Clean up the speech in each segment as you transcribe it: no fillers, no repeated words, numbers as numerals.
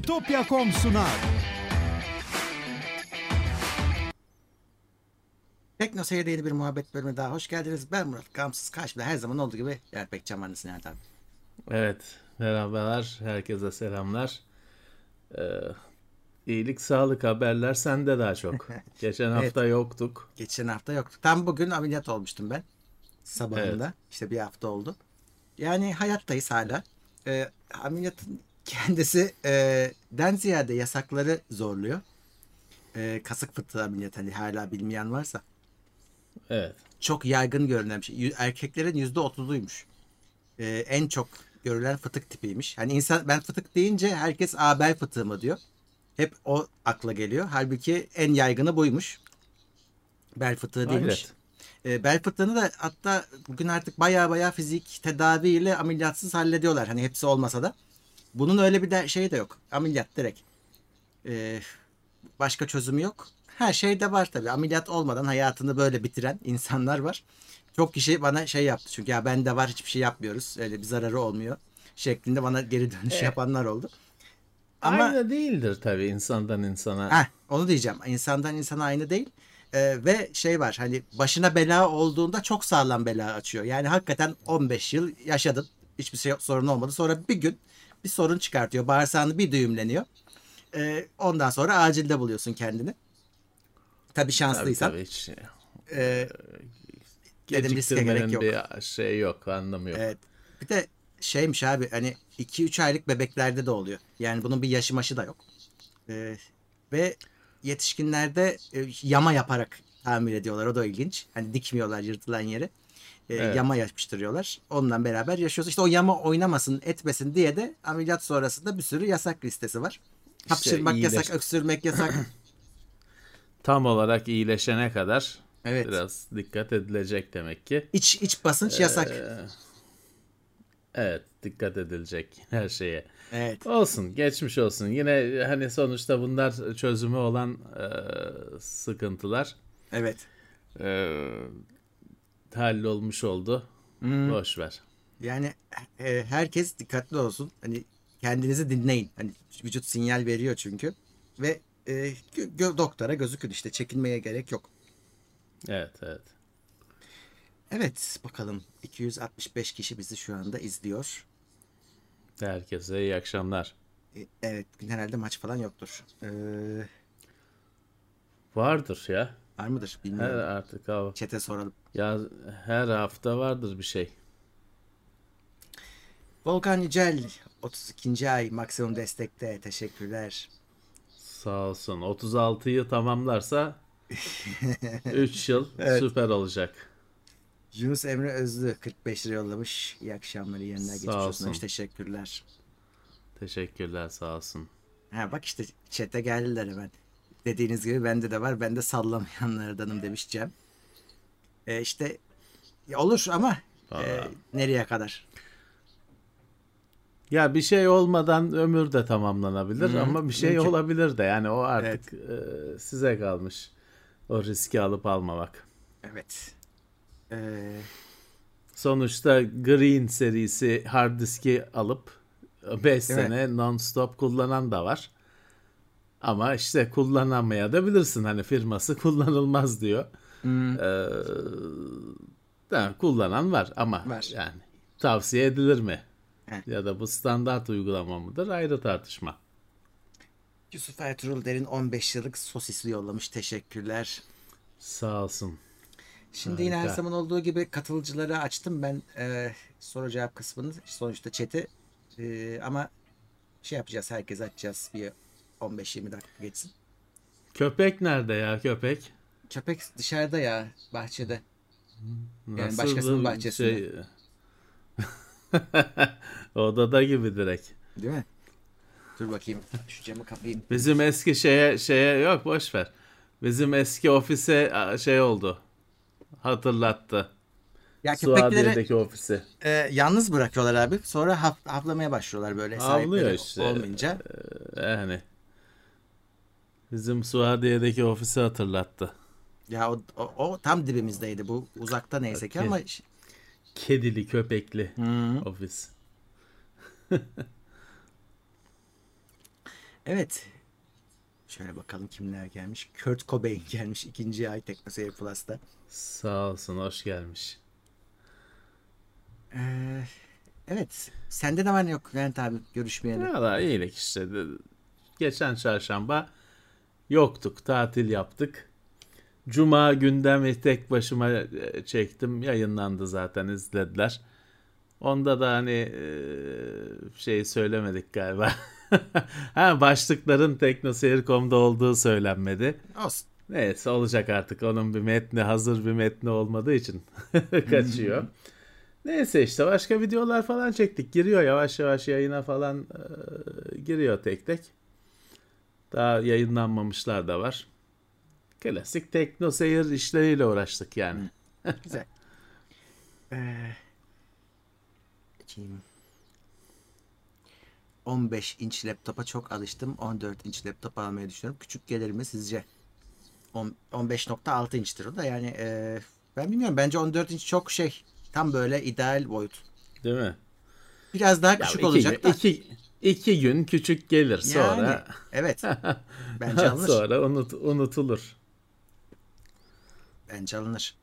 Bitopya.com sunar. Tekno Seyir'de yeni bir muhabbet bölümüne daha hoş geldiniz. Ben Murat Gamsız. Karşımda her zaman olduğu gibi Erpek Çamanlısı Nihat abi. Evet, merhabalar, herkese selamlar. İyilik, sağlık haberler sende daha çok. Geçen Evet, hafta yoktuk. geçen hafta yoktu. Tam bugün ameliyat olmuştum ben. Evet, Sabahında. İşte bir hafta oldu. Yani hayattayız hala. Ameliyatın kendisi den ziyade yasakları zorluyor. Kasık fıtığı ameliyatı hani hala bilmeyen varsa. evet. Çok yaygın görülen bir şey. Erkeklerin %30'uymuş. En çok görülen fıtık tipiymiş. Hani insan ben fıtık deyince herkes bel fıtığı mı diyor. Hep o akla geliyor. Halbuki en yaygını buymuş. Bel fıtığı değilmiş. Hayret. Bel fıtığını da hatta bugün artık baya fizik tedaviyle ameliyatsız hallediyorlar. Hani hepsi olmasa da. Bunun öyle bir de şey de yok. Ameliyat direkt. Ee, Başka çözümü yok. Her şey de var tabii. Ameliyat olmadan hayatını böyle bitiren insanlar var. Çok kişi bana şey yaptı. Çünkü ya bende var hiçbir şey yapmıyoruz. Öyle bir zararı olmuyor. Şeklinde bana geri dönüş E, yapanlar oldu. Ama Aynı değildir tabii insandan insana. onu diyeceğim. İnsandan insana aynı değil. Ve şey var hani başına bela olduğunda çok sağlam bela açıyor. Yani hakikaten 15 yıl yaşadın. Hiçbir şey sorun olmadı. Sonra bir gün bir sorun çıkartıyor. Bağırsağını bir düğümleniyor. Ondan sonra acilde buluyorsun kendini. Tabii Tabii şanslıysan. tabii hiç Ee, Dedim riske gerek geciktirmenin yok. bir şey yok, anlamı yok. Evet. Bir de şeymiş abi hani 2-3 aylık bebeklerde de oluyor. Yani bunun bir yaşı maşı da yok. Ee, Ve yetişkinlerde yama yaparak tamir ediyorlar. O da ilginç. Hani dikmiyorlar yırtılan yeri. Evet. Yama yapıştırıyorlar. Onunla beraber yaşıyoruz. İşte o yama oynamasın, etmesin diye de ameliyat sonrasında bir sürü yasak listesi var. İşte Hapşırmak yasak, öksürmek yasak. tam olarak iyileşene kadar Evet. biraz dikkat edilecek demek ki. İç basınç yasak. Ee, Evet, dikkat edilecek her şeye. Evet. Olsun, geçmiş olsun. Yine hani sonuçta bunlar çözümü olan sıkıntılar Evet. e, hallolmuş oldu. Hmm. Boş ver. Yani herkes dikkatli olsun. Hani kendinizi dinleyin. Hani vücut sinyal veriyor çünkü. Ve doktora gözükün işte çekinmeye gerek yok. Evet, evet. Evet bakalım 265 kişi bizi şu anda izliyor. Herkese iyi akşamlar. Evet herhalde maç falan yoktur. Vardır ya. Var mıdır Her bilmiyorum. artık o. Çete soralım. Ya her hafta vardır bir şey. Volkan Yücel 32. ay maksimum destekte teşekkürler. Sağ olsun. 36'yı tamamlarsa 3 yıl Evet. süper olacak. Yunus Emre Özlü 45 lira yollamış. İyi akşamlar, iyi yayınlar, geçmiş Sağ olsun demiş. olsun. Teşekkürler. Teşekkürler, sağ olsun. Ha bak işte chat'e geldiler hemen. Dediğiniz gibi bende de var. Ben de sallamayanlardanım demiş Cem. İşte olur ama Vallahi. nereye kadar? Ya bir şey olmadan ömür de tamamlanabilir Hı, ama bir şey mümkün. olabilir de yani o Evet. artık size kalmış. O riski alıp almamak. Evet. Ee, Sonuçta Green serisi hard diski alıp 5 Değil mi? sene non-stop kullanan da var. Ama işte kullanamaya da bilirsin hani firması kullanılmaz diyor. Hı, Ee, kullanan var ama var. yani tavsiye edilir mi? Heh. Ya da bu standart uygulama mıdır? Ayrı tartışma. Yusuf Ertuğrul Derin 15 yıllık sosisli yollamış. Teşekkürler. Sağ olsun. Şimdi yine her Harika. zaman olduğu gibi katılıcıları açtım ben soru cevap kısmını sonuçta chat'i. Ama şey yapacağız herkes açacağız bir 15-20 dakika geçsin. Köpek nerede ya köpek? Köpek dışarıda ya bahçede. Yani başkasının Nasıl bahçesinde. şey odada gibi direkt. Değil mi? Dur bakayım şu camı kapayım. Bizim eski şeye yok boş ver. Bizim eski ofise şey oldu. Hatırlattı. Ya köpekleri Suadiye'deki ofisi. yalnız bırakıyorlar abi. Sonra havlamaya başlıyorlar böyle Havlıyor sahipleri işte. olmayınca. Yani bizim Suadiye'deki ofisi hatırlattı. Ya o tam dibimizdeydi. Bu uzakta neyse ki ama Kedili köpekli Hı. ofis. Evet. Şöyle bakalım kimler gelmiş. Kurt Cobain gelmiş ikinci ay Teknoseyir Plus'ta. Sağ olsun, hoş gelmiş. Ee, evet. Sende de var ne yok Levent abi görüşmeyeli. Valla iyilik işte. Geçen çarşamba yoktuk, tatil yaptık. Cuma gündemi tek başıma çektim. Yayınlandı zaten, izlediler. Onda da hani şey söylemedik galiba. Ha, başlıkların teknoseyir.com'da olduğu söylenmedi. Olsun. Neyse, olacak artık. Onun bir metni, hazır bir metni olmadığı için kaçıyor. Neyse işte başka videolar falan çektik. Giriyor yavaş yavaş yayına falan, giriyor tek tek. Daha yayınlanmamışlar da var. Klasik tekno seyir işleriyle uğraştık yani. Güzel. Ee, bakayım. 15 inç laptopa çok alıştım. 14 inç laptop almayı düşünüyorum. Küçük gelir mi sizce? 15.6 inçtir o da yani ben bilmiyorum. Bence 14 inç çok şey. Tam böyle ideal boyut. Değil mi? Biraz daha Ya küçük olacak da. iki gün küçük gelir, Yani sonra evet. Bence alınır. sonra unutulur. Bence alınır.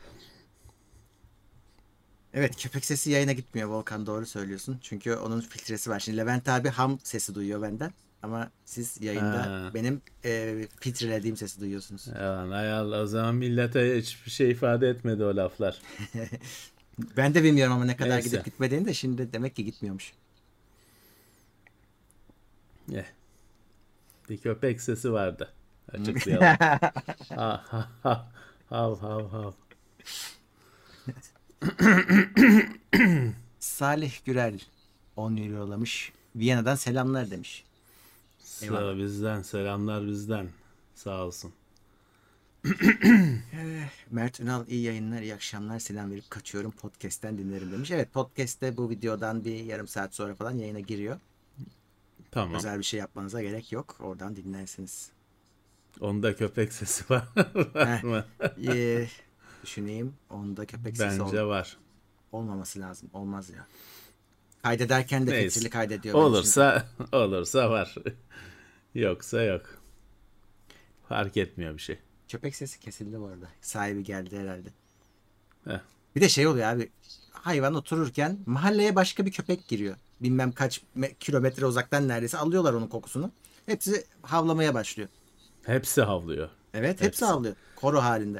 Evet, köpek sesi yayına gitmiyor Volkan, doğru söylüyorsun. Çünkü onun filtresi var. Şimdi Levent abi ham sesi duyuyor benden. Ama siz yayında Ha. benim filtrelediğim sesi duyuyorsunuz. Yalan hay Allah, o zaman millete hiçbir şey ifade etmedi o laflar. Ben de bilmiyorum ama ne kadar Neyse. gidip gitmediğini de şimdi demek ki gitmiyormuş. Eh, bir köpek sesi vardı. Açıklayalım. Ha ha ha. Hav hav hav. Salih Gürel 10 euro yollamış. Viyana'dan selamlar demiş. Eyvallah. Bizden selamlar, bizden. Sağ olsun. Mert Ünal iyi yayınlar, iyi akşamlar. Selam verip kaçıyorum. Podcast'ten dinlerim demiş. Evet, podcast'te bu videodan bir yarım saat sonra falan yayına giriyor. Tamam. Özel bir şey yapmanıza gerek yok. Oradan dinlersiniz. Onda köpek sesi var, var Heh, mı? ee, düşüneyim. Onda köpek sesi Bence var. olmaması lazım. Olmaz ya. Kaydederken de Neyse. filtreli kaydediyor beni çünkü. Olursa var. Yoksa yok. Fark etmiyor bir şey. Köpek sesi kesildi bu arada. Sahibi geldi herhalde. Heh. Bir de şey oluyor abi. Hayvan otururken mahalleye başka bir köpek giriyor. Bilmem kaç kilometre uzaktan neredeyse alıyorlar onun kokusunu. Hepsi havlamaya başlıyor. Hepsi havlıyor. Evet, hepsi Hepsi. havlıyor. Koro halinde.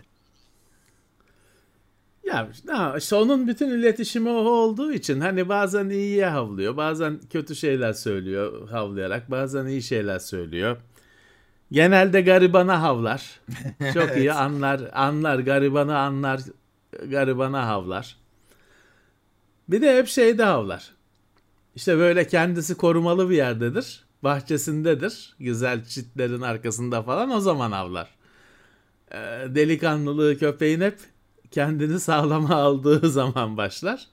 Ya işte onun bütün iletişimi o olduğu için hani bazen iyiye havlıyor, bazen kötü şeyler söylüyor havlayarak, bazen iyi şeyler söylüyor. Genelde garibana havlar. Çok iyi Evet. anlar garibanı, anlar garibana havlar. Bir de hep şeyde havlar. İşte böyle kendisi korumalı bir yerdedir. Bahçesindedir. Güzel çitlerin arkasında falan, o zaman havlar. Delikanlılığı köpeğin hep kendini sağlama aldığı zaman başlar.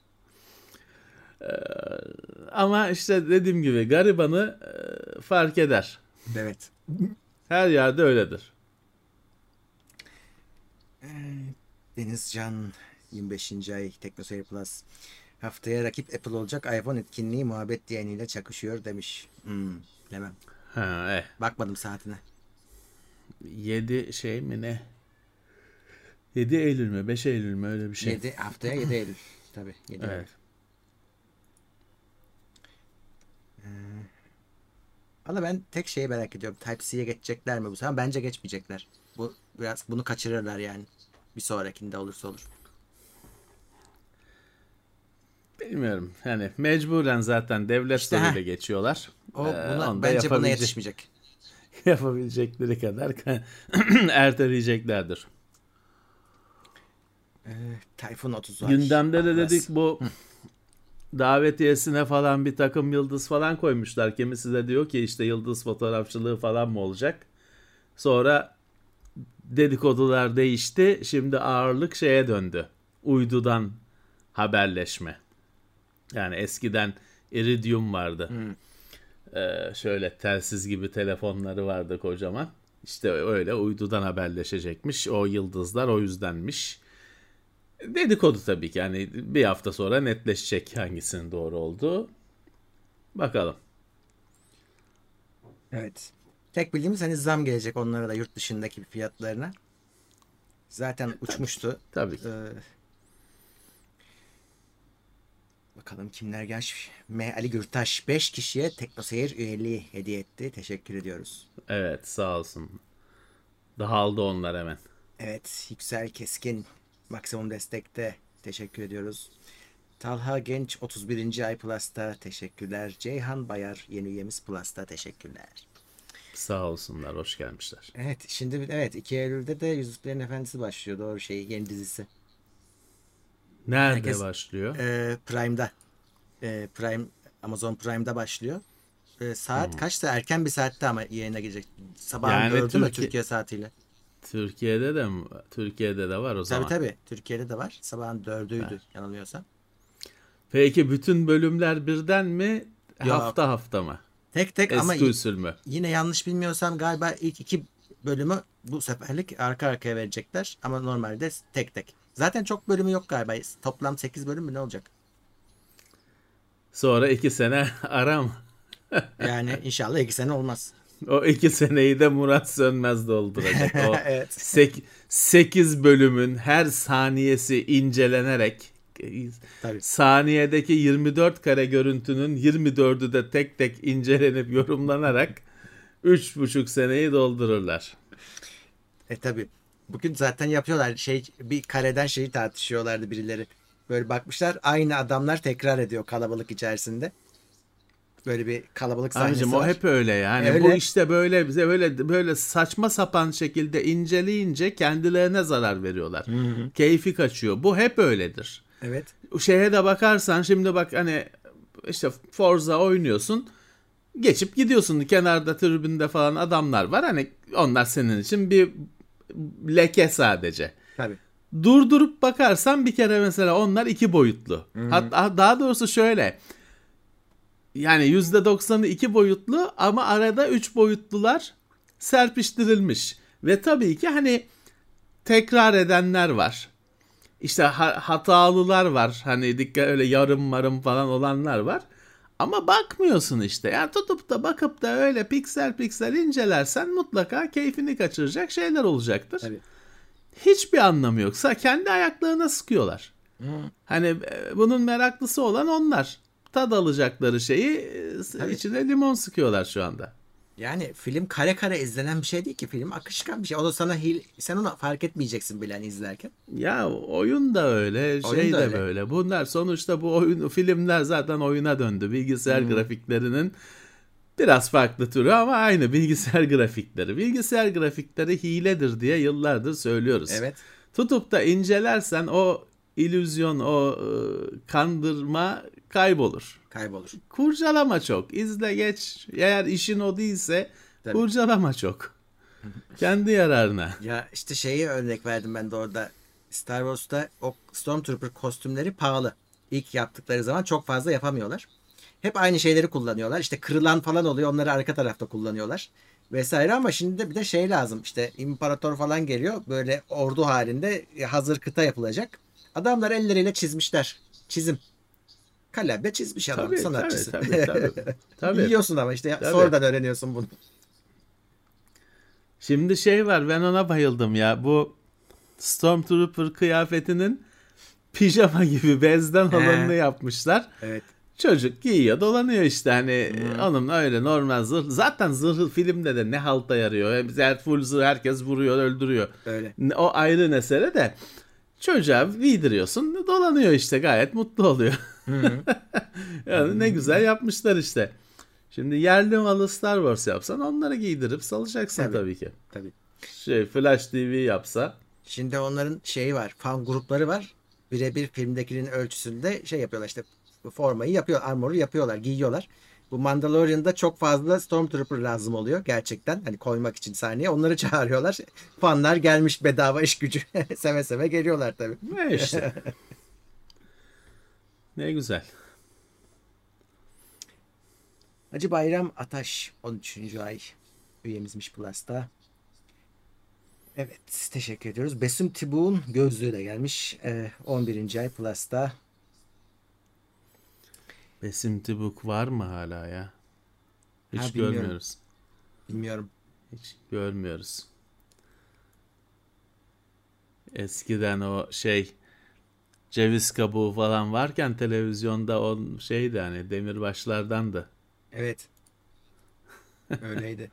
Ama işte dediğim gibi garibanı fark eder. Evet. Her yerde öyledir. Denizcan 25. ay TeknoSeyir Plus. Haftaya rakip Apple olacak, iPhone etkinliği muhabbet diyeniyle çakışıyor demiş. Bilemem. Ha, Bakmadım saatine. 7 şey mi ne? 7 Eylül mü? 5 Eylül mü? Öyle bir şey. 7 haftaya 7 Eylül. Tabii 7 Eylül. Evet. Valla ben tek şeyi merak ediyorum. Type-C'ye geçecekler mi bu sefer? Bence geçmeyecekler. Bu biraz bunu kaçırırlar yani. Bir sonrakinde olursa olur. Bilmiyorum. Yani mecburen zaten devlet İşte zoruyla geçiyorlar. o buna Onu da bence buna yetişmeyecek. yapabilecekleri kadar erteleyeceklerdir. Tayfun 30 var. Gündemde de dedik, Atlas. bu davetiyesine falan bir takım yıldız falan koymuşlar. Kimisi de diyor ki işte yıldız fotoğrafçılığı falan mı olacak? Sonra dedikodular değişti. Şimdi ağırlık şeye döndü. Uydudan haberleşme. Yani eskiden Iridium vardı. Şöyle telsiz gibi telefonları vardı kocaman. İşte öyle uydudan haberleşecekmiş. O yıldızlar o yüzdenmiş. Dedikodu tabii ki. Yani bir hafta sonra netleşecek hangisinin doğru olduğu. Bakalım. Evet. Tek bildiğimiz hani zam gelecek onlara da yurt dışındaki fiyatlarına. Zaten Tabii ki. uçmuştu. Tabii ki. Ee, bakalım kimler gelmiş. Ali Gürtaş 5 kişiye TeknoSeyir üyeliği hediye etti. Teşekkür ediyoruz. Evet, sağ olsun. Dağıldı onlar hemen. Evet, Yüksel Keskin maksimum destekte teşekkür ediyoruz. Talha Genç 31. ay Plus'ta teşekkürler. Ceyhan Bayar yeni üyemiz Plus'ta teşekkürler. Sağ olsunlar, hoş gelmişler. Evet, şimdi evet 2 Eylül'de de Yüzüklerin Efendisi başlıyor. Doğru şey, yeni dizisi. Nerede Herkes başlıyor? Prime'da. Prime Amazon Prime'da başlıyor. Saat kaçta? Erken bir saatte ama yayına girecek. Sabahın Yani 4'ü mü Türkiye saatiyle? Türkiye'de de var o Tabii zaman. tabii. Türkiye'de de var. Sabahın 4'üydü Ha. yanılmıyorsam. Peki bütün bölümler birden mi? Yok. Hafta hafta mı? Tek tek ama Eski usul mü? yine yanlış bilmiyorsam galiba ilk 2 bölümü bu seferlik arka arkaya verecekler. Ama normalde tek tek. Zaten çok bölümü yok galiba. Toplam 8 bölüm mü ne olacak? Sonra 2 sene ara mı? Yani inşallah 2 sene olmaz. O 2 seneyi de Murat Sönmez dolduracak. O Evet. 8 bölümün her saniyesi incelenerek Tabii. saniyedeki 24 kare görüntünün 24'ü de tek tek incelenip yorumlanarak 3,5 seneyi doldururlar. Tabii. Bugün zaten yapıyorlar. Bir kareden şeyi tartışıyorlardı birileri. Böyle bakmışlar aynı adamlar tekrar ediyor kalabalık içerisinde. Böyle bir kalabalık Abicim sahnesi o var. hep öyle yani. Bu Öyle. işte böyle bize böyle saçma sapan şekilde inceleyince kendilerine zarar veriyorlar. Hı hı. Keyfi kaçıyor. Bu hep öyledir. Evet. Şeye de bakarsan şimdi bak hani işte Forza oynuyorsun. Geçip gidiyorsun kenarda tribünde falan adamlar var. Hani onlar senin için bir leke sadece. Tabii. Durdurup bakarsan bir kere mesela onlar 2 boyutlu. Hı hı. Hatta daha doğrusu şöyle. Yani %90'ı 2 boyutlu ama arada 3 boyutlular serpiştirilmiş. Ve tabii ki hani tekrar edenler var. İşte hatalılar var. Hani dikkat öyle yarım marım falan olanlar var. Ama bakmıyorsun işte. Yani tutup da bakıp da öyle piksel piksel incelersen mutlaka keyfini kaçıracak şeyler olacaktır. Tabii. Hiçbir anlamı yoksa kendi ayaklarına sıkıyorlar. Hı. Hani bunun meraklısı olan onlar. Tad alacakları şeyi Tabii. içine limon sıkıyorlar şu anda. Yani film kare kare izlenen bir şey değil ki. Film akışkan bir şey. O da sana sen onu fark etmeyeceksin bile hani izlerken. Ya oyun da öyle, Oyun şey da de öyle. böyle. Bunlar sonuçta bu filmler zaten oyuna döndü. Bilgisayar Hmm. grafiklerinin biraz farklı türü ama aynı bilgisayar grafikleri. Bilgisayar grafikleri hiledir diye yıllardır söylüyoruz. Evet. Tutup da incelersen o illüzyon, o kandırma kaybolur. Kaybolur. Kurcalama çok. İzle geç. Eğer işin o değilse Tabii. kurcalama çok. Kendi yararına. Ya işte şeyi örnek verdim ben de orada. Star Wars'ta o Stormtrooper kostümleri pahalı. İlk yaptıkları zaman çok fazla yapamıyorlar. Hep aynı şeyleri kullanıyorlar. İşte kırılan falan oluyor. Onları arka tarafta kullanıyorlar. Vesaire ama şimdi de bir de şey lazım. İşte imparator falan geliyor. Böyle ordu halinde hazır kıta yapılacak. Adamlar elleriyle çizmişler. Çizim. Kalemle çizmiş adam Tabii tabii sanatçısı. tabii tabii. Tabii. Yiyorsun ama işte Tabii. sonradan öğreniyorsun bunu. Şimdi şey var, ben ona bayıldım ya. Bu Stormtrooper kıyafetinin pijama gibi bezden olanını He, yapmışlar. evet. Çocuk giyiyor dolanıyor işte hani Hı, onun öyle normal zırh. Zaten zırhı filmde de ne halta yarıyor. Full zırh herkes vuruyor öldürüyor. öyle. O ayrı mesele de. Çocuğa giydiriyorsun dolanıyor işte gayet mutlu oluyor. Hı. Yani ne güzel yapmışlar işte. Şimdi yerli malı Star Wars yapsan onları giydirip salacaksın Tabii. tabii ki. Tabii. Flash TV yapsa. Şimdi onların şeyi var. Fan grupları var. Birebir filmdekinin ölçüsünde şey yapıyorlar işte formayı yapıyor, armoru yapıyorlar, giyiyorlar. Bu Mandalorian'da çok fazla Stormtrooper lazım oluyor gerçekten. Hani koymak için sahneye. Onları çağırıyorlar. Fanlar gelmiş bedava iş gücü. Seve seve geliyorlar tabii. Ne işte. Ne güzel. Hacı Bayram Ataş 13. ay üyemizmiş Plus'ta. Evet, teşekkür ediyoruz. Besim Tibu'nun gözlüğü de gelmiş. 11. ay Plus'ta. Besim Tibuk var mı hala ya? Ha Hiç bilmiyorum. görmüyoruz. Bilmiyorum. Hiç görmüyoruz. Eskiden o ceviz kabuğu falan varken televizyonda o şeydi hani demirbaşlardandı. Evet. Öyleydi.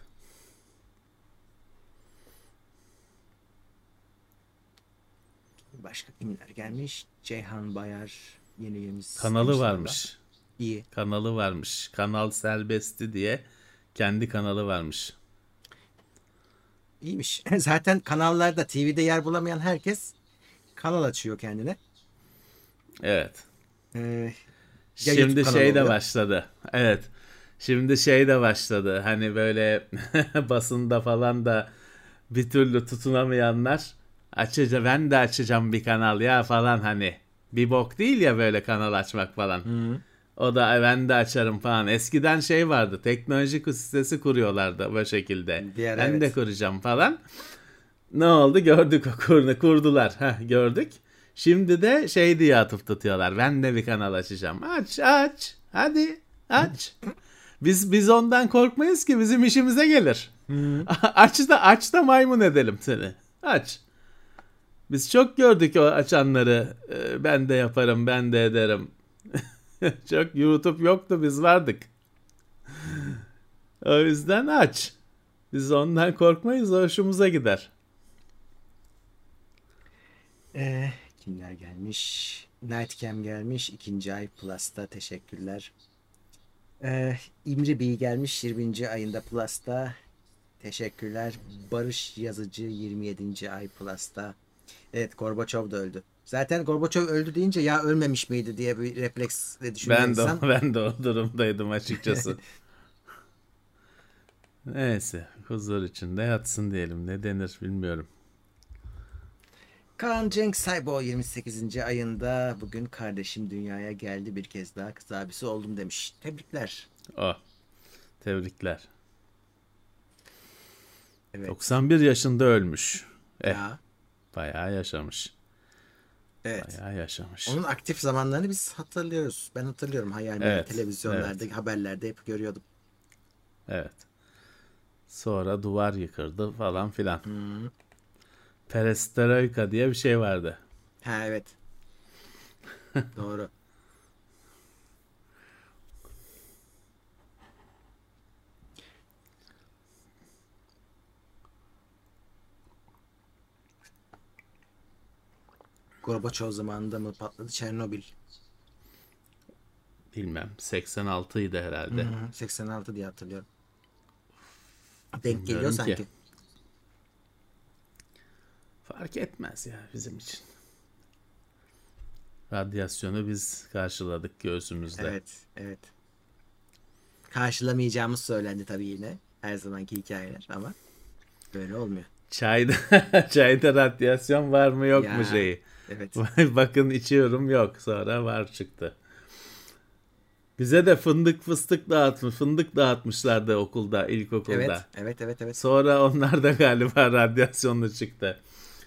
Başka kimler gelmiş? Ceyhan Bayar yeni üyemiz Kanalı demişler orada. varmış. İyi. Kanalı varmış. Kanal Serbestti diye kendi kanalı varmış. İyiymiş. Zaten kanallarda TV'de yer bulamayan herkes kanal açıyor kendine. Evet. Ee, ya YouTube Şimdi kanalı şey de oluyor. başladı. Evet. Şimdi şey de başladı. Hani böyle basında falan da bir türlü tutunamayanlar ben de açacağım bir kanal ya falan hani. Bir bok değil ya böyle kanal açmak falan. Hı. O da ben de açarım falan. Eskiden şey vardı. Teknoloji sitesi kuruyorlardı bu şekilde. Diğer Ben de evet. kuracağım falan. Ne oldu? Gördük o kurdular. Gördük. Şimdi de şey diye atıp tutuyorlar. Ben de bir kanal açacağım. Aç. Hadi aç. Biz ondan korkmayız ki bizim işimize gelir. Hı. Aç da maymun edelim seni. Aç. Biz çok gördük o açanları. Ben de yaparım, ben de ederim. Çok YouTube yoktu, biz vardık. O yüzden aç. Biz ondan korkmayız, o hoşumuza gider. Kimler gelmiş? Nightcam gelmiş. 2. ay Plus'ta. Teşekkürler. İmri Bey gelmiş 20. ayında Plus'ta. Teşekkürler. Barış Yazıcı 27. ay Plus'ta. Evet, Gorbaçov da öldü. Zaten Gorbaçov öldü deyince ya ölmemiş miydi diye bir refleksle düşünüyor Ben de insan. ben de o durumdaydım açıkçası. Neyse, huzur içinde yatsın diyelim. Ne denir bilmiyorum. Kaan Cenk Saybo 28. ayında bugün kardeşim dünyaya geldi, bir kez daha kız abisi oldum demiş. Tebrikler. Oh, tebrikler. Evet. 91 yaşında ölmüş. Ya. Bayağı yaşamış. Evet. Bayağı yaşamış. Onun aktif zamanlarını biz hatırlıyoruz. Ben hatırlıyorum, hayal meyal Evet, televizyonlarda, evet, haberlerde hep görüyordum. evet. Sonra duvar yıkırdı falan filan. Hmm. Perestroika diye bir şey vardı. Ha evet. Doğru. Gorbaçov zamanında mı patladı Çernobil? Bilmem, 86 idi herhalde. 86 diye hatırlıyorum. Denk geliyor Bilmiyorum ki. sanki. Fark etmez ya bizim için. Radyasyonu biz karşıladık göğsümüzde. Evet, evet. Karşılamayacağımız söylendi tabii yine. Her zamanki hikayeler ama böyle olmuyor. Çayda çayda radyasyon var mı yok mu Ya şeyi. evet. Bakın içiyorum yok. Sonra var çıktı. Bize de fındık dağıtmışlardı okulda, Evet, ilkokulda. evet, evet, evet. Sonra onlar da galiba radyasyonlu çıktı.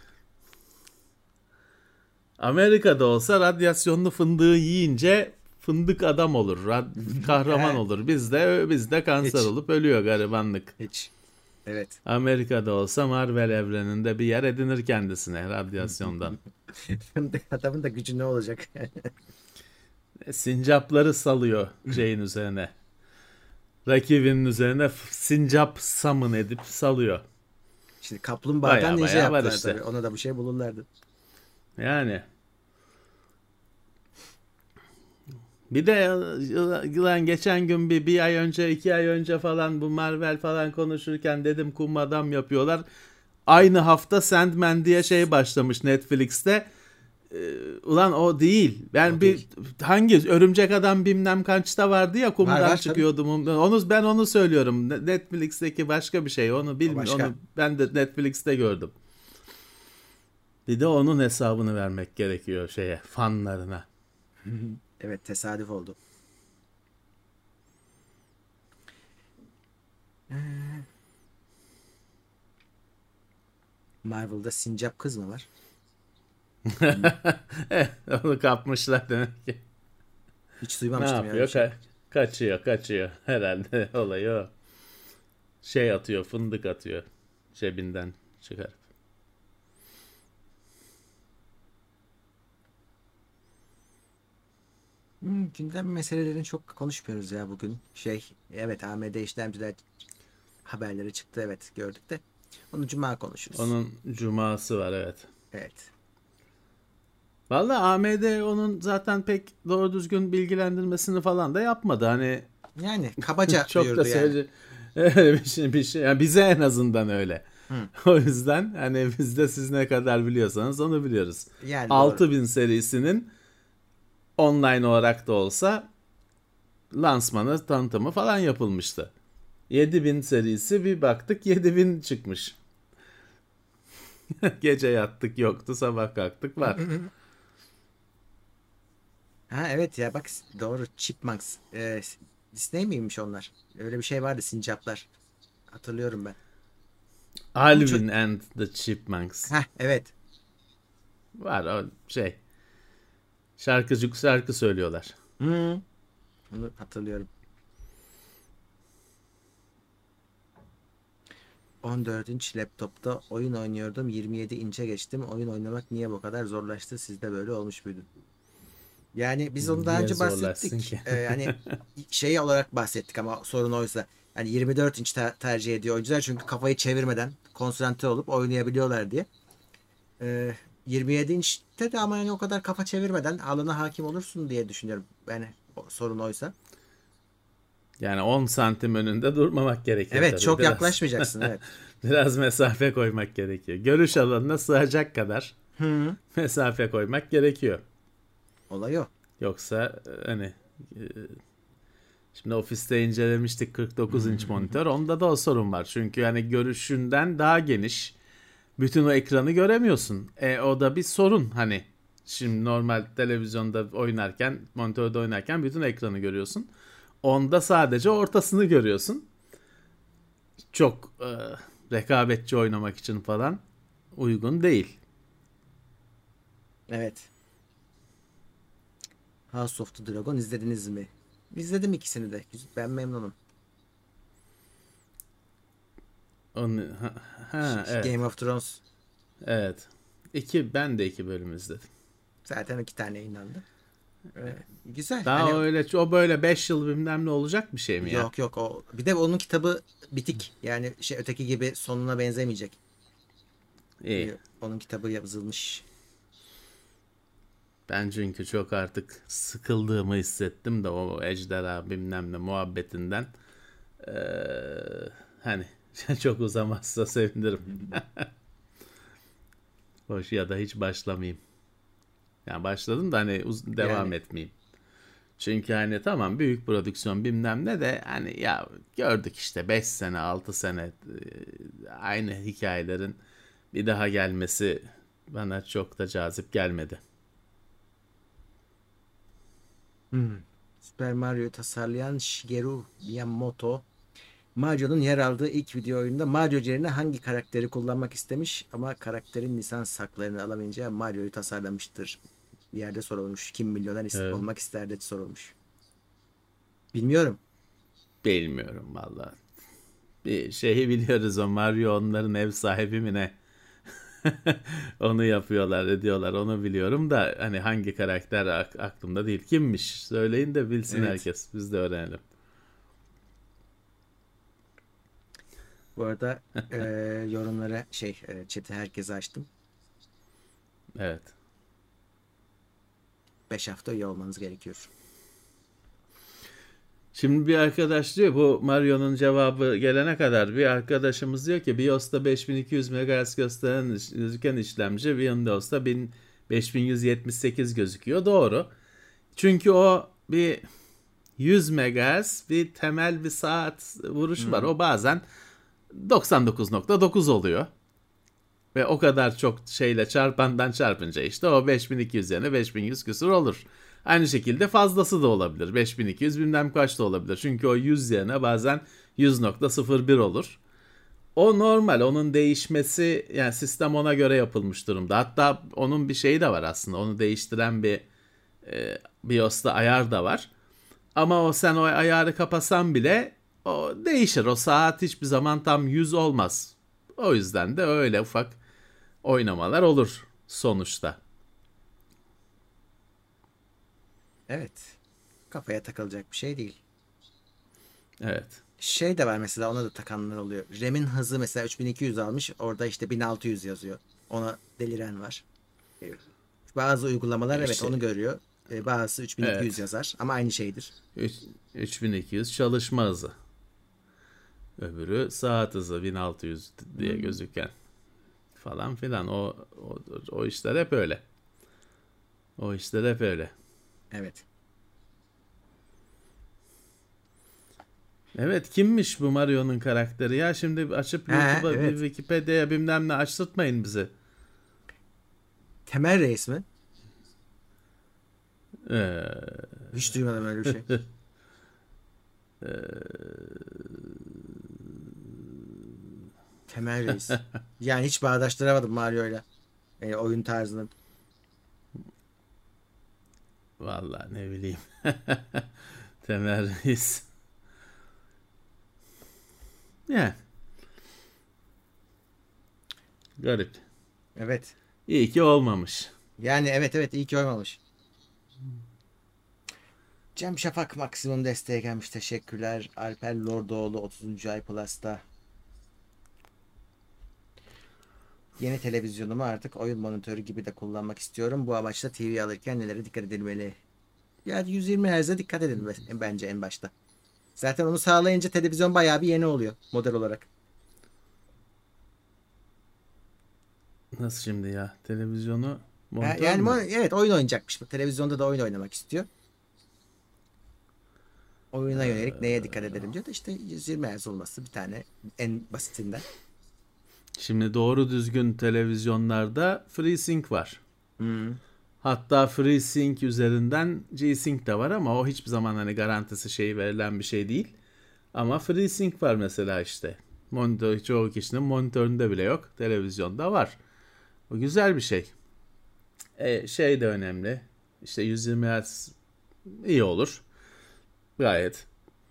Amerika'da olsa radyasyonlu fındığı yiyince fındık adam olur, kahraman He, olur. Bizde kanser hiç, olup ölüyor garibanlık. hiç. Evet. Amerika'da olsa Marvel evreninde bir yer edinir kendisine radyasyondan. Fındık adamın da gücü ne olacak? Sincapları salıyor şeyin üzerine. Rakibinin üzerine sincap summon edip salıyor. Şimdi kaplumbağadan Baya ninja baya var yaptılar işte. tabii. Ona da bir şey bulurlardı. Yani. Bir de yılan geçen gün bir ay önce 2 ay önce falan bu Marvel falan konuşurken dedim kum adam yapıyorlar. Aynı hafta Sandman diye şey başlamış Netflix'te. Ulan o değil. O değil. Hangi Örümcek Adam bilmem kaçta vardı ya Var kumdan var tabii. çıkıyordu. Ben onu söylüyorum. Netflix'teki başka bir şey. Onu O bilmiyorum. başka. Onu ben de Netflix'te gördüm. Bir de onun hesabını vermek gerekiyor fanlarına. Evet, tesadüf oldu. Marvel'da sincap kız mı var? Onu kapmışlar demek ki. Hiç Ne duymamıştım ya öyle bir yapıyor? şey. Kaçıyor. Herhalde olayı o. şey atıyor, fındık atıyor cebinden çıkarıp. Gündem meselelerini çok konuşmuyoruz ya bugün. Evet, AMD işlemciler haberleri çıktı, evet gördük de. Onu cuma konuşuruz. Onun cuması var, evet. Evet. Vallahi AMD onun zaten pek doğru düzgün bilgilendirmesini falan da yapmadı. Hani Yani kabaca çok da duyurdu yani. söyleyecek öyle bir şey. Yani bize en azından öyle. Hı. O yüzden hani biz de siz ne kadar biliyorsanız onu biliyoruz. Yani doğru. 6000 serisinin online olarak da olsa lansmanı, tanıtımı falan yapılmıştı. 7000 serisi bir baktık 7000 çıkmış. Gece yattık yoktu, sabah kalktık var. Ha evet ya, bak doğru, Chipmunks. Disney miymiş onlar? Öyle bir şey vardı, sincaplar. Hatırlıyorum ben. Ama çok... Alvin and the Chipmunks. Ha evet. Var o şey. Şarkı söylüyorlar. Hı, onu hatırlıyorum. 14 inç laptopta oyun oynuyordum. 27 inçe geçtim. Oyun oynamak niye bu kadar zorlaştı? Sizde böyle olmuş muydu? Yani biz onu daha Niye önce zorlaşsın bahsettik. ki? Hani şey olarak bahsettik ama sorun oysa. Yani 24 inç tercih ediyor oyuncular çünkü kafayı çevirmeden konsantre olup oynayabiliyorlar diye. Ee, 27 inçte de ama yani o kadar kafa çevirmeden alana hakim olursun diye düşünüyorum. Yani sorun oysa. Yani 10 santim önünde durmamak gerekiyor Evet, tabii çok biraz. yaklaşmayacaksın, evet. Biraz mesafe koymak gerekiyor. Görüş alanına sığacak kadar Hı. mesafe koymak gerekiyor. Olay o. Yoksa hani e, şimdi ofiste incelemiştik 49 inç monitör. Onda da o sorun var. Çünkü yani görüşünden daha geniş. Bütün o ekranı göremiyorsun. O da bir sorun hani. Şimdi normal televizyonda oynarken, monitörde oynarken bütün ekranı görüyorsun. Onda sadece ortasını görüyorsun. Çok rekabetçi oynamak için falan uygun değil. Evet. House of the Dragon izlediniz mi? İzledim ikisini de. Ben memnunum. Onu, evet. Game of Thrones Evet. Ben de 2 bölüm izledim. zaten 2 tane yayınlandı. Güzel. Daha Hani öyle o böyle 5 yıl bilmem ne olacak bir şey mi ya? yok yok, o. Bir de onun kitabı bitik. Yani öteki gibi sonuna benzemeyecek. İyi. Onun kitabı yazılmış. Ben çünkü çok artık sıkıldığımı hissettim de o ejderha bilmem ne muhabbetinden. Ee, hani çok uzamazsa sevinirim. Hoş ya da hiç başlamayayım. Yani başladım da hani devam Yani etmeyeyim. Çünkü hani tamam büyük prodüksiyon bilmem ne de hani ya gördük işte 5 sene 6 sene aynı hikayelerin bir daha gelmesi bana çok da cazip gelmedi. Super Mario'yu tasarlayan Shigeru Miyamoto, Mario'nun yer aldığı ilk video oyunda Mario yerine hangi karakteri kullanmak istemiş ama karakterin lisans haklarını alamayınca Mario'yu tasarlamıştır. Bir yerde sorulmuş. Kim milyoner Evet, olmak isterdi sorulmuş. Bilmiyorum. bilmiyorum valla. Bir şeyi biliyoruz o Mario onların ev sahibi mi ne? Onu yapıyorlar ediyorlar onu biliyorum da hani hangi karakter aklımda değil. Kimmiş? Söyleyin de bilsin Evet. herkes. Biz de öğrenelim. Bu arada yorumlara chat'i herkese açtım. Evet. 5 hafta üye olmanız gerekiyor. Şimdi bir arkadaş diyor bu Mario'nun cevabı gelene kadar bir arkadaşımız diyor ki BIOS'ta 5200 MHz gözüken işlemci Windows'ta 5178 gözüküyor. Doğru. Çünkü o bir 100 MHz bir temel bir saat vuruşu var. Hmm. O bazen 99.9 oluyor. Ve o kadar çok şeyle çarpandan çarpınca işte o 5200 yerine 5100 küsur olur. Aynı şekilde fazlası da olabilir. 5200 bilmem kaç da olabilir. Çünkü o 100 yerine bazen 100.01 olur. O normal. Onun değişmesi yani sistem ona göre yapılmış durumda. Hatta onun bir şeyi de var aslında. Onu değiştiren bir BIOS'ta ayar da var. Ama sen o ayarı kapasan bile o değişir. O saat hiçbir zaman tam 100 olmaz. O yüzden de öyle ufak oynamalar olur sonuçta. Evet. Kafaya takılacak bir şey değil. Evet. Şey de var mesela, ona da takanlar oluyor. RAM'in hızı mesela 3200 almış. Orada işte 1600 yazıyor. Ona deliren var. E, Bazı uygulamalar evet İşte onu görüyor. Bazısı 3200 evet. yazar ama aynı şeydir. 3200 çalışma hızı. Öbürü saat hızı 1600 diye Hmm. gözüken falan filan. O işler hep öyle. O işler hep öyle. Evet. Evet, kimmiş bu Mario'nun karakteri ya? Şimdi açıp Ha, YouTube'a bir evet. Wikipedia'ya bilmem ne açtırtmayın bizi. Temel Reis mi? Ee, Hiç duymadım öyle bir şey. Temel Reis. Yani hiç bağdaştıramadım Mario'yla. Oyun tarzını. Vallahi ne bileyim. Temel Reis. Yani garip. Evet. İyi ki olmamış. Yani evet evet, iyi ki oymamış. Cem Şafak maksimum desteğe gelmiş. Teşekkürler. Alper Lordoğlu 30. ay Plus'ta. Yeni televizyonumu artık oyun monitörü gibi de kullanmak istiyorum. Bu amaçla TV alırken nelere dikkat edilmeli? Yani 120 Hz'e dikkat edin bence en başta. Zaten onu sağlayınca televizyon bayağı bir yeni oluyor model olarak. Nasıl şimdi ya? Televizyonu monitör Yani mü? evet, oyun oynayacakmış. Televizyonda da oyun oynamak istiyor. Oyuna yönelik neye dikkat edelim diyor da işte 120 Hz olması bir tane en basitinden. Şimdi doğru düzgün televizyonlarda FreeSync var. Hmm. Hatta FreeSync üzerinden G-Sync de var ama o hiçbir zaman hani garantisi şeyi verilen bir şey değil. Ama FreeSync var mesela işte. Monitör, çoğu kişinin monitöründe bile yok. Televizyonda var. O güzel bir şey. Şey de önemli. İşte 120 Hz iyi olur. Gayet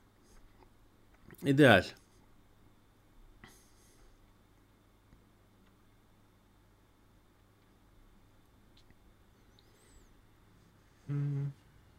ideal. Hmm.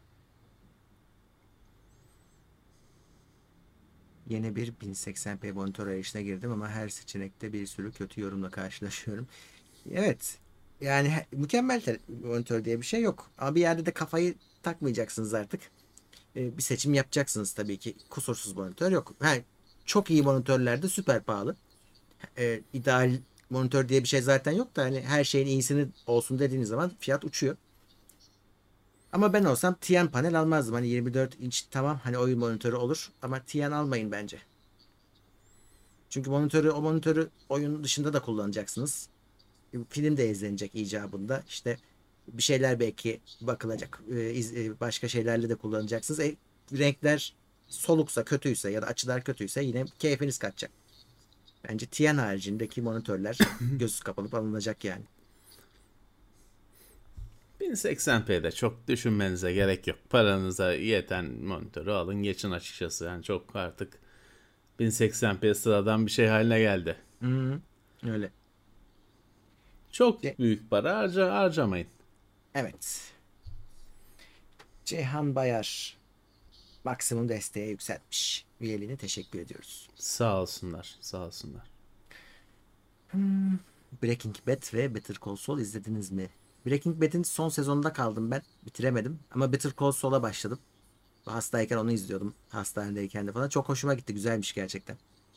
Yeni bir 1080p monitör arayışına girdim ama her seçenekte bir sürü kötü yorumla karşılaşıyorum. Evet. Yani mükemmel monitör diye bir şey yok. Ama bir yerde de kafayı takmayacaksınız artık. Bir seçim yapacaksınız tabii ki. Kusursuz monitör yok. Çok iyi monitörler de süper pahalı. İdeal monitör diye bir şey zaten yok da hani her şeyin iyisini olsun dediğiniz zaman fiyat uçuyor. Ama ben olsam TN panel almazdım. Hani 24 inç tamam, hani oyun monitörü olur ama TN almayın bence. Çünkü o monitörü oyun dışında da kullanacaksınız. Film de izlenecek icabında. İşte bir şeyler belki bakılacak. Başka şeylerle de kullanacaksınız. Renkler soluksa, kötüyse ya da açılar kötüyse yine keyfiniz kaçacak. Bence TN haricindeki monitörler gözü kapalıp alınacak yani. 1080p'de çok düşünmenize gerek yok. Paranıza yeten monitörü alın geçin açıkçası. Yani çok artık 1080p sıradan bir şey haline geldi. Hı, öyle. Çok Ce- büyük para harcamayın. evet. Ceyhan Bayar maksimum desteğe yükseltmiş. Üyeliğine teşekkür ediyoruz. Sağ olsunlar, sağ olsunlar. Breaking Bad ve Better Call Saul izlediniz mi? Breaking Bad'in son sezonunda kaldım ben. Bitiremedim. Ama Better Call Saul'a başladım. Hastayken onu izliyordum. Hastanedeyken de falan. Çok hoşuma gitti. Güzelmiş gerçekten.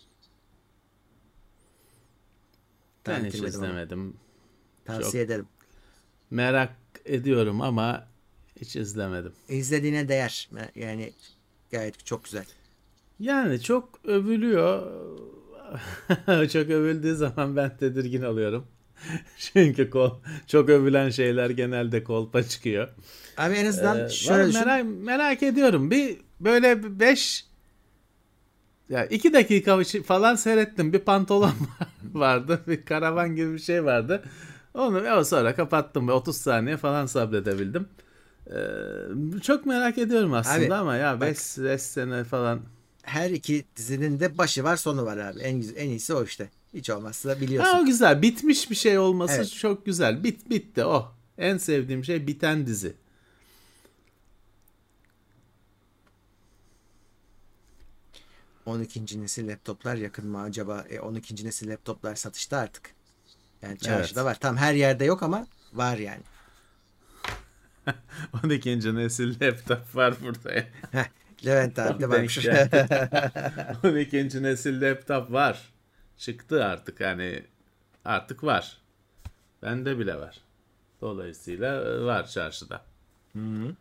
Daha Ben hiç bitirmedim ama. izlemedim. Çok Tavsiye ederim. merak ediyorum ama hiç izlemedim. İzlediğine değer. Yani gayet çok güzel. Yani çok övülüyor. Çok övüldüğü zaman ben tedirgin oluyorum. Çünkü çok övülen şeyler genelde kolpa çıkıyor. Abi en azından Valla şöyle düşün. merak ediyorum. Bir böyle 5 ya 2 dakika falan seyrettim. Bir pantolon vardı. Bir karavan gibi bir şey vardı. Onu sonra kapattım ve 30 saniye falan sabredebildim. Çok merak ediyorum Abi aslında ama ya bak, 5 sene falan. her iki dizinin de başı var sonu var abi. En iyisi o işte. Hiç olmazsa Ha, biliyorsun. o güzel. Bitmiş bir şey olması Evet. çok güzel. Bitti o. En sevdiğim şey biten dizi. 12. nesil laptoplar yakın mı acaba? 12. nesil laptoplar satışta artık. Yani çarşıda Evet. var. Tam her yerde yok ama var yani. 12. nesil laptop var burada. Heh, Levent abi de Tam denk varmış. geldi. 12. nesil laptop var. Çıktı artık, hani artık var. Bende bile var. Dolayısıyla var çarşıda. Hı.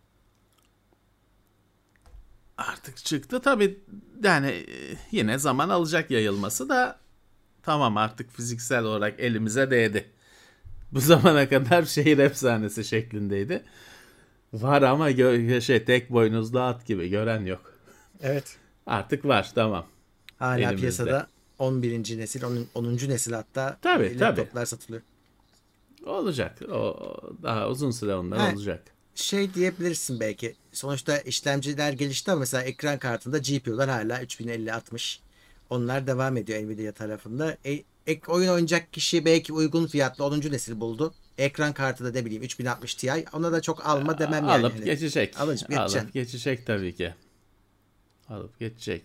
Artık çıktı tabii, yani yine zaman alacak yayılması da, tamam artık fiziksel olarak elimize değdi. Bu zamana kadar şehir efsanesi şeklindeydi. Var ama tek boynuzlu at gibi gören yok. Evet. Artık var, tamam, Hala elimizde. piyasada 11. nesil, 10. nesil hatta Tabii. laptoplar satılıyor. Olacak. O daha uzun süre ondan Ha, olacak. şey diyebilirsin belki. Sonuçta işlemciler gelişti ama mesela ekran kartında GPU'lar hala 3050-60. Onlar devam ediyor Nvidia tarafında. Oyun oynayacak kişi belki uygun fiyatlı 10. nesil buldu. Ekran kartı da ne bileyim 3060 Ti. Ona da çok alma demem yani. Alıp Hani geçecek. alıp geçeceksin. Alıp geçecek tabii ki. Alıp geçecek.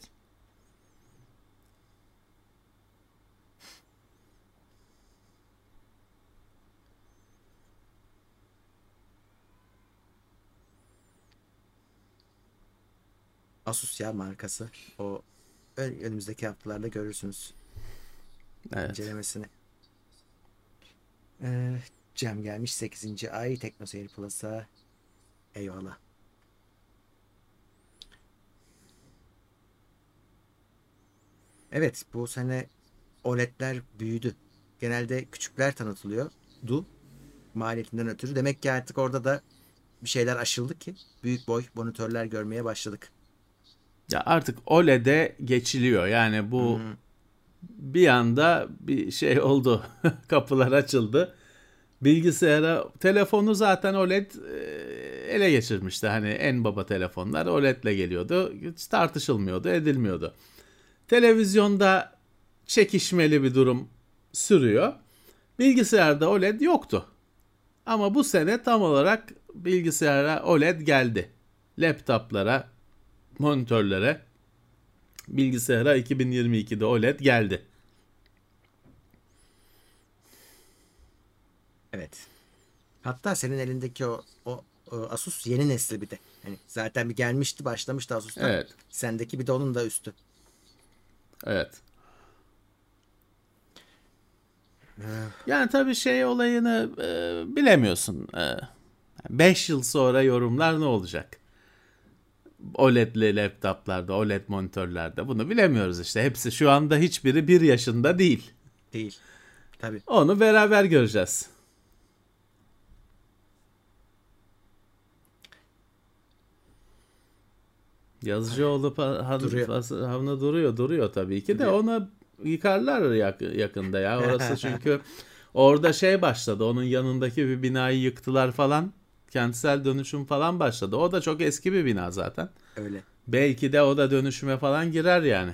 Asus ya markası. O önümüzdeki haftalarda görürsünüz Evet. incelemesini. Ee, Cem gelmiş 8. ay TeknoSeyir Plus'a. Eyvallah. Evet bu sene OLED'ler büyüdü. Genelde küçükler tanıtılıyordu maliyetinden ötürü. Demek ki artık orada da bir şeyler aşıldı ki büyük boy monitörler görmeye başladık. Ya artık OLED'e geçiliyor. Yani bu Hmm, bir anda bir şey oldu. Kapılar açıldı. Bilgisayara, telefonu zaten OLED ele geçirmişti. Hani en baba telefonlar OLED'le geliyordu. Hiç tartışılmıyordu, edilmiyordu. Televizyonda çekişmeli bir durum sürüyor. Bilgisayarda OLED yoktu. Ama bu sene tam olarak bilgisayara OLED geldi. Laptoplara, monitörlere, bilgisayara 2022'de OLED geldi. evet. Hatta senin elindeki o Asus yeni nesli bir de. Hani zaten bir gelmişti başlamıştı Asus'tan. Evet, Sendeki bir de onun da üstü. evet. Ee, Yani tabii şey olayını bilemiyorsun. 5 yıl sonra yorumlar ne olacak? OLED'li laptoplarda, OLED monitörlerde bunu bilemiyoruz işte. Hepsi şu anda hiçbiri 1 yaşında değil. Değil. Tabii. Onu beraber göreceğiz. Yazıcıoğlu Duruyor. havna duruyor tabii ki de, Duruyor. ona yıkarlar yakında ya. Orası çünkü orada şey başladı. Onun yanındaki bir binayı yıktılar falan. Kentsel dönüşüm falan başladı. O da çok eski bir bina zaten. Öyle. Belki de o da dönüşüme falan girer yani.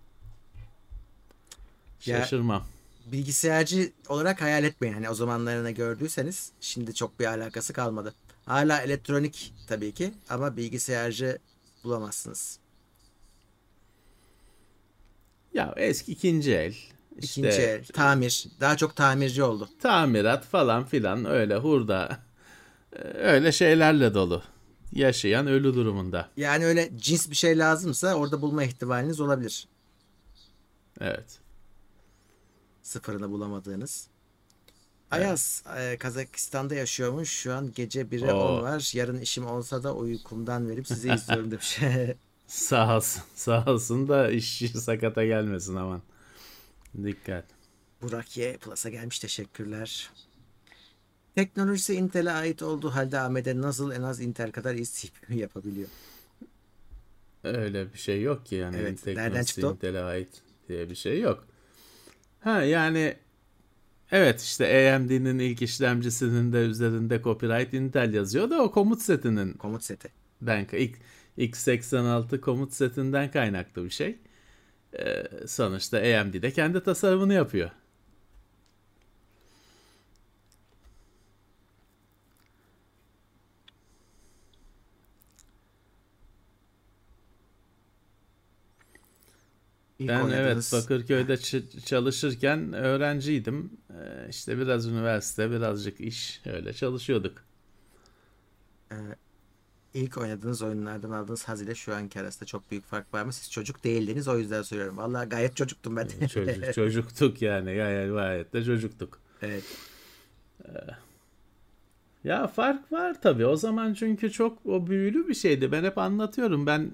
Ya Şaşırmam. bilgisayarcı olarak hayal etmeyin. Hani o zamanlarına gördüyseniz şimdi çok bir alakası kalmadı. Hala elektronik tabii ki ama bilgisayarcı bulamazsınız. Ya eski ikinci el İkinci işte, el, tamir. Daha çok tamirci oldu. tamirat falan filan, öyle hurda, öyle şeylerle dolu. Yaşayan ölü durumunda. Yani öyle cins bir şey lazımsa orada bulma ihtimaliniz olabilir. Evet. Sıfırını bulamadığınız. Evet. Ayaz Kazakistan'da yaşıyormuş. Şu an gece 1'e 10 O var. Yarın işim olsa da uykumdan verip sizi izliyorum demiş. sağ olsun. Sağ olsun da iş sakata gelmesin, aman. Dikkat. Burak Y Plus'a gelmiş. Teşekkürler. Teknolojisi Intel'e ait olduğu halde AMD nasıl en az Intel kadar iyi CPU yapabiliyor? Öyle bir şey yok ki yani, Evet. Nereden teknolojisi çıktı o? Intel'e ait diye bir şey yok. Ha yani, evet işte AMD'nin ilk işlemcisinin de üzerinde copyright Intel yazıyor da, o komut setinin Komut seti. ilk x86 komut setinden kaynaklı bir şey. Sonuçta AMD de kendi tasarımını yapıyor. İlk Ben evet oynadığınız Bakırköy'de çalışırken öğrenciydim. İşte biraz üniversite, birazcık iş öyle çalışıyorduk. e, ilk oynadığınız oyunlardan aldığınız haz ile şu anki arasında çok büyük fark var mı? Siz çocuk değildiniz, o yüzden soruyorum. Vallahi gayet çocuktum ben. Çocuktuk yani gayet de çocuktuk. Evet. Ya fark var tabii o zaman çünkü çok o büyülü bir şeydi. Ben hep anlatıyorum. Ben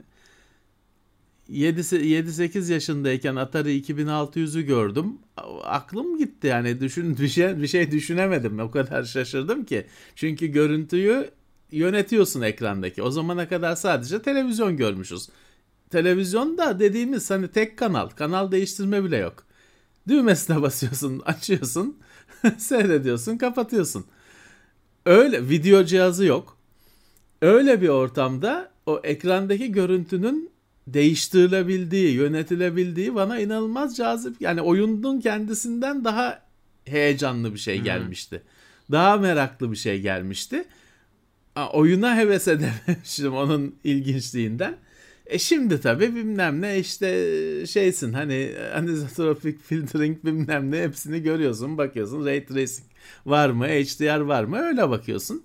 7-8 yaşındayken Atari 2600'ü gördüm. Aklım gitti yani bir şey düşünemedim. O kadar şaşırdım ki. Çünkü görüntüyü yönetiyorsun ekrandaki. O zamana kadar sadece televizyon görmüşüz. Televizyonda dediğimiz hani tek kanal değiştirme bile yok. Düğmesine basıyorsun, açıyorsun, seyrediyorsun, kapatıyorsun. Öyle video cihazı yok. Öyle bir ortamda o ekrandaki görüntünün değiştirilebildiği, yönetilebildiği bana inanılmaz cazip. Yani oyunun kendisinden daha heyecanlı bir şey gelmişti. Daha meraklı bir şey gelmişti. Oyuna heves edememiştim onun ilginçliğinden. Şimdi tabii bilmem ne işte şeysin hani anisotropic filtering bilmem ne hepsini görüyorsun, bakıyorsun, ray tracing var mı, HDR var mı, öyle bakıyorsun.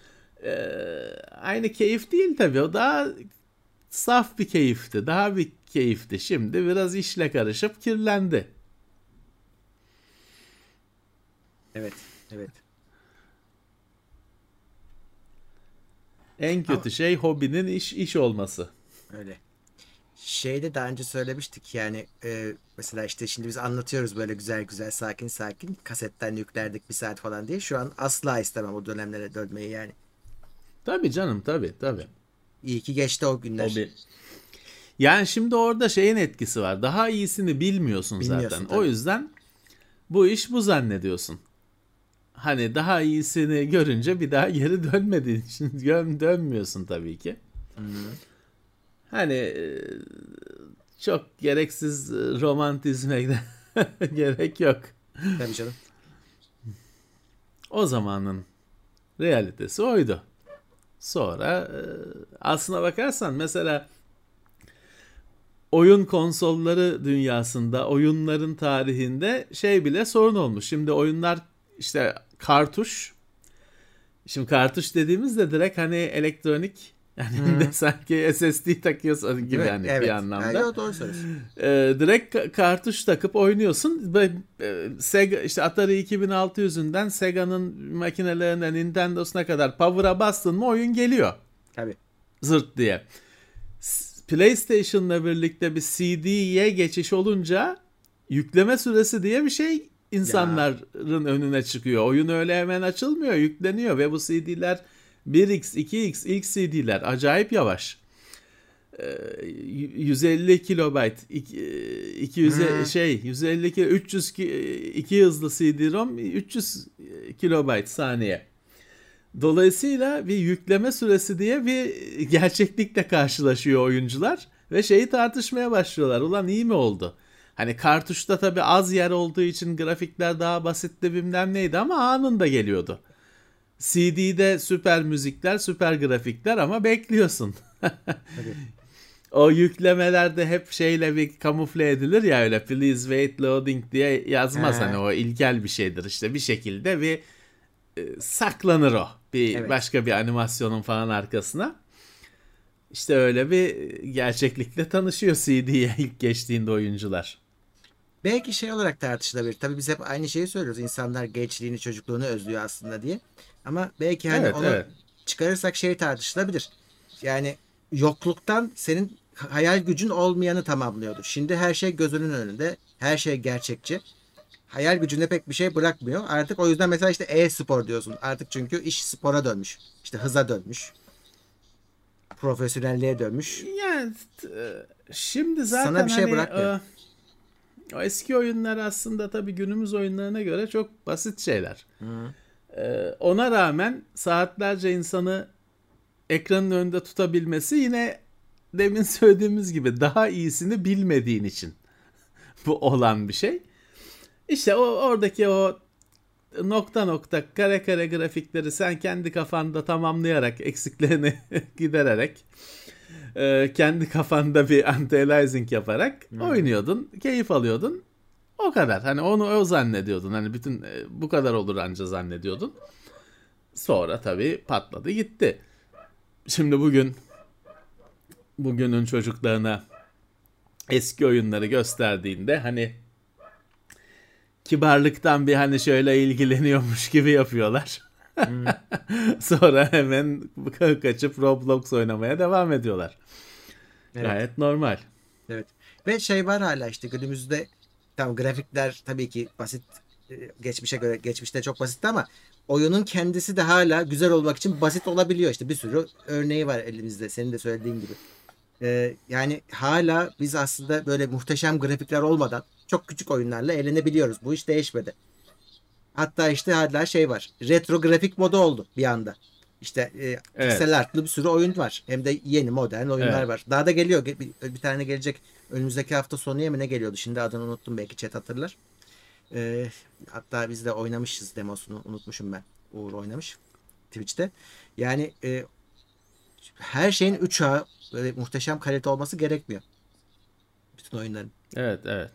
Aynı keyif değil tabii, o daha saf bir keyifti, daha bir keyifti. Şimdi biraz işle karışıp kirlendi. Evet, evet. En kötü şey hobinin iş olması. Öyle. Şeyde daha önce söylemiştik yani, mesela işte şimdi biz anlatıyoruz böyle güzel güzel sakin sakin, kasetten yüklerdik bir saat falan diye. Şu an asla istemem o dönemlere dönmeyi yani. Tabii canım, tabii. İyi ki geçti o günler. Hobi. Yani şimdi orada şeyin etkisi var. Daha iyisini bilmiyorsun Bilmiyorsun zaten. tabii. O yüzden bu iş bu zannediyorsun. Hani daha iyisini görünce bir daha geri dönmediğin için dönmüyorsun tabii ki. Hani çok gereksiz romantizme gerek yok. Tabii canım. O zamanın realitesi oydu. Sonra aslına bakarsan mesela oyun konsolları dünyasında, oyunların tarihinde şey bile sorun olmuş. Şimdi oyunlar işte kartuş. Şimdi kartuş dediğimizde direkt hani elektronik, yani de sanki SSD takıyorsun gibi Evet, hani evet. bir anlamda. Yani, doğru söylüyorsun. Direkt kartuş takıp oynuyorsun. Sega işte Atari 2600'ünden Sega'nın makinelerine, Nintendo'suna kadar power'a bastın mı oyun geliyor. Tabii. Zırt diye. PlayStation'la birlikte bir CD'ye geçiş olunca yükleme süresi diye bir şey insanların önüne çıkıyor. Oyun öyle hemen açılmıyor, yükleniyor ve bu CD'ler 1x, 2x ilk CD'ler acayip yavaş. 150 kilobayt, 200 150 300 2 hızlı CD-ROM 300 kilobayt saniye. Dolayısıyla bir yükleme süresi diye bir gerçeklikle karşılaşıyor oyuncular ve şeyi tartışmaya başlıyorlar. Ulan iyi mi oldu? Hani kartuşta tabii az yer olduğu için grafikler daha basitti bilmem neydi ama anında geliyordu. CD'de süper müzikler, süper grafikler ama bekliyorsun. O yüklemelerde hep şeyle bir kamufle edilir ya, öyle please wait loading diye yazmaz. Hani o ilkel bir şeydir işte, bir şekilde bir saklanır o. Başka bir animasyonun falan arkasına. İşte öyle bir gerçeklikle tanışıyor CD'ye ilk geçtiğinde oyuncular. Belki şey olarak tartışılabilir. Tabii biz hep aynı şeyi söylüyoruz. İnsanlar gençliğini, çocukluğunu özlüyor aslında diye. Ama belki hani onu çıkarırsak şey tartışılabilir. Yani yokluktan senin hayal gücün olmayanı tamamlıyordu. Şimdi her şey gözünün önünde. Her şey gerçekçi. Hayal gücünde pek bir şey bırakmıyor. Artık o yüzden mesela işte e-spor diyorsun. Artık çünkü iş spora dönmüş. İşte hıza dönmüş. Profesyonelliğe dönmüş. Yani şimdi zaten sana bir şey hani, bırakmıyor. o eski oyunlar aslında tabii günümüz oyunlarına göre çok basit şeyler. Ona rağmen saatlerce insanı ekranın önünde tutabilmesi yine demin söylediğimiz gibi daha iyisini bilmediğin için bu olan bir şey. İşte oradaki o nokta nokta kare kare grafikleri sen kendi kafanda tamamlayarak, eksiklerini gidererek, kendi kafanda bir anti-aliasing yaparak oynuyordun, keyif alıyordun. O kadar. Hani onu o zannediyordun. Hani bütün bu kadar olur anca zannediyordun. Sonra tabii patladı gitti. Şimdi bugünün çocuklarına eski oyunları gösterdiğinde hani kibarlıktan bir hani şöyle ilgileniyormuş gibi yapıyorlar. Sonra hemen kaçıp Roblox oynamaya devam ediyorlar. Evet. Gayet normal. Evet. Ve şey var hala işte günümüzde, tamam grafikler tabii ki basit, geçmişe göre geçmişte çok basitti ama oyunun kendisi de hala güzel olmak için basit olabiliyor. İşte bir sürü örneği var elimizde senin de söylediğin gibi. Yani hala biz aslında böyle muhteşem grafikler olmadan çok küçük oyunlarla eğlenebiliyoruz. Bu hiç değişmedi. Hatta işte hala şey var. Retro grafik modu oldu bir anda. İşte Evet. piksel artlı bir sürü oyun var. Hem de yeni modern oyunlar Evet. var. Daha da geliyor. Bir tane gelecek önümüzdeki hafta sonu mu ne geliyordu? Şimdi adını unuttum, belki chat hatırlar. Hatta biz de oynamışız, demosunu unutmuşum ben. Uğur oynamış Twitch'te. Yani her şeyin 3A böyle muhteşem kalite olması gerekmiyor. Bütün oyunların. Evet, evet.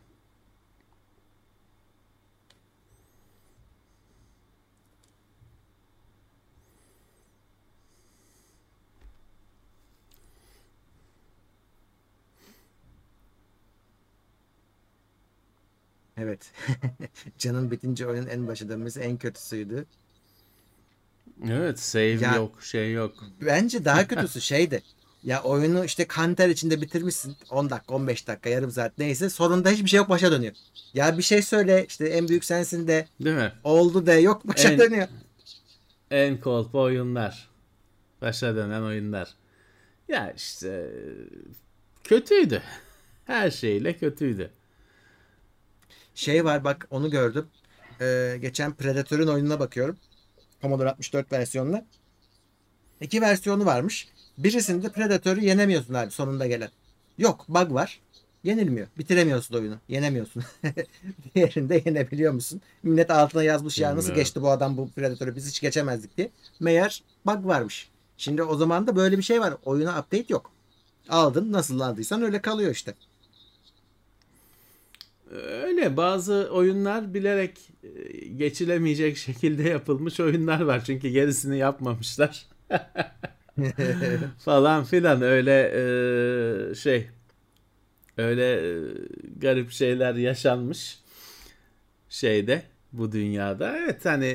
Evet. Canın bitince oyunun en başa dönmesi en kötüsüydü. Evet, save Ya yok, şey yok. bence daha kötüsü şeydi. Ya oyunu işte kanter içinde bitirmişsin. 10 dakika, 15 dakika, yarım saat neyse. Sonunda hiçbir şey yok, başa dönüyor. Ya bir şey söyle işte, en büyük sensin de, Değil mi? oldu de, yok başa En dönüyor. en kolpa oyunlar. Başa dönen oyunlar. Ya işte kötüydü. Her şeyle kötüydü. Şey var bak, onu gördüm. Geçen Predator'un oyununa bakıyorum. Commodore 64 versiyonuna. İki versiyonu varmış. Birisinde Predator'u yenemiyorsun abi, sonunda gelen. Yok, bug var. Yenilmiyor. Bitiremiyorsun oyunu. Yenemiyorsun. Diğerinde yenebiliyor musun? Millet altına yazmış ya, nasıl Bilmiyorum. geçti bu adam bu Predator'u, biz hiç geçemezdik diye. Meğer bug varmış. Şimdi o zaman da böyle bir şey var. Oyuna update yok. Aldın, nasıl aldıysan öyle kalıyor işte. Öyle bazı oyunlar bilerek geçilemeyecek şekilde yapılmış oyunlar var. Çünkü gerisini yapmamışlar. Falan filan öyle garip şeyler yaşanmış şeyde bu dünyada. Evet hani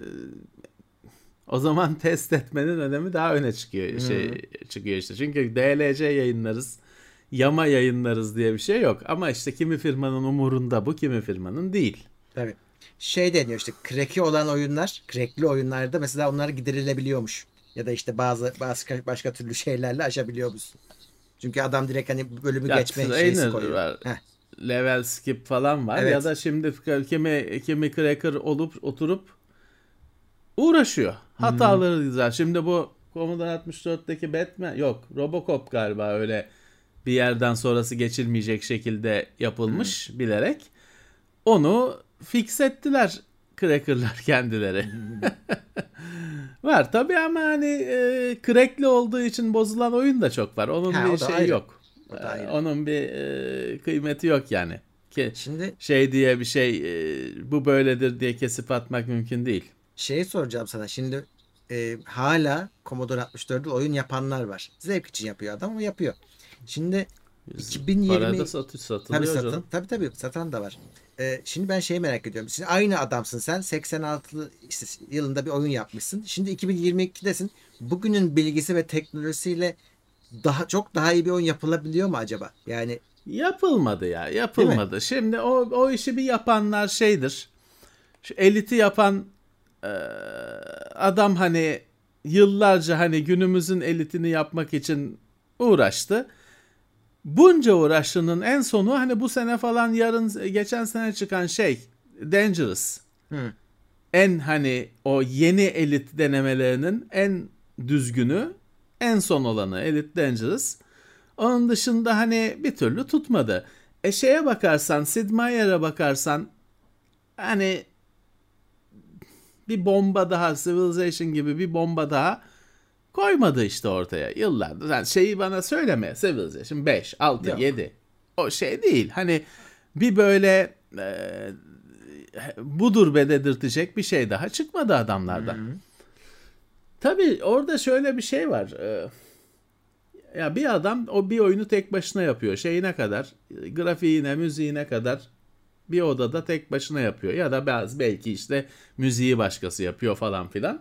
o zaman test etmenin önemi daha öne çıkıyor Hmm, çıkıyor işte. Çünkü DLC yayınlarız, yama yayınlarız diye bir şey yok. Ama işte kimi firmanın umurunda bu, kimi firmanın değil. tabii. Şey deniyor işte, crack'i olan oyunlar, crack'li oyunlarda mesela onlar giderilebiliyormuş. Ya da işte bazı başka türlü şeylerle aşabiliyor musun? Çünkü adam direkt hani bölümü Ya geçme şeysi trainer koyuyor. var, Heh, level skip falan var ya evet. da şimdi kimi cracker olup oturup uğraşıyor. Hmm, Hataları güzel. Şimdi bu Commodore 64'teki Batman yok, Robocop galiba öyle bir yerden sonrası geçilmeyecek şekilde hmm. yapılmış bilerek. Onu fix ettiler crackerlar kendileri. Var tabii ama hani crackli olduğu için bozulan oyun da çok var. Onun Ha, bir o da şeyi ayrı. yok. O da ayrı. Onun bir kıymeti yok yani. Ki Şimdi şey diye bir şey bu böyledir diye kesip atmak mümkün değil. şey soracağım sana. Şimdi hala Commodore 64'de oyun yapanlar var. Zevk için yapıyor adam ama yapıyor. Şimdi Parada 2020, tabii satılıyor satan, canım. tabii satan da var. Şimdi ben şeyi merak ediyorum. Şimdi aynı adamsın sen. 86 işte yılında bir oyun yapmışsın. Şimdi 2022'desin. Bugünün bilgisi ve teknolojisiyle çok daha iyi bir oyun yapılabiliyor mu acaba? Yani Yapılmadı ya, değil mi? yapılmadı. Şimdi o işi bir yapanlar şeydir. Şu eliti yapan e, adam hani yıllarca hani günümüzün elitini yapmak için uğraştı. Bunca uğraşının en sonu hani bu sene falan geçen sene çıkan şey Dangerous. Hı. En hani o yeni elit denemelerinin en düzgünü, en son olanı Elite Dangerous. Onun dışında hani bir türlü tutmadı. Şeye bakarsan, Sid Meier'e bakarsan hani bir bomba daha, Civilization gibi bir bomba daha koymadı işte ortaya yıllardır. Yani şeyi bana söyleme, Civilization 5, 6, Yok. 7 o şey değil. Hani bir böyle budur be dedirtecek bir şey daha çıkmadı adamlardan. Tabii orada şöyle bir şey var. Ya bir adam o bir oyunu tek başına yapıyor. Şeyine kadar, grafiğine, müziğine kadar bir odada tek başına yapıyor. Ya da belki işte müziği başkası yapıyor falan filan.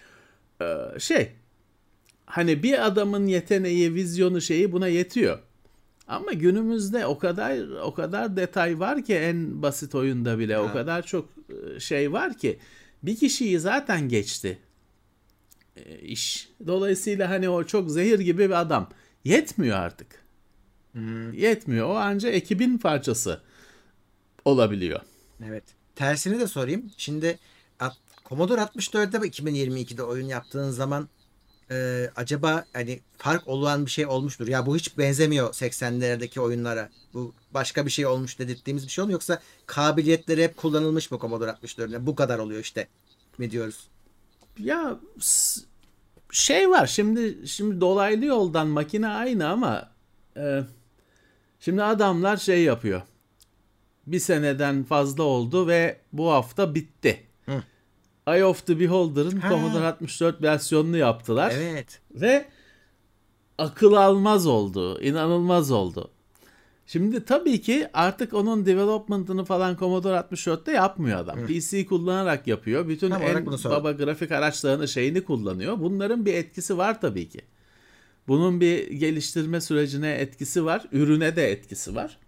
Hani bir adamın yeteneği, vizyonu şeyi buna yetiyor. Ama günümüzde o kadar detay var ki en basit oyunda bile o kadar çok şey var ki bir kişiyi zaten geçti iş. Dolayısıyla hani o çok zehir gibi bir adam. Yetmiyor artık. Yetmiyor. O anca ekibin parçası olabiliyor. Evet. Tersini de sorayım. Şimdi Commodore 64'te 2022'de oyun yaptığın zaman acaba hani fark olan bir şey olmuştur. Ya bu hiç benzemiyor 80'lerdeki oyunlara. Bu başka bir şey olmuş dedirttiğimiz bir şey olmuyor. Yoksa kabiliyetleri hep kullanılmış mı Commodore 64'te? Bu kadar oluyor işte mi diyoruz? Ya şey var şimdi dolaylı yoldan makine aynı ama şimdi adamlar şey yapıyor. Bir seneden fazla oldu ve bu hafta bitti. Hı. Eye of the Beholder'ın Ha. Commodore 64 versiyonunu yaptılar. Evet. Ve akıl almaz oldu. İnanılmaz oldu. Şimdi tabii ki artık onun development'ını falan Commodore 64'te yapmıyor adam. PC kullanarak yapıyor. Bütün Tam olarak en bunu sordum. baba grafik araçlarını şeyini kullanıyor. Bunların bir etkisi var tabii ki. Bunun bir geliştirme sürecine etkisi var. Ürüne de etkisi var.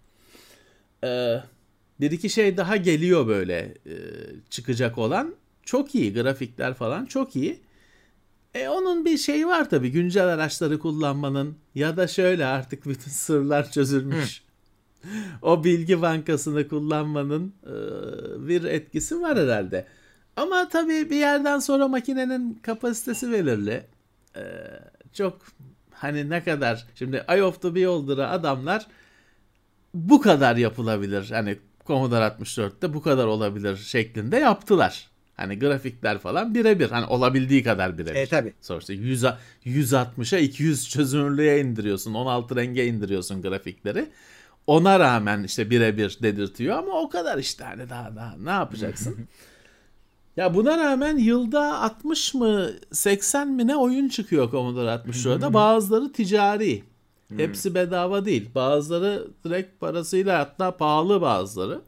Bir iki şey daha geliyor böyle çıkacak olan. Çok iyi grafikler falan çok iyi. Onun bir şeyi var tabii güncel araçları kullanmanın ya da şöyle artık bütün sırlar çözülmüş. O bilgi bankasını kullanmanın bir etkisi var herhalde. Ama tabii bir yerden sonra makinenin kapasitesi belirli. Çok hani ne kadar şimdi Eye of the Beholder'a adamlar bu kadar yapılabilir. Hani Commodore 64'te bu kadar olabilir şeklinde yaptılar. Hani grafikler falan birebir. Hani olabildiği kadar birebir. Tabii. Sonuçta 160'a 200 çözünürlüğe indiriyorsun. 16 renge indiriyorsun grafikleri. Ona rağmen işte birebir dedirtiyor ama o kadar işte hani daha ne yapacaksın? Ya buna rağmen yılda 60 mı 80 mi ne oyun çıkıyor Commodore 64'da. Bazıları ticari. Hepsi bedava değil. Bazıları direkt parasıyla hatta pahalı bazıları.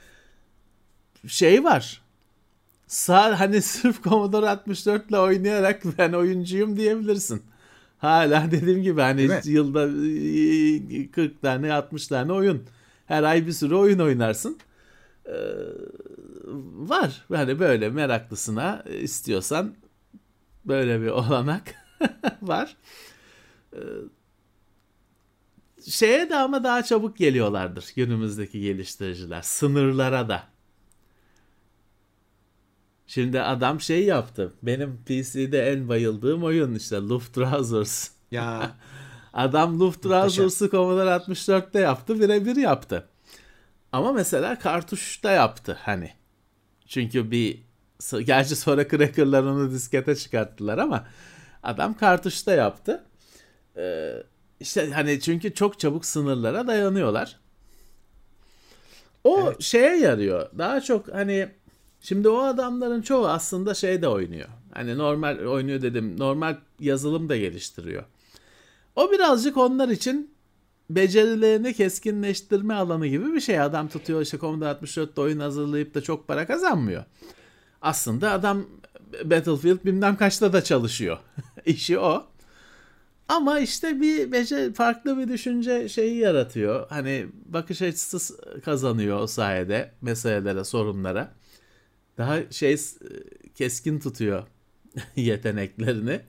Şey var. Hani sırf Commodore 64 ile oynayarak ben oyuncuyum diyebilirsin. Hala dediğim gibi hani yılda 40 tane 60 tane oyun. Her ay bir sürü oyun oynarsın. Var. Hani böyle meraklısına istiyorsan böyle bir olanak var. Şeye de ama daha çabuk geliyorlardır günümüzdeki geliştiriciler. Sınırlara da. Şimdi adam şey yaptı. Benim PC'de en bayıldığım oyun işte Luftrausers. Ya. Adam Luftrausers'ı Commodore 64'te yaptı. Birebir yaptı. Ama mesela kartuşta yaptı hani. Çünkü gerçi sonra cracker'lar onu diskete çıkarttılar ama adam kartuşta yaptı. İşte hani çünkü çok çabuk sınırlara dayanıyorlar. O şeye yarıyor. Daha çok hani şimdi o adamların çoğu aslında şey de oynuyor. Hani normal oynuyor dedim. Normal yazılım da geliştiriyor. O birazcık onlar için becerilerini keskinleştirme alanı gibi bir şey. Adam tutuyor işte Commodore 64'te oyun hazırlayıp da çok para kazanmıyor. Aslında adam Battlefield bilmem kaçta da çalışıyor. İşi o. Ama işte farklı bir düşünce şeyi yaratıyor. Hani bakış açısı kazanıyor o sayede meselelere, sorunlara. Daha keskin tutuyor yeteneklerini.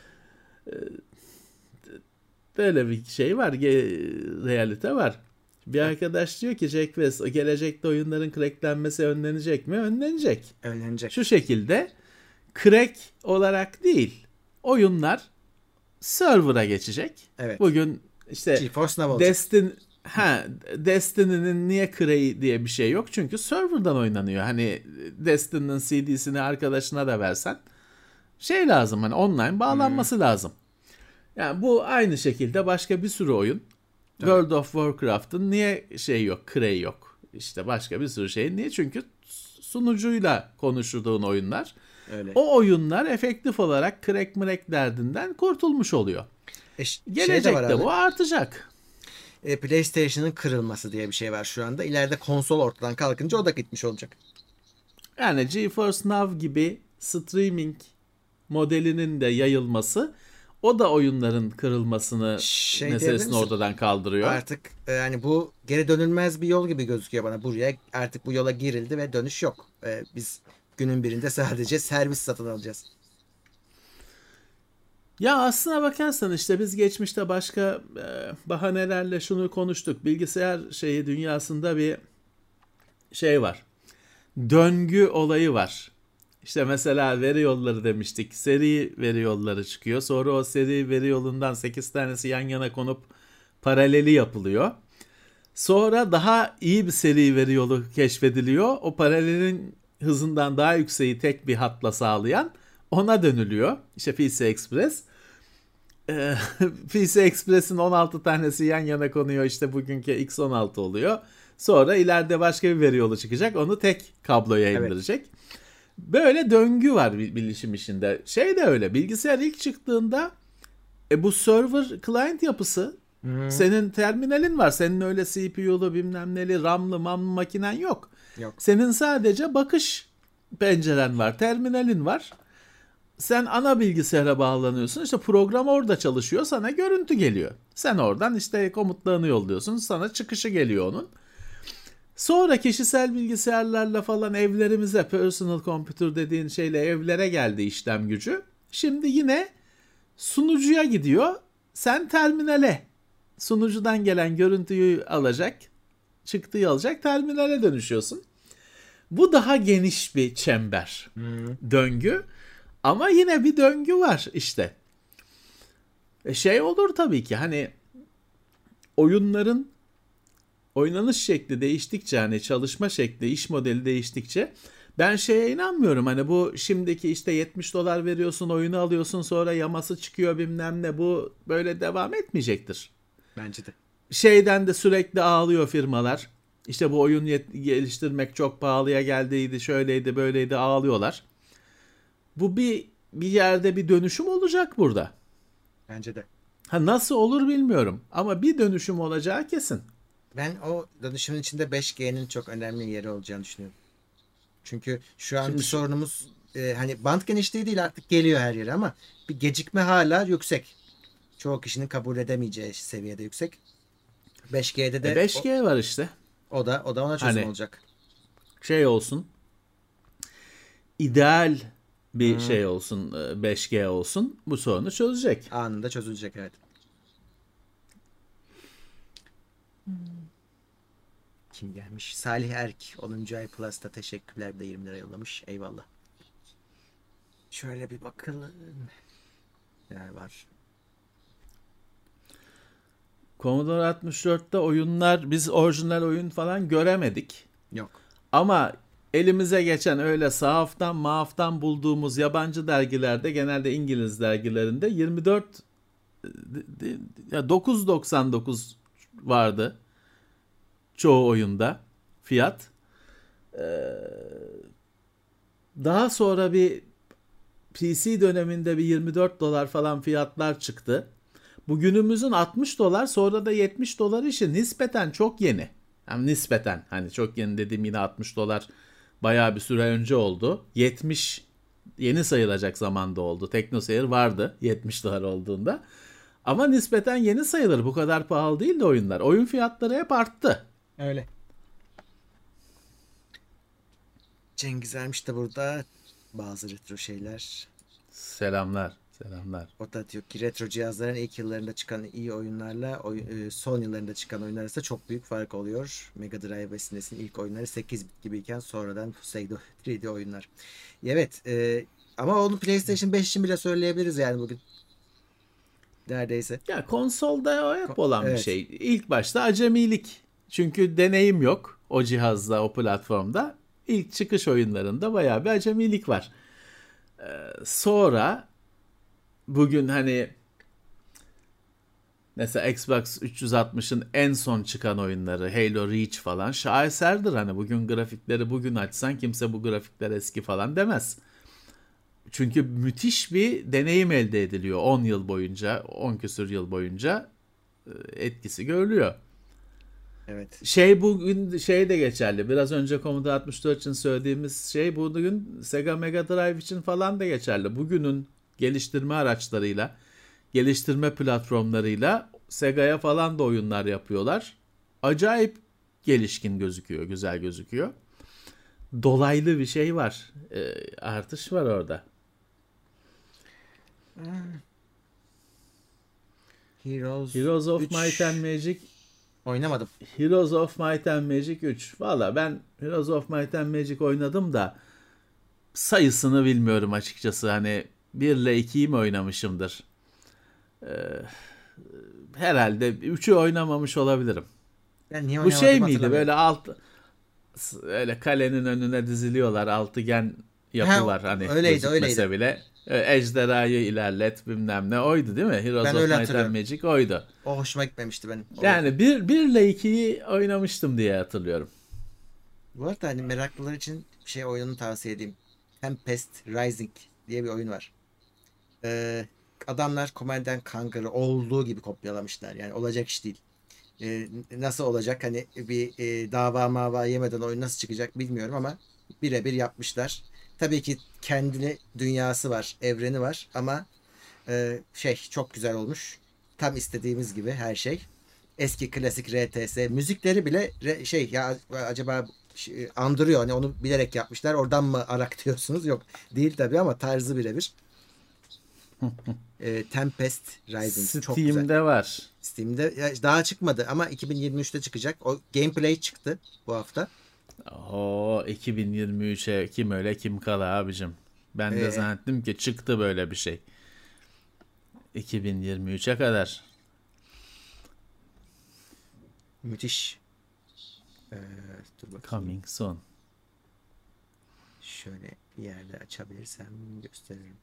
Böyle bir şey var, realite var. Bir arkadaş diyor ki Jack West, gelecekte oyunların cracklenmesi önlenecek mi? Önlenecek. Önlenecek. Şu şekilde crack olarak değil, oyunlar server'a geçecek. Evet. Bugün işte GeForce Now olacak. Destiny'nin niye Cray diye bir şey yok? Çünkü server'dan oynanıyor. Hani Destiny'nin CD'sini arkadaşına da versen şey lazım, hani online bağlanması lazım. Yani bu aynı şekilde başka bir sürü oyun. Tabii. World of Warcraft'ın niye şey yok, Cray yok? İşte başka bir sürü şey. Niye? Çünkü sunucuyla konuştuğun oyunlar. Öyle. O oyunlar efektif olarak crack mrek derdinden kurtulmuş oluyor. Şey de var Gelecekte abi. bu artacak. PlayStation'ın kırılması diye bir şey var şu anda. İleride konsol ortadan kalkınca o da gitmiş olacak. Yani GeForce Now gibi streaming modelinin de yayılması, o da oyunların kırılmasını Diyebilir meselesini misin? ortadan kaldırıyor. Artık yani bu geri dönülmez bir yol gibi gözüküyor bana. Buraya artık bu yola girildi ve dönüş yok. Biz günün birinde sadece servis satın alacağız. Ya aslına bakarsan işte biz geçmişte başka bahanelerle şunu konuştuk. Bilgisayar şeyi dünyasında bir şey var. Döngü olayı var. İşte mesela veri yolları demiştik. Seri veri yolları çıkıyor. Sonra o seri veri yolundan 8 tanesi yan yana konup paraleli yapılıyor. Sonra daha iyi bir seri veri yolu keşfediliyor. O paralelin hızından daha yükseği tek bir hatla sağlayan ona dönülüyor. İşte PC Express. PC Express'in 16 tanesi yan yana konuyor. İşte bugünkü X16 oluyor. Sonra ileride başka bir veri yolu çıkacak. Onu tek kabloya indirecek. Böyle döngü var bilişim işinde. Şey de öyle. Bilgisayar ilk çıktığında bu server client yapısı, senin terminalin var. Senin öyle CPU'lu bilmem neli RAM'lı mamlı makinen yok. Senin sadece bakış penceren var. Terminalin var. Sen ana bilgisayara bağlanıyorsun. İşte program orada çalışıyor. Sana görüntü geliyor. Sen oradan işte komutlarını yolluyorsun. Sana çıkışı geliyor onun. Sonra kişisel bilgisayarlarla falan evlerimize, personal computer dediğin şeyle evlere geldi işlem gücü. Şimdi yine sunucuya gidiyor. Sen terminale, sunucudan gelen görüntüyü alacak, çıktıyı alacak, terminale dönüşüyorsun. Bu daha geniş bir çember, döngü. Ama yine bir döngü var işte. Şey olur tabii ki, hani oyunların oynanış şekli değiştikçe, hani çalışma şekli, iş modeli değiştikçe ben şeye inanmıyorum. Hani bu şimdiki işte $70 veriyorsun, oyunu alıyorsun, sonra yaması çıkıyor bilmem ne, bu böyle devam etmeyecektir. Bence de. Şeyden de sürekli ağlıyor firmalar. İşte bu oyun geliştirmek çok pahalıya geldiydi, şöyleydi, böyleydi, ağlıyorlar. Bu bir yerde bir dönüşüm olacak burada. Bence de. Ha, nasıl olur bilmiyorum ama bir dönüşüm olacağı kesin. Ben o dönüşümün içinde 5G'nin çok önemli yeri olacağını düşünüyorum. Çünkü şu anki sorunumuz hani band genişliği değil, artık geliyor her yere ama bir gecikme hala yüksek. Çoğu kişinin kabul edemeyeceği seviyede yüksek. 5G'de de 5G var işte. o da ona çözüm Hani olacak. şey olsun. İdeal bir şey olsun, 5G olsun. Bu sorunu çözecek. Anında çözülecek, evet. Kim gelmiş? Salih Erk 10. ay Plus'ta teşekkürler de 20 lira yollamış. Eyvallah. Şöyle bir bakalım. Neler var? Commodore 64'te oyunlar, biz orijinal oyun falan göremedik. Yok. Ama elimize geçen öyle sahaftan mahaftan bulduğumuz yabancı dergilerde, genelde İngiliz dergilerinde 9.99 vardı çoğu oyunda fiyat. Daha sonra bir PC döneminde bir $24 falan fiyatlar çıktı. Bugünümüzün $60, sonra da $70 işi nispeten çok yeni. Yani nispeten, hani çok yeni dediğim, yine $60 bayağı bir süre önce oldu. 70 yeni sayılacak zamanda oldu. TeknoSeyir vardı $70 olduğunda. Ama nispeten yeni sayılır. Bu kadar pahalı değil de oyunlar. Oyun fiyatları hep arttı. Öyle. Cengiz Ermiş de burada. Bazı retro şeyler. Selamlar. Selamlar. O da diyor ki retro cihazların ilk yıllarında çıkan iyi oyunlarla son yıllarında çıkan oyunlar arasında çok büyük fark oluyor. Mega Drive ve SNES'in ilk oyunları 8 bit gibiyken sonradan pseudo 3D oyunlar. Evet, ama onu PlayStation 5 için bile söyleyebiliriz yani bugün. neredeyse. Ya konsolda o hep olan bir Evet. şey. İlk başta acemilik. Çünkü deneyim yok o cihazda, o platformda. İlk çıkış oyunlarında bayağı bir acemilik var. Sonra bugün hani mesela Xbox 360'ın en son çıkan oyunları Halo Reach falan şaheserdir. Hani bugün grafikleri bugün açsan kimse bu grafikler eski falan demez. Çünkü müthiş bir deneyim elde ediliyor 10 yıl boyunca, 10 küsur yıl boyunca etkisi görülüyor. Evet. Bugün de geçerli. Biraz önce Commodore 64 için söylediğimiz şey bugün Sega Mega Drive için falan da geçerli. Bugünün geliştirme araçlarıyla, geliştirme platformlarıyla Sega'ya falan da oyunlar yapıyorlar. Acayip gelişkin gözüküyor, güzel gözüküyor. Dolaylı bir şey var. Artış var orada. Heroes Heroes of Might and 3 Magic oynamadım. Heroes of Might and Magic 3. Valla ben Heroes of Might and Magic oynadım da sayısını bilmiyorum açıkçası. Hani 1 ile 2'yi mi oynamışımdır? Herhalde 3'ü oynamamış olabilirim. Ben niye Bu şey oynamadım miydi? hatırlamıyorum. Böyle öyle kalenin önüne diziliyorlar. Altıgen yapı Ha, var hani öyleydi öyleydi. gözükmese bile. Ejderhayı ilerlet bilmem ne oydu değil mi? Heroes Ben of öyle Might and hatırlıyorum. Magic oydu. O hoşuma gitmemişti benim. Yani 1 ile 2'yi oynamıştım diye hatırlıyorum. Bu arada hani meraklılar için oyununu tavsiye edeyim. Tempest Rising diye bir oyun var. Adamlar Command and Conquer'ı olduğu gibi kopyalamışlar. Yani olacak iş değil. Nasıl olacak? Hani bir dava mava yemeden oyun nasıl çıkacak bilmiyorum ama birebir yapmışlar. Tabii ki kendine dünyası var, evreni var ama çok güzel olmuş. Tam istediğimiz gibi her şey. Eski klasik RTS müzikleri bile ya acaba andırıyor. Hani onu bilerek yapmışlar. Oradan mı arak diyorsunuz? Yok. Değil tabii ama tarzı birebir. Tempest Rising çok güzel. Steam'de var. Steam'de daha çıkmadı ama 2023'te çıkacak. O gameplay çıktı bu hafta. O 2023'e kim öyle kim kala abicim. Ben de Ee, zannettim ki çıktı böyle bir şey. 2023'e kadar. müthiş. Ee, dur bakayım. Coming soon. Şöyle bir yerde açabilirsem gösteririm.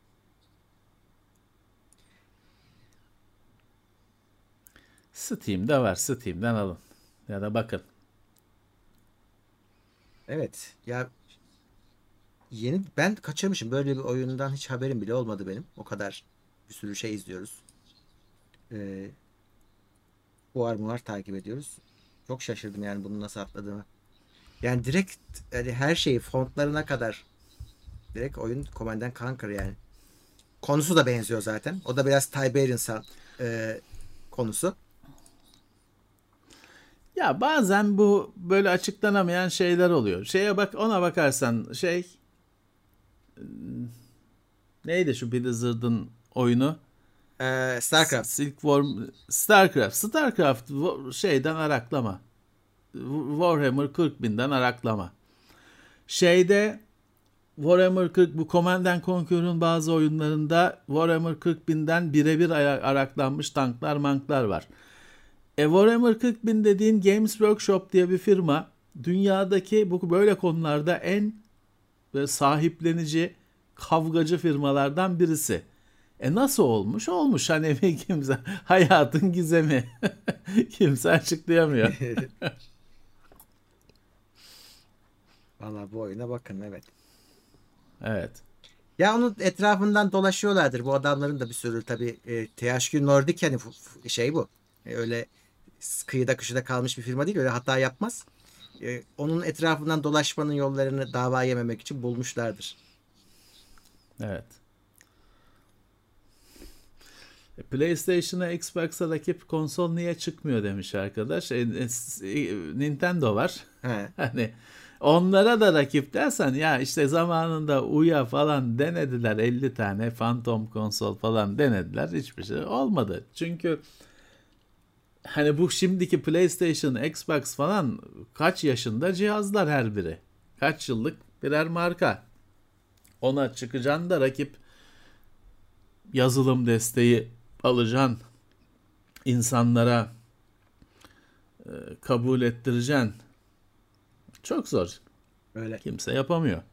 Steam'de var. Steam'den alın. Ya da bakın. Evet. Ya ben kaçırmışım. Böyle bir oyundan hiç haberim bile olmadı benim. O kadar bir sürü şey izliyoruz. Ee, Fuar takip ediyoruz. Çok şaşırdım yani bunu nasıl atladığımı. Yani direkt hani her şeyi fontlarına kadar direkt oyun Command and Conquer yani. Konusu da benziyor zaten. O da biraz Tiberian konusu. Ya bazen bu böyle açıklanamayan şeyler oluyor. Ona bakarsan neydi şu Blizzard'ın oyunu? StarCraft. Silkworm StarCraft şeyden araklama. Warhammer 40.000'den araklama. Warhammer 40 bu Command and Conquer'ın bazı oyunlarında Warhammer 40.000'den birebir araklanmış tanklar manklar var. Warhammer 40.000 dediğin Games Workshop diye bir firma dünyadaki bu böyle konularda en sahiplenici kavgacı firmalardan birisi. Nasıl olmuş? Olmuş hani kimse hayatın gizemi kimse açıklayamıyor. Valla bu oyuna bakın evet. Evet. Ya onun etrafından dolaşıyorlardır. Bu adamların da bir sürü tabii THQ Nordic yani bu. Öyle kıyıda köşede kalmış bir firma değil. Öyle hata yapmaz. Onun etrafından dolaşmanın yollarını dava yememek için bulmuşlardır. Evet. PlayStation'a, Xbox'a rakip konsol niye çıkmıyor demiş arkadaş. Nintendo var. He. Hani onlara da rakip dersen ya işte zamanında Uya falan denediler 50 tane Phantom konsol falan denediler hiçbir şey olmadı. Çünkü hani bu şimdiki PlayStation, Xbox falan kaç yaşında cihazlar her biri. Kaç yıllık birer marka. Ona çıkacaksın da rakip yazılım desteği alacaksın. insanlara kabul ettireceksin. Çok zor. Öyle. Kimse yapamıyor.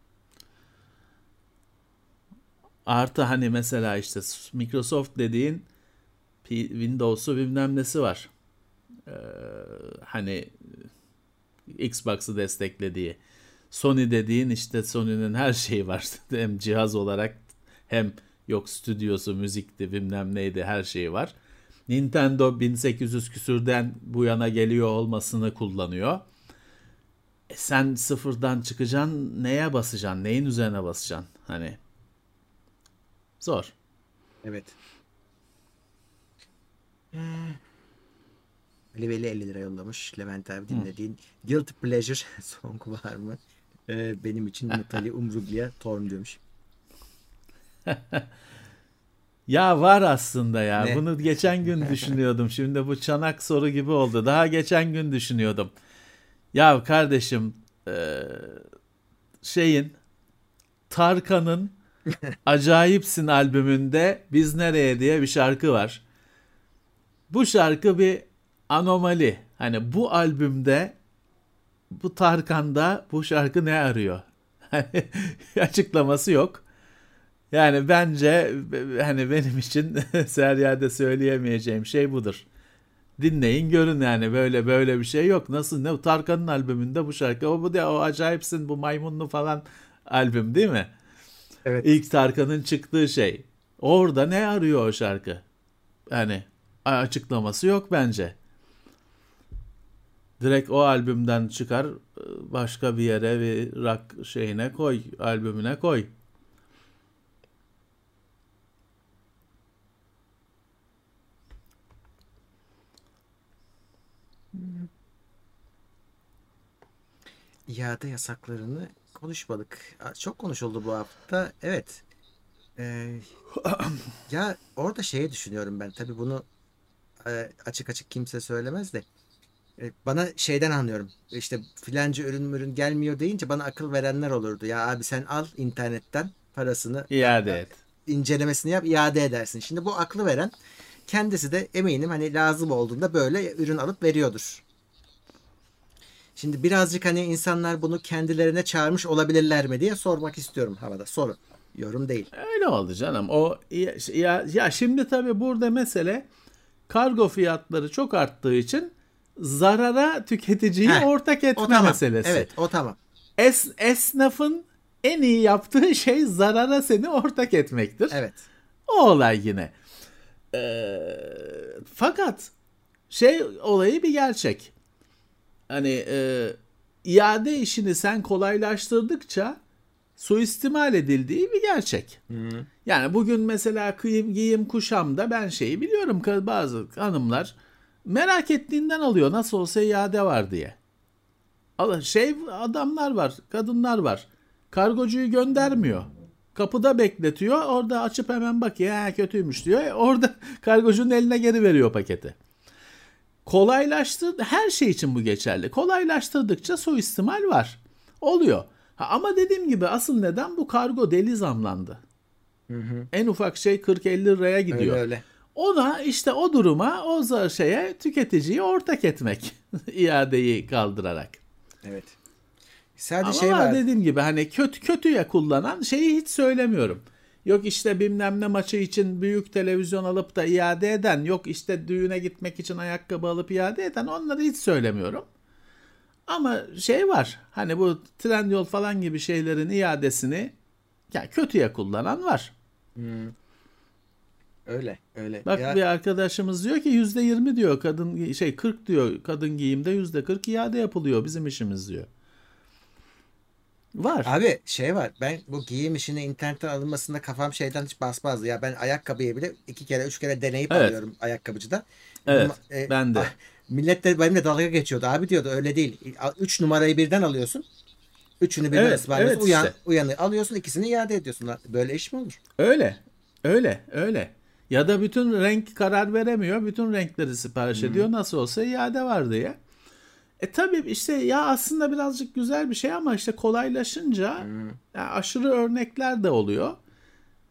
Artı hani mesela işte Microsoft dediğin Windows'u bilmem nesi var. Hani Xbox'ı desteklediği. Sony dediğin işte Sony'nin her şeyi var. Hem cihaz olarak hem yok stüdyosu, müzikti, bilmem neydi, her şeyi var. Nintendo 1800 küsürden bu yana geliyor olmasını kullanıyor. Sen sıfırdan çıkacaksın, neye basacaksın? Neyin üzerine basacaksın? Hani zor. Evet. Ali Veli 50 lira yollamış. Levent abi dinlediğin Guilty Pleasure song var mı? Benim için Natalie Imbruglia Torn demiş. Ya var aslında ya. Ne? Bunu geçen gün düşünüyordum. Şimdi bu çanak soru gibi oldu. Daha geçen gün düşünüyordum. Ya kardeşim Tarkan'ın Acayipsin albümünde Biz Nereye diye bir şarkı var. Bu şarkı bir anomali. Hani bu albümde bu Tarkan'da bu şarkı ne arıyor? Hani açıklaması yok. Yani bence hani benim için her yerde söyleyemeyeceğim şey budur. Dinleyin görün yani böyle bir şey yok. Nasıl ne Tarkan'ın albümünde bu şarkı o Acayipsin bu maymunlu falan albüm değil mi? Evet. İlk Tarkan'ın çıktığı şey. Orada ne arıyor o şarkı? Yani açıklaması yok bence. Direkt o albümden çıkar başka bir yere bir rock şeyine koy, albümüne koy. İade yasaklarını konuşmadık. Çok konuşuldu bu hafta. Evet. Ee, Ya orada şeyi düşünüyorum ben. Tabii bunu açık açık kimse söylemez de. Bana şeyden anlıyorum. İşte filanca ürün gelmiyor deyince bana akıl verenler olurdu. Ya abi sen al internetten parasını İade et. incelemesini yap, iade edersin. Şimdi bu aklı veren kendisi de eminim hani lazım olduğunda böyle ürün alıp veriyordur. Şimdi birazcık hani insanlar bunu kendilerine çağırmış olabilirler mi diye sormak istiyorum havada. Soru. Yorum değil. Öyle oldu canım. Ya şimdi tabii burada mesele kargo fiyatları çok arttığı için zarara tüketiciyi Heh, ortak o etme tamam. meselesi. Evet, o tamam. Esnafın en iyi yaptığı şey zarara seni ortak etmektir. Evet. O olay yine. Fakat olayı bir gerçek. Hani iade işini sen kolaylaştırdıkça suistimal edildiği bir gerçek. Hı. Yani bugün mesela giyim kuşamda ben şeyi biliyorum, bazı hanımlar merak ettiğinden alıyor nasıl olsa iade var diye. Adamlar var, kadınlar var. Kargocuyu göndermiyor. Kapıda bekletiyor. Orada açıp hemen bakıyor. Ha, kötüymüş diyor. Orada kargocunun eline geri veriyor paketi. Her şey için bu geçerli. Kolaylaştırdıkça suistimal var. Oluyor. Ama dediğim gibi asıl neden bu kargo deli zamlandı. Hı. En ufak şey 40-50 liraya gidiyor. Öyle. Ona işte o duruma tüketiciyi ortak etmek iadeyi kaldırarak. Evet. Sadece Ama şey var. dediğim gibi hani kötüye kullanan şeyi hiç söylemiyorum. Yok işte bilmem ne maçı için büyük televizyon alıp da iade eden, yok işte düğüne gitmek için ayakkabı alıp iade eden, onları hiç söylemiyorum. Ama var hani bu Trendyol falan gibi şeylerin iadesini yani kötüye kullanan var. Hı. Öyle. Bak Ya, bir arkadaşımız diyor ki %20 diyor kadın 40 diyor kadın giyimde %40 iade yapılıyor bizim işimiz diyor. Var. abi şey var. Ben bu giyim işini internetten alınmasında kafam şeyden hiç basmazdı. Ya ben ayakkabıyı bile 2 kere 3 kere deneyip Evet. alıyorum ayakkabıcıda. Evet. Ben de. Millet de benimle dalga geçiyordu. Abi diyordu öyle değil. 3 numarayı birden alıyorsun. Üçünü birden Evet. ısmarlıyorsun. Evet işte. Uyanı alıyorsun, ikisini iade ediyorsun. Böyle iş mi olur? Öyle. Ya da bütün renk karar veremiyor. Bütün renkleri sipariş ediyor. Nasıl olsa iade var diye. Tabii işte ya aslında birazcık güzel bir şey ama işte kolaylaşınca yani aşırı örnekler de oluyor.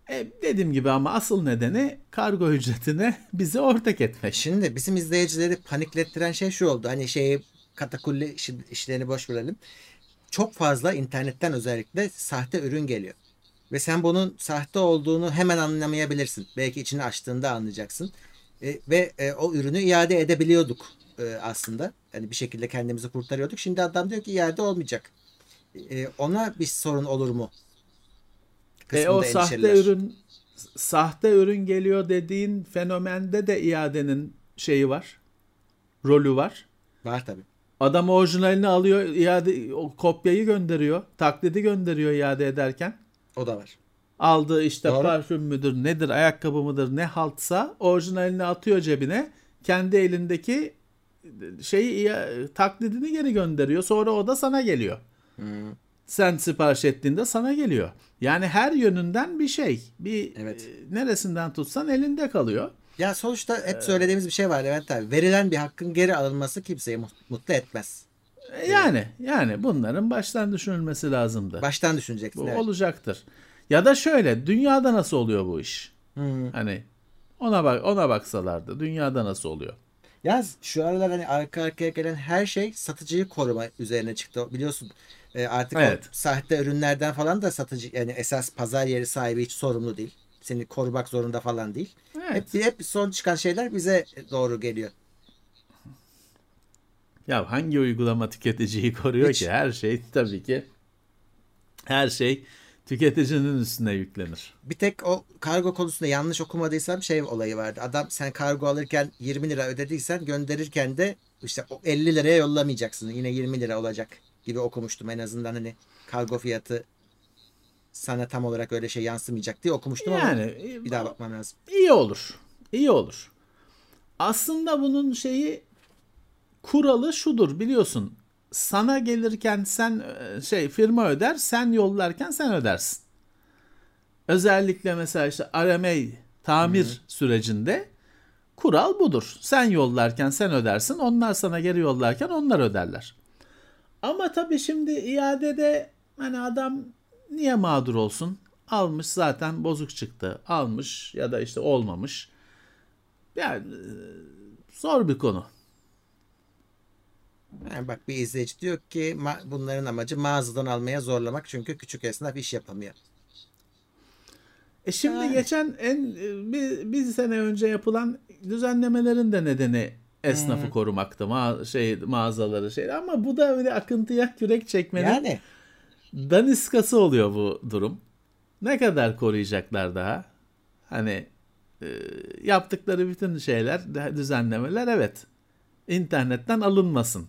Dediğim gibi ama asıl nedeni kargo ücretine bizi ortak etmek. Şimdi bizim izleyicileri paniklettiren şey şu oldu. Hani katakulli işlerini boş verelim. Çok fazla internetten özellikle sahte ürün geliyor. Ve sen bunun sahte olduğunu hemen anlamayabilirsin. Belki içini açtığında anlayacaksın. O ürünü iade edebiliyorduk aslında. Yani bir şekilde kendimizi kurtarıyorduk. Şimdi adam diyor ki iade olmayacak. Ona bir sorun olur mu? O Kısmında endişeliler. sahte ürün geliyor dediğin fenomende de iadenin şeyi var. Rolü var. Var tabii. Adam orijinalini alıyor, o kopyayı gönderiyor, taklidi gönderiyor iade ederken. O da var. Aldığı işte Doğru. parfüm müdür, nedir, ayakkabı mıdır, ne haltsa orijinalini atıyor cebine. Kendi elindeki taklidini geri gönderiyor. Sonra o da sana geliyor. Hmm, Sen sipariş ettiğinde sana geliyor. Yani her yönünden bir evet. neresinden tutsan elinde kalıyor. Ya sonuçta hep söylediğimiz bir şey var Levent abi. Verilen bir hakkın geri alınması kimseyi mutlu etmez. Yani bunların baştan düşünülmesi lazımdı. Baştan Bu düşüneceksin, evet. olacaktır. Ya da şöyle, dünyada nasıl oluyor bu iş? Hmm. Hani ona baksalardı dünyada nasıl oluyor? Ya şu aralar hani arka arkaya gelen her şey satıcıyı koruma üzerine çıktı. Biliyorsun artık o Evet. sahte ürünlerden falan da satıcı, yani esas pazar yeri sahibi hiç sorumlu değil. Seni korumak zorunda falan değil. Evet. Hep son çıkan şeyler bize doğru geliyor. Ya hangi uygulama tüketiciyi koruyor ki? Hiç. Her şey tüketicinin üstüne yüklenir. Bir tek o kargo konusunda yanlış okumadıysam olayı vardı. Adam, sen kargo alırken 20 lira ödediysen gönderirken de işte o 50 liraya yollamayacaksın. Yine 20 lira olacak gibi okumuştum. En azından hani kargo fiyatı sana tam olarak öyle yansımayacak diye okumuştum ama Yani bir daha bakmam lazım. iyi olur. İyi olur. Aslında bunun kuralı şudur, biliyorsun. Sana gelirken firma öder, sen yollarken sen ödersin. Özellikle mesela işte RMA Hı-hı. tamir sürecinde kural budur. Sen yollarken sen ödersin, onlar sana geri yollarken onlar öderler. Ama tabii şimdi iadede hani adam niye mağdur olsun? Almış, zaten bozuk çıktı. Almış ya da işte olmamış. Yani zor bir konu. Yani bak, bir izleyici diyor ki bunların amacı mağazadan almaya zorlamak, çünkü küçük esnaf iş yapamıyor. Şimdi Yani. geçen bir sene önce yapılan düzenlemelerin de nedeni esnafı Hı. korumaktı. Mağazaları. Ama bu da böyle akıntıya kürek çekmenin Yani. daniskası oluyor bu durum. Ne kadar koruyacaklar daha? Hani e, yaptıkları bütün düzenlemeler, evet, internetten alınmasın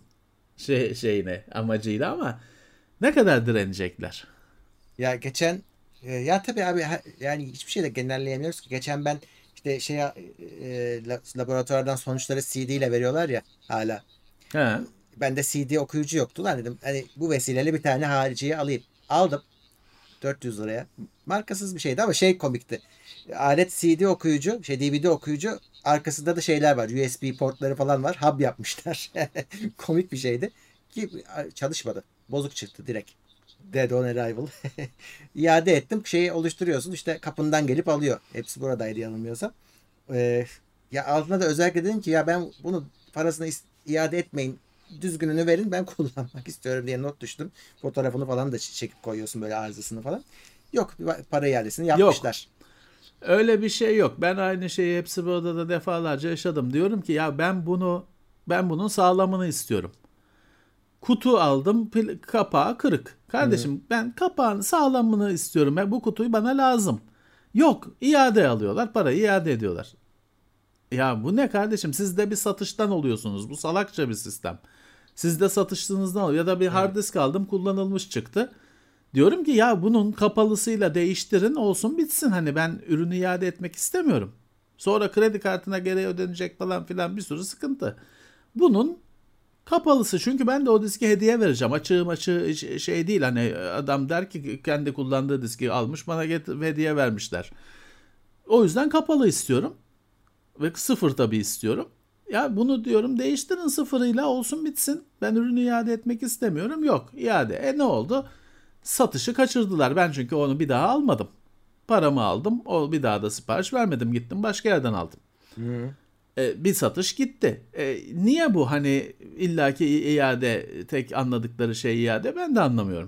amacıyla, ama ne kadar direnecekler? Ya geçen ya tabii abi, yani hiçbir şey de genelleyemiyoruz ki. Geçen ben işte laboratuvardan sonuçları CD ile veriyorlar ya hala. Ha, Bende CD okuyucu yoktu lan, dedim. Hani bu vesileyle bir tane hariciye alayım. Aldım 400 liraya. Markasız bir şeydi ama komikti. Alet CD okuyucu, DVD okuyucu, arkasında da şeyler var. USB portları falan var. Hub yapmışlar. Komik bir şeydi. Ki çalışmadı. Bozuk çıktı direkt. Dead on arrival. İade ettim. Oluşturuyorsun. İşte kapından gelip alıyor. Hepsi buradaydı yanılmıyorsam. Ee, Ya altına da özellikle dedim ki ya ben bunu parasını iade etmeyin. Düzgününü verin, ben kullanmak istiyorum diye not düştüm. Fotoğrafını falan da çekip koyuyorsun, böyle arızasını falan. Yok, para iadesini yok. yapmışlar. Öyle bir şey yok. Ben aynı şeyi hepsi bu odada defalarca yaşadım. Diyorum ki ya ben bunun sağlamını istiyorum. Kutu aldım, kapağı kırık. Hı. Kardeşim, ben kapağın sağlamını istiyorum. Bu kutuyu bana lazım. Yok, iade alıyorlar, parayı iade ediyorlar. Ya bu ne kardeşim? Siz de bir satıştan oluyorsunuz. Bu salakça bir sistem. Siz de satışınızdan oluyor. Ya da bir hard Evet. disk aldım, kullanılmış çıktı. Diyorum ki ya bunun kapalısıyla değiştirin, olsun bitsin. Hani ben ürünü iade etmek istemiyorum. Sonra kredi kartına geri ödenecek falan filan, bir sürü sıkıntı. Bunun kapalısı, çünkü ben de o diski hediye vereceğim. Açığı değil, hani adam der ki kendi kullandığı diski almış bana hediye vermişler. O yüzden kapalı istiyorum. Ve sıfır tabii istiyorum. Ya bunu diyorum değiştirin, sıfırıyla olsun bitsin. Ben ürünü iade etmek istemiyorum. Yok, iade. Ne oldu? Satışı kaçırdılar. Ben çünkü onu bir daha almadım. paramı aldım. O bir daha da sipariş vermedim. Gittim başka yerden aldım. Hı. Bir satış gitti. Niye bu hani illaki iade, tek anladıkları şey iade, ben de anlamıyorum.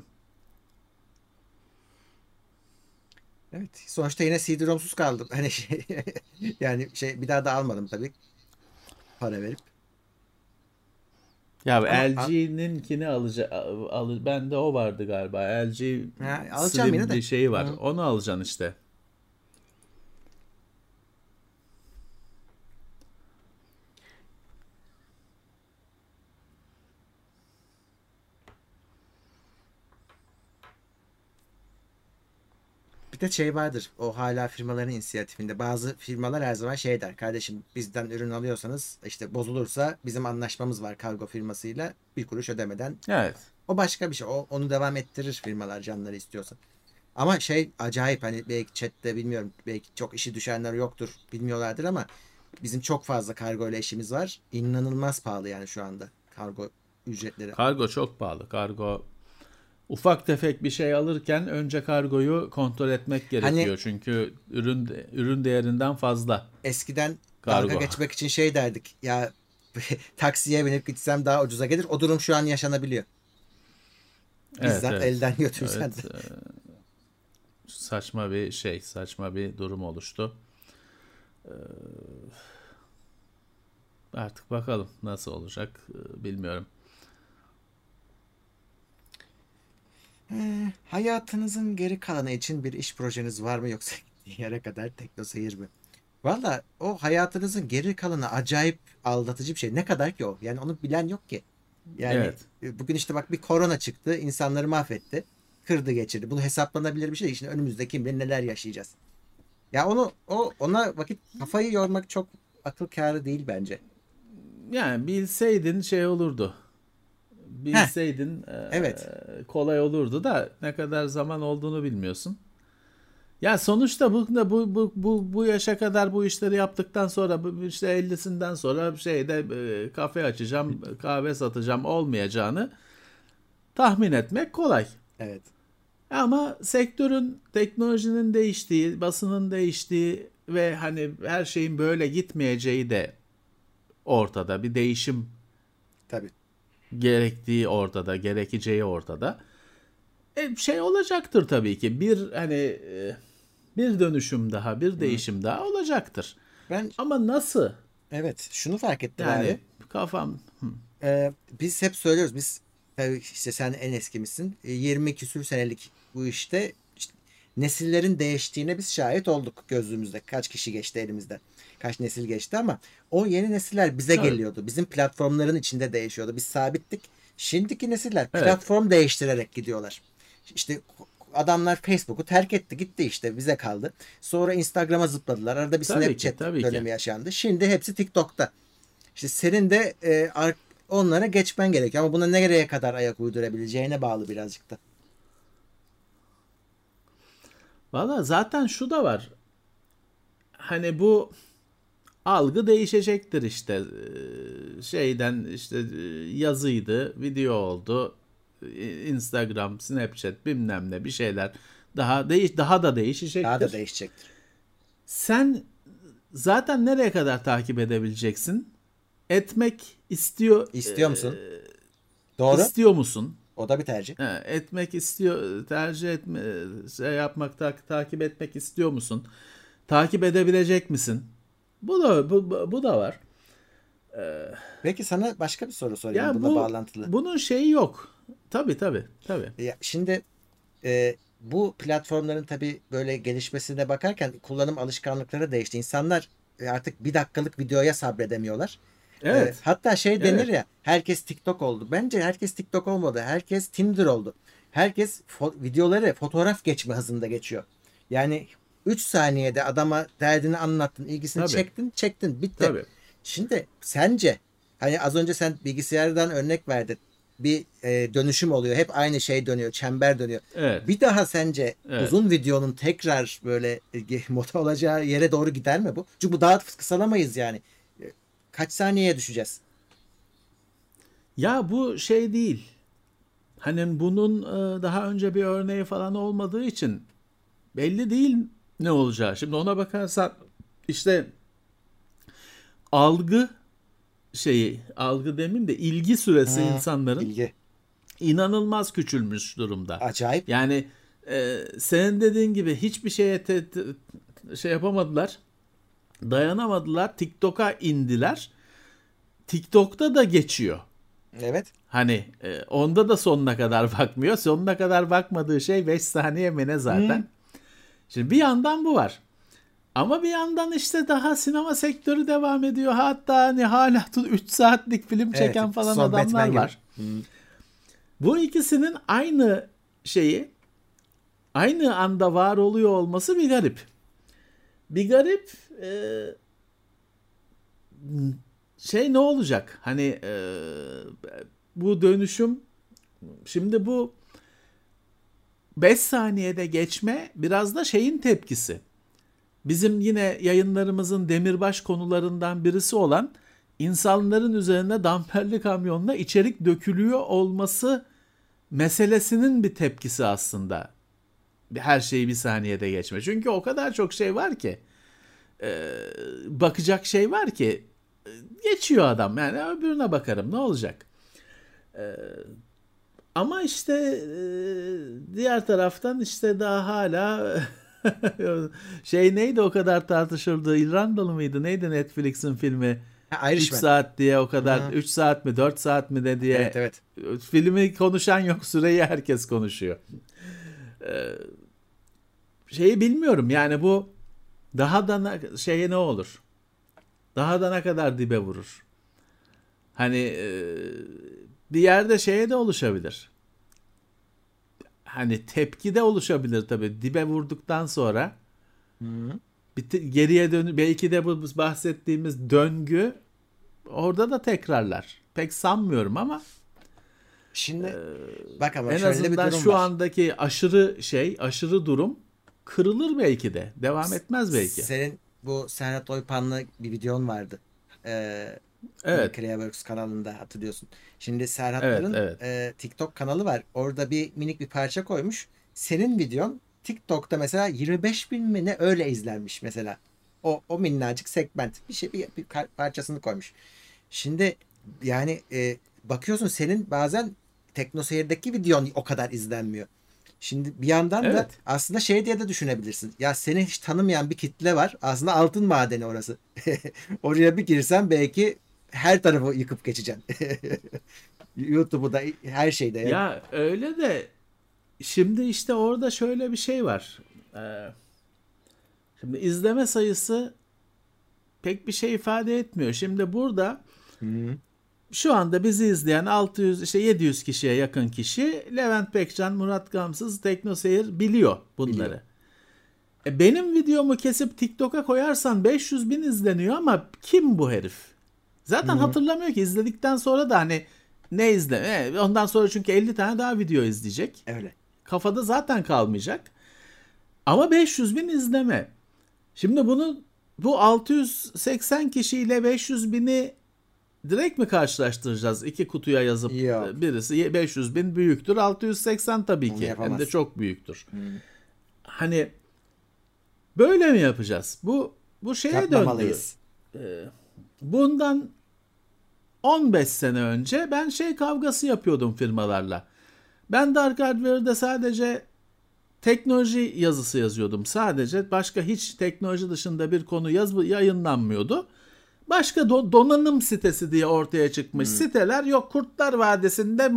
Evet. Sonuçta yine CD-ROM'suz kaldım. Hani şey, yani şey bir daha da almadım tabii para verip. Ya Ama LG'ninkini bende o vardı galiba. LG alacağım yine Slim de. bir şeyi var. Hı. Onu alacaksın işte. Bir de şey vardır. O hala firmaların inisiyatifinde. Bazı firmalar her zaman şey der. Kardeşim bizden ürün alıyorsanız işte bozulursa bizim anlaşmamız var kargo firmasıyla. Bir kuruş ödemeden. Evet. O başka bir şey. Onu devam ettirir firmalar canları istiyorsa. Ama şey acayip hani belki chatte bilmiyorum. Belki çok işi düşenler yoktur. Bilmiyorlardır ama bizim çok fazla kargo ile işimiz var. İnanılmaz pahalı yani şu anda kargo ücretleri. Kargo çok pahalı. Kargo, ufak tefek bir şey alırken önce kargoyu kontrol etmek Hani gerekiyor. Çünkü ürün değerinden fazla eskiden dalga kargo. geçmek için şey derdik. Ya taksiye binip gitsem daha ucuza gelir. O durum şu an yaşanabiliyor. Evet, Bizzat evet. elden götürsen de. Evet. Saçma bir şey, saçma bir durum oluştu. Artık bakalım nasıl olacak, bilmiyorum. Hayatınızın geri kalanı için bir iş projeniz var mı yoksa gittiği yere kadar tekno seyir mi? Valla o hayatınızın geri kalanı acayip aldatıcı bir şey. Ne kadar ki o? Yani onu bilen yok ki. Yani Evet. bugün işte bak bir korona çıktı. İnsanları mahvetti. Kırdı geçirdi. Bunu hesaplanabilir bir şey değil. Şimdi önümüzde kim bilir neler yaşayacağız. Ya ona vakit kafayı yormak çok akıl kârı değil bence. Yani bilseydin şey olurdu. Heh, Bilseydin evet. kolay olurdu da ne kadar zaman olduğunu bilmiyorsun. Ya sonuçta bu yaşa kadar bu işleri yaptıktan sonra, işte 50'sinden sonra şeyde kafe açacağım, kahve satacağım olmayacağını tahmin etmek kolay. Evet. Ama sektörün, teknolojinin değiştiği, basının değiştiği ve hani her şeyin böyle gitmeyeceği de ortada. Bir değişim Tabii. gerektiği ortada, gerekeceği ortada. Şey olacaktır tabii ki. Bir dönüşüm daha, bir Hı. değişim daha olacaktır. Ben Ama nasıl? evet şunu fark ettim Yani abi. kafam. Biz hep söylüyoruz. Biz tabii işte sen en eskimizsin. 20 küsür senelik bu işte nesillerin değiştiğine biz şahit olduk gözümüzde. Kaç kişi geçti elimizde. Kaç nesil geçti ama o yeni nesiller bize Tabii. geliyordu. Bizim platformların içinde değişiyordu. Biz sabittik. Şimdiki nesiller Evet. platform değiştirerek gidiyorlar. İşte adamlar Facebook'u terk etti gitti işte bize kaldı. Sonra Instagram'a zıpladılar. Arada bir Tabii ki, Snapchat tabii ki. dönemi yaşandı. Şimdi hepsi TikTok'ta. İşte senin de onlara geçmen gerekiyor. Ama buna nereye kadar ayak uydurabileceğine bağlı birazcık da. Valla zaten şu da var. Hani bu algı değişecektir işte. Şeyden işte yazıydı, video oldu. Instagram, Snapchat bilmem ne bir şeyler daha da Daha da değişecektir. değişecektir. Sen zaten nereye kadar takip edebileceksin? Etmek İstiyor musun? Doğru. istiyor musun? O da bir tercih. Etmek istiyor, tercih etme, şey yapmak, takip etmek istiyor musun? Takip edebilecek misin? Bu da var. Peki sana başka bir soru sorayım Ya buna bağlantılı. bunun şeyi yok. Tabii, tabii, tabii. Ya şimdi bu platformların tabii böyle gelişmesine bakarken kullanım alışkanlıkları değişti. İnsanlar artık bir dakikalık videoya sabredemiyorlar. Evet, Hatta şey denir evet. ya herkes TikTok oldu. Bence herkes TikTok olmadı. Herkes Tinder oldu. Herkes videoları fotoğraf geçme hızında geçiyor. Yani 3 saniyede adama derdini anlattın, ilgisini Tabii, çektin, bitti. tabii. Şimdi sence hani az önce sen bilgisayardan örnek verdin. Bir dönüşüm oluyor. Hep aynı şey dönüyor. Çember dönüyor. Evet, Bir daha sence evet. uzun videonun tekrar böyle moda olacağı yere doğru gider mi bu? Çünkü bu daha kısalamayız yani. Kaç saniyeye düşeceğiz? Ya bu şey değil. Hani bunun daha önce bir örneği falan olmadığı için belli değil ne olacağı. Şimdi ona bakarsan işte algı algı demeyeyim de ilgi süresi insanların İlgi. inanılmaz küçülmüş durumda. Acayip. Yani senin dediğin gibi hiçbir şeye şey yapamadılar, dayanamadılar. TikTok'a indiler. TikTok'ta da geçiyor. Evet. Hani onda da sonuna kadar bakmıyor. Sonuna kadar bakmadığı şey 5 saniye mi ne zaten. Şimdi bir yandan bu var. Ama bir yandan işte daha sinema sektörü devam ediyor. Hatta hani hala 3 saatlik film çeken Evet, falan son adamlar Batman gibi. var. Bu ikisinin aynı aynı anda var oluyor olması bir garip. Bir garip ne olacak? Hani bu dönüşüm şimdi bu 5 saniyede geçme biraz da şeyin tepkisi. Bizim yine yayınlarımızın demirbaş konularından birisi olan insanların üzerine damperli kamyonla içerik dökülüyor olması meselesinin bir tepkisi aslında. Her şeyi bir saniyede geçme. Çünkü o kadar çok şey var ki bakacak şey var ki geçiyor adam. Yani öbürüne bakarım ne olacak? Ama işte diğer taraftan işte daha hala neydi o kadar tartışıldı? İrlandalı mıydı? Neydi Netflix'in filmi? 3 Irishman. saat diye o kadar 3 saat mi 4 saat mi de diye Evet. filmi konuşan yok, süreyi herkes konuşuyor. Bilmiyorum yani bu daha da ne olur? Daha da ne kadar dibe vurur? Hani bir yerde de oluşabilir. Hani tepki de oluşabilir tabii. Dibe vurduktan sonra geriye belki de bu bahsettiğimiz döngü orada da tekrarlar. Pek sanmıyorum ama Şimdi bak ama en şöyle bir azından durum şu var. andaki aşırı durum kırılır belki de. Devam etmez belki. Senin bu Serhat Oypan'la bir videon vardı. Evet. Creaworks kanalında hatırlıyorsun. Şimdi Evet, Serhatların evet. TikTok kanalı var. Orada minik bir parça koymuş. Senin videon TikTok'ta mesela 25 bin mi ne öyle izlenmiş mesela. O minnacık segment bir parçasını koymuş. Şimdi yani bakıyorsun senin bazen TeknoSeyir'deki videon o kadar izlenmiyor. Şimdi bir yandan da Evet. aslında diye de düşünebilirsin. Ya seni hiç tanımayan bir kitle var. Aslında altın madeni orası. Oraya bir girsen belki her tarafı yıkıp geçeceksin. YouTube'u da her şeyde yani. Ya öyle de şimdi işte orada şöyle bir şey var. Ee, Şimdi izleme sayısı pek bir şey ifade etmiyor. Şimdi burada Hı. şu anda bizi izleyen 700 kişiye yakın kişi Levent Bekcan, Murat Gamsız, TeknoSeyir biliyor Biliyor. bunları. Benim videomu kesip TikTok'a koyarsan 500 bin izleniyor ama kim bu herif? Zaten Hı. hatırlamıyor ki izledikten sonra da hani ne izle? Ondan sonra çünkü 50 tane daha video izleyecek. Öyle. Kafada zaten kalmayacak. Ama 500 bin izleme. Şimdi bu 680 kişiyle 500 bini direkt mi karşılaştıracağız? İki kutuya yazıp Yok. birisi 500 bin büyüktür. 680 tabii Onu ki. Hem de yapamaz. çok büyüktür. Hı. Hani böyle mi yapacağız? Bu şeye döndü. Yapmamalıyız. Bundan 15 sene önce ben kavgası yapıyordum firmalarla. Ben Dark Hardware'de sadece teknoloji yazısı yazıyordum. Sadece başka hiç teknoloji dışında bir konu yayınlanmıyordu. Başka donanım sitesi diye ortaya çıkmış siteler yok. Kurtlar Vadisi'nde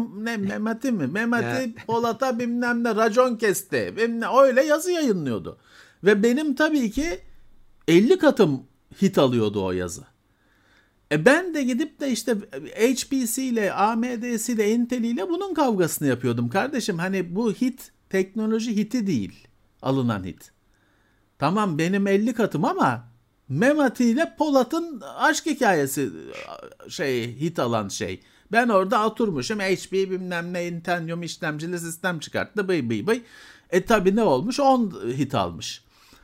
Memati Polat'a bilmem ne racon kesti. Öyle yazı yayınlıyordu. Ve benim tabii ki 50 katım hit alıyordu o yazı. Ben de gidip de işte HP'siyle, AMD'siyle, Intel'iyle bunun kavgasını yapıyordum. Kardeşim hani bu hit teknoloji hiti değil. Alınan hit. Tamam benim 50 katım ama Memati ile Polat'ın aşk hikayesi hit alan şey. Ben orada oturmuşum HP bilmem ne Intenium işlemcili sistem çıkarttı bıy. Tabi ne olmuş? 10 hit almış.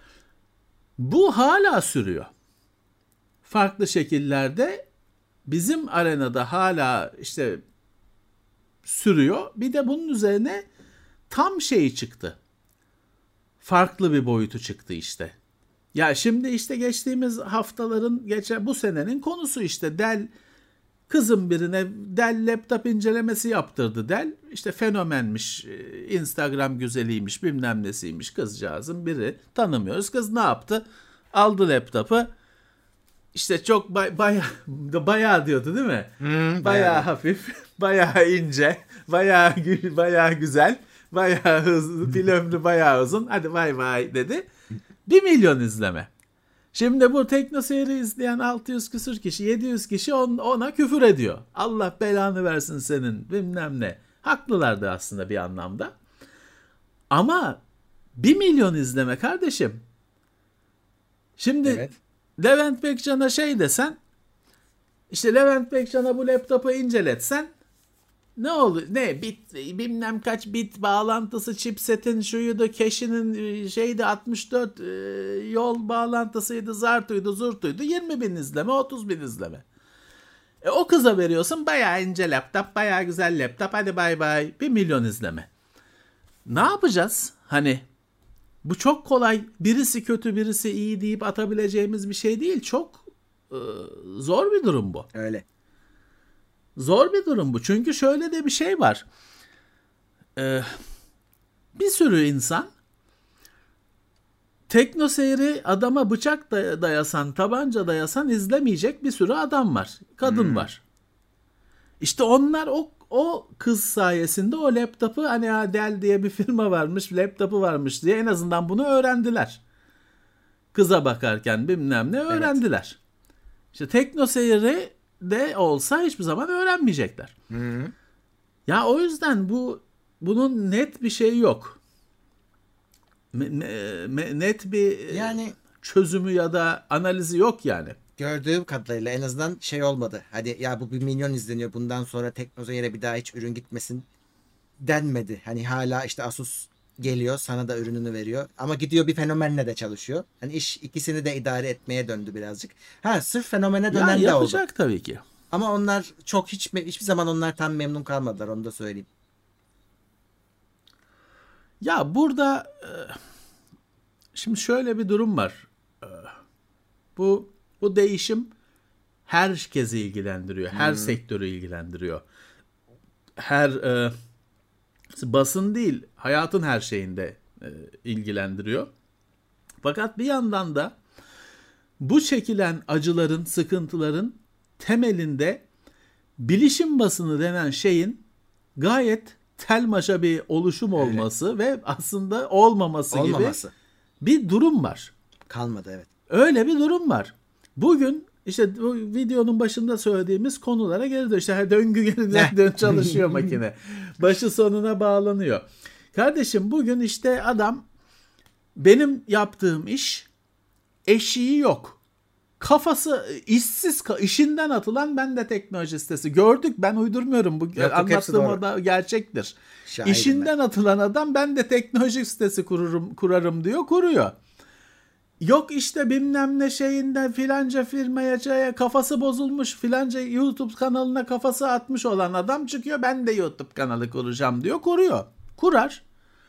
Bu hala sürüyor. Farklı şekillerde bizim arenada hala işte sürüyor. Bir de bunun üzerine tam çıktı. farklı bir boyutu çıktı işte. Ya şimdi işte geçtiğimiz haftaların, bu senenin konusu işte Dell, kızım birine Dell laptop incelemesi yaptırdı. Dell işte fenomenmiş, Instagram güzeliymiş, bilmem nesiymiş kızcağızın biri, tanımıyoruz. Kız ne yaptı? Aldı laptopu. İşte çok bayağı diyordu değil mi? Bayağı hafif, bayağı ince, bayağı güzel, bayağı hızlı, pil ömrü bayağı uzun. Hadi vay dedi. 1 milyon izleme. Şimdi bu TeknoSeyir'i izleyen 600 küsür kişi, 700 kişi ona küfür ediyor. Allah belanı versin senin, bilmem ne. Haklılardı aslında bir anlamda. Ama 1 milyon izleme kardeşim. Şimdi evet. Levent Bekcan'a şey desen, işte Levent Bekcan'a bu laptopu inceletsen, ne olur? Ne bit, bilmem kaç bit bağlantısı, chipsetin şuydu, cache'inin şeydi, 64 yol bağlantısıydı, zartuydu, zurtuydu, 20 bin izleme, 30 bin izleme. O kıza veriyorsun bayağı ince laptop, bayağı güzel laptop, hadi bay bay, 1 milyon izleme. Ne yapacağız? Hani bu çok kolay, birisi kötü birisi iyi deyip atabileceğimiz bir şey değil. Çok zor bir durum bu. Öyle. Zor bir durum bu. Çünkü şöyle de bir şey var. Bir sürü insan TeknoSeyir'i adama bıçak dayasan, tabanca dayasan izlemeyecek bir sürü adam var. Kadın var. İşte onlar o kız sayesinde o laptopu, hani Dell diye bir firma varmış, laptopu varmış diye en azından bunu öğrendiler. Kıza bakarken bilmem ne öğrendiler. Evet. İşte TeknoSeyir'i de olsa hiçbir zaman öğrenmeyecekler. Ya o yüzden bunun net bir şey yok. Net bir yani çözümü ya da analizi yok yani. Gördüğüm kadarıyla en azından şey olmadı. Hadi ya bu 1 milyon izleniyor, bundan sonra TeknoSeyir'e bir daha hiç ürün gitmesin denmedi. Hani hala işte Asus geliyor, sana da ürününü veriyor. Ama gidiyor bir fenomenle de çalışıyor. Hani iş ikisini de idare etmeye döndü birazcık. Sırf fenomene dönen de oldu. Yapacak tabii ki. Ama onlar çok hiçbir zaman onlar tam memnun kalmadılar, onu da söyleyeyim. Ya burada şimdi şöyle bir durum var. Bu değişim herkesi ilgilendiriyor. Her sektörü ilgilendiriyor. Her basın değil, hayatın her şeyinde ilgilendiriyor. Fakat bir yandan da bu çekilen acıların, sıkıntıların temelinde bilişim basını denen şeyin gayet telmaşa bir oluşum olması ve aslında olmaması gibi bir durum var. Kalmadı, evet. Öyle bir durum var. Bugün işte bu videonun başında söylediğimiz konulara geri dön. İşte döngü yeniden çalışıyor makine. Başı sonuna bağlanıyor. Kardeşim bugün işte adam, benim yaptığım iş eşiği yok. Kafası işsiz, işinden atılan ben de teknoloji sitesi. Gördük, ben uydurmuyorum. Bu anlattığım da gerçektir. Şahidim işinden atılan adam ben de teknoloji sitesi kurarım diyor, kuruyor. Yok işte bilmem ne şeyinde filanca firmaya kafası bozulmuş, filanca YouTube kanalına kafası atmış olan adam çıkıyor, ben de YouTube kanalı kuracağım diyor, kuruyor. Kurar.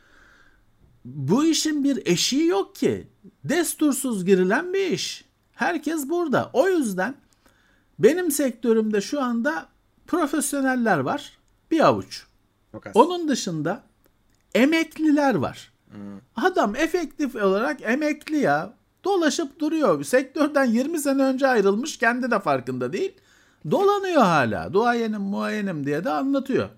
Bu işin bir eşiği yok ki. Destursuz girilen bir iş. Herkes burada. O yüzden benim sektörümde şu anda profesyoneller var. Bir avuç. Onun dışında emekliler var. Adam efektif olarak emekli ya. Dolaşıp duruyor. Sektörden 20 sene önce ayrılmış. Kendi de farkında değil. Dolanıyor hala. Duayenim diye de anlatıyor.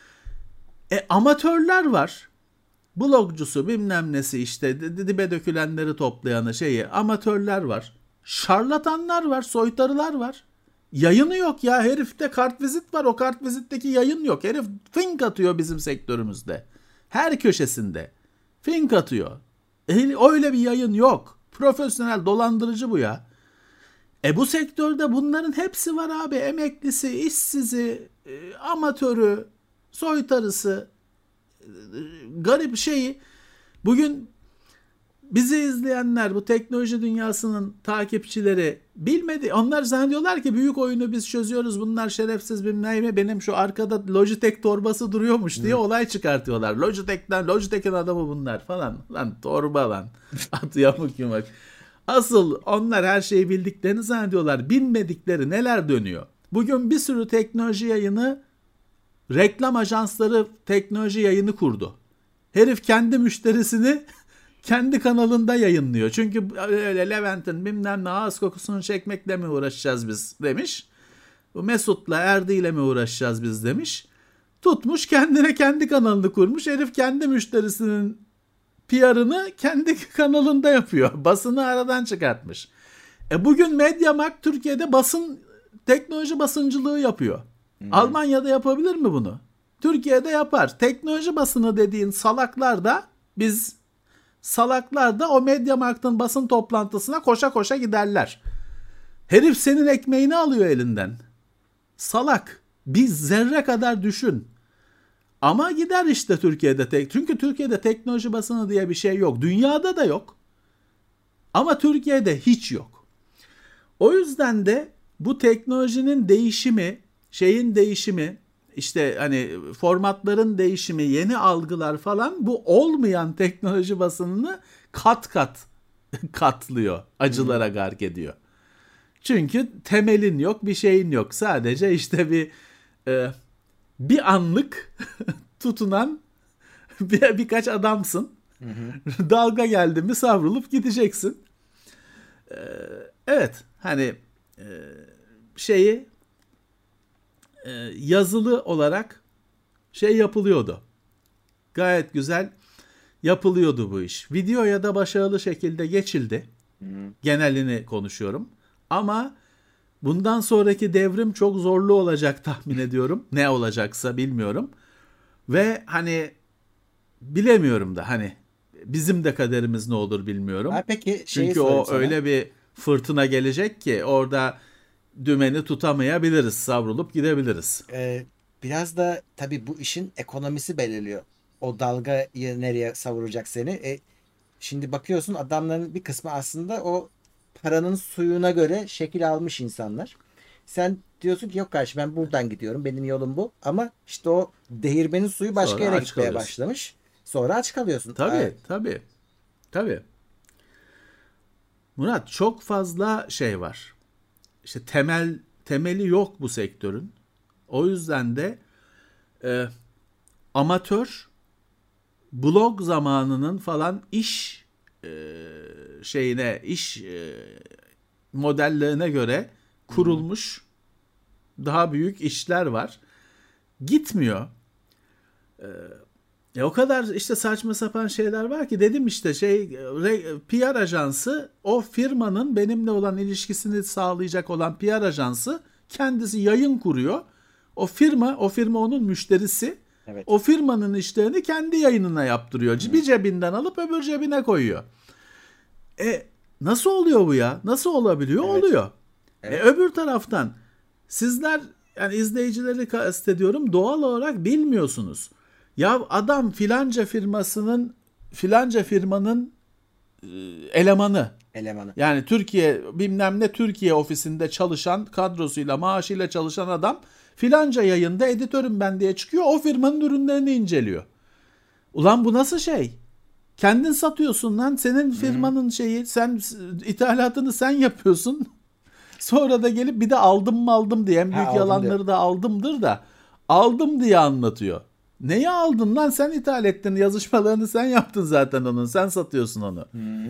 Amatörler var. Blogcusu bilmem nesi işte dibe dökülenleri toplayanı amatörler var. Şarlatanlar var. Soytarılar var. Yayını yok ya. Herifte kartvizit var. O kartvizitteki yayın yok. Herif fink atıyor bizim sektörümüzde. Her köşesinde. Fink atıyor. Öyle bir yayın yok. Profesyonel dolandırıcı bu ya. Bu sektörde bunların hepsi var abi. Emeklisi, işsizi, amatörü, soytarısı, garip şeyi. Bugün bizi izleyenler, bu teknoloji dünyasının takipçileri bilmedi. Onlar zannediyorlar ki büyük oyunu biz çözüyoruz. Bunlar şerefsiz bilmem ne. Benim şu arkada Logitech torbası duruyormuş diye olay çıkartıyorlar. Logitech'in adamı bunlar falan. Lan torba lan. At yamuk yumak. Asıl onlar her şeyi bildiklerini zannediyorlar. Bilmedikleri neler dönüyor. Bugün bir sürü teknoloji yayını, reklam ajansları teknoloji yayını kurdu. Herif kendi müşterisini kendi kanalında yayınlıyor. Çünkü öyle Levent'in bilmem ne ağız kokusunu çekmekle mi uğraşacağız biz demiş. Bu Mesut'la Erdi'yle mi uğraşacağız biz demiş. Tutmuş kendine kendi kanalını kurmuş. Herif kendi müşterisinin PR'ını kendi kanalında yapıyor. Basını aradan çıkartmış. Bugün MediaMarkt Türkiye'de teknoloji basıncılığı yapıyor. Almanya'da yapabilir mi bunu? Türkiye'de yapar. Teknoloji basını dediğin salaklar da o MediaMarkt'ın basın toplantısına koşa koşa giderler. Herif senin ekmeğini alıyor elinden. Salak. Bir zerre kadar düşün. Ama gider işte Türkiye'de. Çünkü Türkiye'de teknoloji basını diye bir şey yok. Dünyada da yok. Ama Türkiye'de hiç yok. O yüzden de bu teknolojinin değişimi, işte hani formatların değişimi, yeni algılar falan bu olmayan teknoloji basınını kat kat katlıyor. Acılara gark ediyor. Çünkü temelin yok, bir şeyin yok. Sadece işte bir anlık tutunan birkaç adamsın. Dalga geldi mi savrulup gideceksin. Evet, hani yazılı olarak yapılıyordu. Gayet güzel yapılıyordu bu iş. Videoya da başarılı şekilde geçildi. Genelini konuşuyorum. Ama bundan sonraki devrim çok zorlu olacak tahmin ediyorum. Ne olacaksa bilmiyorum. Ve hani bilemiyorum da hani bizim de kaderimiz ne olur bilmiyorum. Ha, peki çünkü o öyle bir fırtına gelecek ki orada dümeni tutamayabiliriz, savrulup gidebiliriz. Biraz da tabii bu işin ekonomisi belirliyor. O dalgayı nereye savuracak seni. Şimdi bakıyorsun adamların bir kısmı aslında o paranın suyuna göre şekil almış insanlar. Sen diyorsun ki yok kardeşim ben buradan gidiyorum. Benim yolum bu. Ama işte o değirmenin suyu başka Sonra yere aç gitmeye kalıyorsun. başlamış. Sonra aç kalıyorsun. Tabii. Murat, çok fazla şey var. İşte temeli yok bu sektörün. O yüzden de amatör blog zamanının falan iş modellerine göre kurulmuş daha büyük işler var. Gitmiyor. O kadar işte saçma sapan şeyler var ki dedim işte PR ajansı o firmanın benimle olan ilişkisini sağlayacak olan PR ajansı kendisi yayın kuruyor. O firma onun müşterisi. Evet. O firmanın işlerini kendi yayınına yaptırıyor. Bir cebinden alıp öbür cebine koyuyor. Nasıl oluyor bu ya? Nasıl olabiliyor? Evet. Oluyor. Evet. Öbür taraftan sizler yani izleyicileri kastediyorum doğal olarak bilmiyorsunuz. Ya adam filanca firmanın elemanı. Yani Türkiye ofisinde çalışan kadrosuyla maaşıyla çalışan adam filanca yayında editörüm ben diye çıkıyor. O firmanın ürünlerini inceliyor. Ulan bu nasıl şey? Kendin satıyorsun lan. Senin firmanın sen ithalatını sen yapıyorsun. Sonra da gelip bir de aldım diye en büyük yalanları da aldımdır da aldım diye anlatıyor. Neyi aldın lan? Sen ithal ettin. Yazışmalarını sen yaptın zaten onun. Sen satıyorsun onu.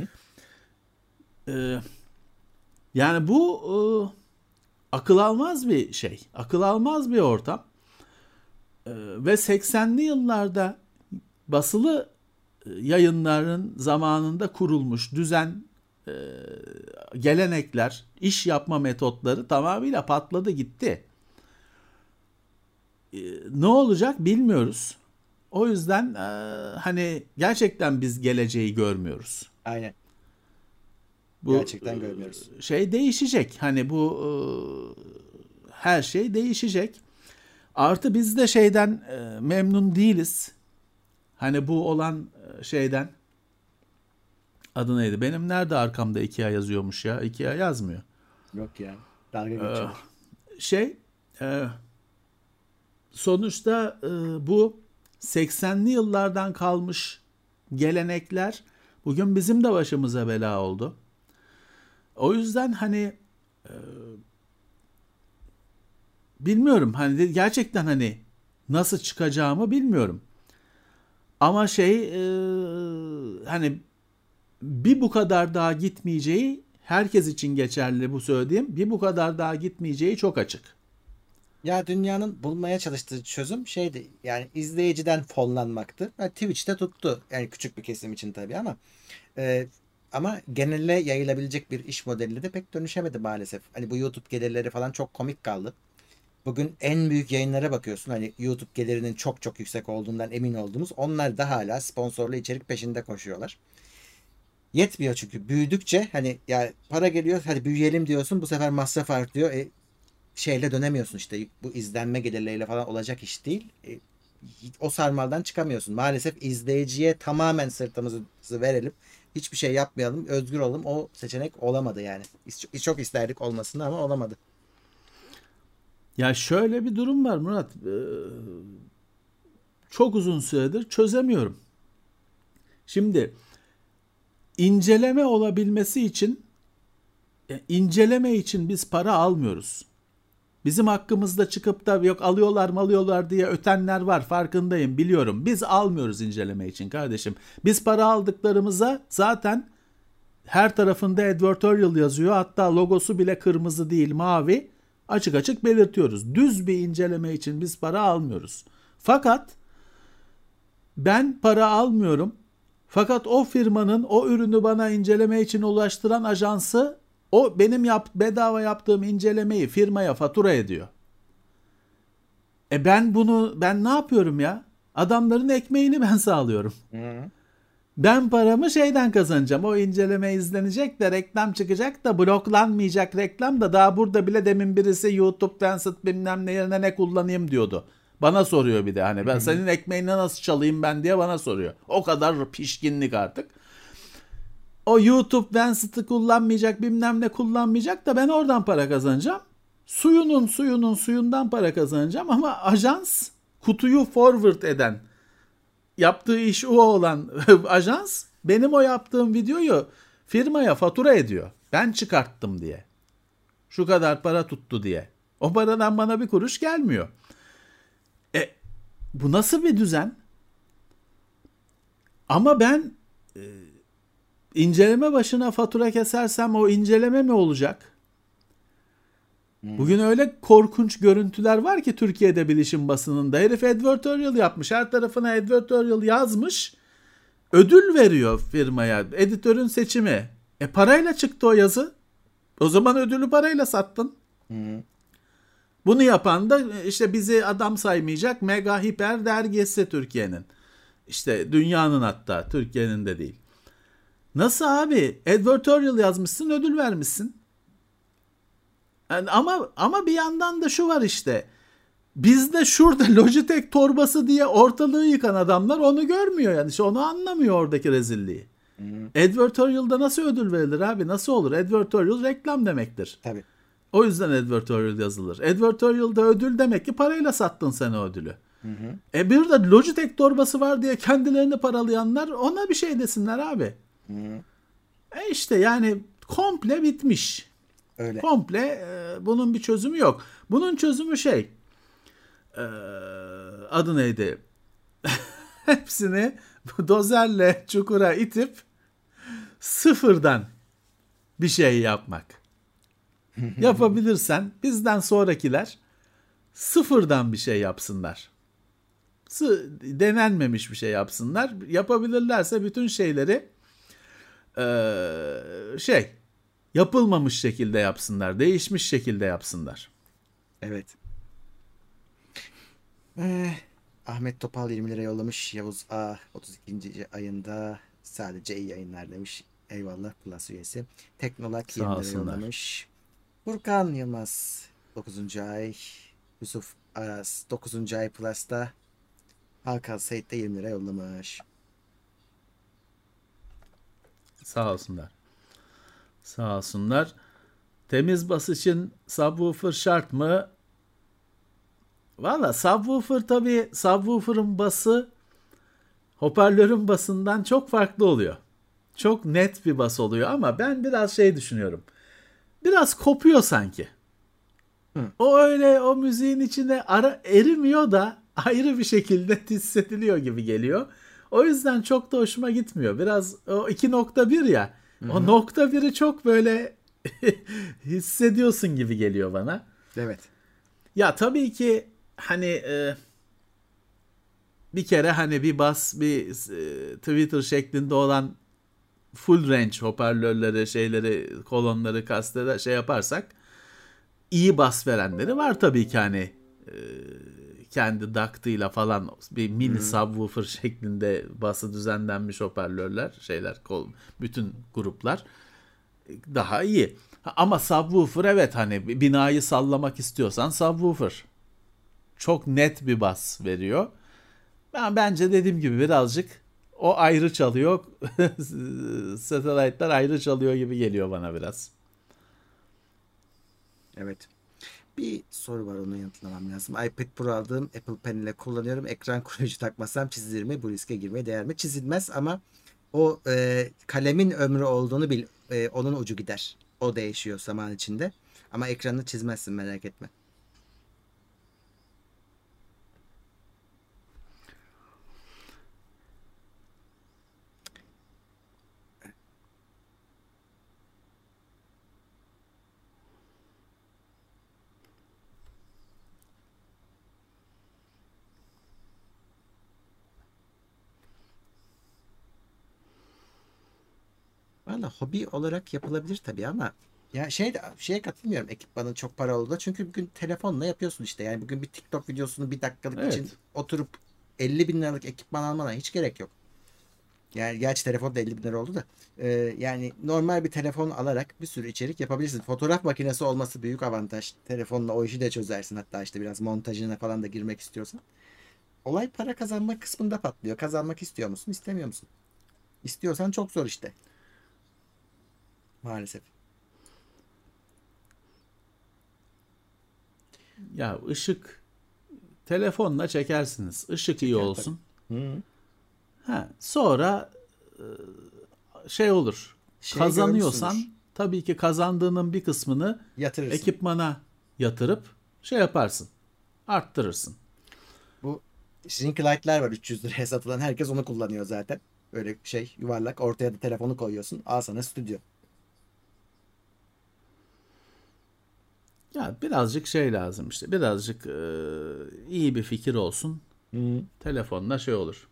Yani bu akıl almaz bir şey. Akıl almaz bir ortam. Ve 80'li yıllarda basılı yayınların zamanında kurulmuş düzen, gelenekler, iş yapma metotları tamamıyla patladı gitti. Ne olacak bilmiyoruz. O yüzden hani gerçekten biz geleceği görmüyoruz. Aynen. Gerçekten görmüyoruz. Değişecek. Hani bu her şey değişecek. Artı biz de memnun değiliz. Hani bu olan Adı neydi? Benim nerede arkamda IKEA yazıyormuş ya? IKEA yazmıyor. Yok ya. Dalga Ee, geçiyorlar. şey e, sonuçta bu 80'li yıllardan kalmış gelenekler bugün bizim de başımıza bela oldu. O yüzden hani bilmiyorum, hani gerçekten hani nasıl çıkacağımı bilmiyorum. Ama hani bir bu kadar daha gitmeyeceği, herkes için geçerli bu söylediğim, bir bu kadar daha gitmeyeceği çok açık. Ya dünyanın bulmaya çalıştığı çözüm şeydi. Yani izleyiciden fonlanmaktı. Ha, Twitch'te tuttu. Yani küçük bir kesim için tabii e, ama genele yayılabilecek bir iş modeliyle de pek dönüşemedi maalesef. Hani bu YouTube gelirleri falan çok komik kaldı. Bugün en büyük yayınlara bakıyorsun. Hani YouTube gelirinin çok çok yüksek olduğundan emin olduğumuz. Onlar da hala sponsorlu içerik peşinde koşuyorlar. Yetmiyor çünkü büyüdükçe hani ya para geliyor, hadi büyüyelim diyorsun, bu sefer masraf artıyor. Şeyle dönemiyorsun, işte bu izlenme gelirleriyle falan olacak iş değil. O sarmaldan çıkamıyorsun. Maalesef izleyiciye tamamen sırtımızı verelim. Hiçbir şey yapmayalım, özgür olalım. O seçenek olamadı yani. Çok isterdik olmasını ama olamadı. Ya şöyle bir durum var Murat. Çok uzun süredir çözemiyorum. Şimdi inceleme olabilmesi için, inceleme için biz para almıyoruz. Bizim hakkımızda çıkıp da yok alıyorlar mı alıyorlar diye ötenler var, farkındayım, biliyorum. Biz almıyoruz inceleme için kardeşim. Biz para aldıklarımıza zaten her tarafında advertorial yazıyor. Hatta logosu bile kırmızı değil, mavi. Açık açık belirtiyoruz. Düz bir inceleme için biz para almıyoruz. Fakat ben para almıyorum. Fakat o firmanın o ürünü bana inceleme için ulaştıran ajansı o benim bedava yaptığım incelemeyi firmaya fatura ediyor. Ben ne yapıyorum ya? Adamların ekmeğini ben sağlıyorum. Hı. Ben paramı şeyden kazanacağım. O inceleme izlenecek de reklam çıkacak da bloklanmayacak reklam da, daha burada bile demin birisi YouTube Transit bilmem ne yerine ne kullanayım diyordu. Bana soruyor bir de, hani ben senin ekmeğini nasıl çalayım ben diye bana soruyor. O kadar pişkinlik artık. O YouTube Vancet'ı kullanmayacak, bilmem ne kullanmayacak da ben oradan para kazanacağım. Suyundan para kazanacağım ama ajans, kutuyu forward eden, yaptığı iş o olan ajans benim o yaptığım videoyu firmaya fatura ediyor. Ben çıkarttım diye. Şu kadar para tuttu diye. O paradan bana bir kuruş gelmiyor. E, Bu nasıl bir düzen? Ama ben inceleme başına fatura kesersem o inceleme mi olacak? Bugün öyle korkunç görüntüler var ki Türkiye'de bilişim basınında. Herif advertorial yapmış. Her tarafına advertorial yazmış. Ödül veriyor firmaya. Editörün seçimi. Parayla çıktı o yazı. O zaman ödülü parayla sattın. Hı. Bunu yapan da işte bizi adam saymayacak mega hiper dergisi Türkiye'nin. İşte dünyanın, hatta Türkiye'nin de değil. Nasıl abi? Advertorial yazmışsın, ödül vermişsin. Yani ama bir yandan da şu var işte. Bizde şurada Logitech torbası diye ortalığı yıkan adamlar onu görmüyor yani. İşte onu anlamıyor, oradaki rezilliği. Hı. Advertorial'da nasıl ödül verilir abi? Nasıl olur? Advertorial reklam demektir. Tabii. O yüzden advertorial yazılır. Advertorial'da ödül demek ki parayla sattın sen o ödülü. Hı hı. Bir de Logitech torbası var diye kendilerini paralayanlar ona bir şey desinler abi. Hı. İşte yani komple bitmiş. Öyle. Komple bunun bir çözümü yok. Bunun çözümü e, adı neydi? Hepsini dozerle çukura itip sıfırdan bir şey yapmak. Yapabilirsen bizden sonrakiler sıfırdan bir şey yapsınlar. Denenmemiş bir şey yapsınlar. Yapabilirlerse bütün şeyleri yapılmamış şekilde yapsınlar. Değişmiş şekilde yapsınlar. Evet. Ahmet Topal 20 lira yollamış. Yavuz A 32. ayında sadece iyi yayınlar demiş. Eyvallah, Plus üyesi. Teknolak Sağ 20 lira olsunlar. yollamış. Furkan Yılmaz 9. ay. Yusuf Aras 9. ay Plus'ta. Hakan Seyit de 20 lira yollamış. Sağ olsunlar. Sağ olsunlar. Temiz bas için subwoofer şart mı? Valla subwoofer, tabii subwoofer'ın bası hoparlörün basından çok farklı oluyor. Çok net bir bas oluyor ama ben biraz şey düşünüyorum. Biraz kopuyor sanki. Hı. O öyle o müziğin içinde erimiyor da ayrı bir şekilde hissediliyor gibi geliyor. O yüzden çok da hoşuma gitmiyor. Biraz o 2.1 ya. Hı O hı. nokta biri çok böyle hissediyorsun gibi geliyor bana. Evet. Ya tabii ki hani bir kere hani bir bas bir Twitter şeklinde olan full range hoparlörleri, şeyleri, kolonları kastede şey yaparsak iyi bas verenleri var tabii ki, hani e, kendi duct'ıyla falan bir mini Hı. subwoofer şeklinde bası düzenlenmiş hoparlörler, şeyler, bütün gruplar daha iyi. Ama subwoofer, evet, hani binayı sallamak istiyorsan subwoofer çok net bir bas veriyor. Bence dediğim gibi birazcık o ayrı çalıyor. Satellite'lar ayrı çalıyor gibi geliyor bana biraz. Evet. Bir soru var, onu yanıtlamam lazım. iPad Pro aldım. Apple Pen ile kullanıyorum. Ekran koruyucu takmasam çizilir mi? Bu riske girmeye değer mi? Çizilmez ama o kalemin ömrü olduğunu bil. Onun ucu gider. O değişiyor zaman içinde. Ama ekranını çizmezsin, merak etme. Valla hobi olarak yapılabilir tabii ama ya şeye katılmıyorum, ekipmanın çok para olduğuna. Çünkü bugün telefonla yapıyorsun işte. Yani bugün bir TikTok videosunu bir dakikalık için Evet. oturup 50 bin liralık ekipman almana hiç gerek yok. Yani gerçi telefon da 50 bin lira oldu da. Yani normal bir telefon alarak bir sürü içerik yapabilirsin. Fotoğraf makinesi olması büyük avantaj. Telefonla o işi de çözersin. Hatta işte biraz montajına falan da girmek istiyorsan. Olay para kazanma kısmında patlıyor. Kazanmak istiyor musun, istemiyor musun? İstiyorsan çok zor işte. Maalesef. Ya ışık, telefonla çekersiniz. Işık iyi Çeker tabii. olsun. Hı. Sonra şey olur. Şey görmüşsündür. Kazanıyorsan tabii ki kazandığının bir kısmını Yatırırsın. ekipmana yatırıp şey yaparsın. Arttırırsın. Bu ring light'lar var, 300 liraya satılan. Herkes onu kullanıyor zaten. Böyle şey yuvarlak. Ortaya da telefonu koyuyorsun. Al sana stüdyo. Ya birazcık şey lazım işte. Birazcık iyi bir fikir olsun. Hı. Telefonla şey olur.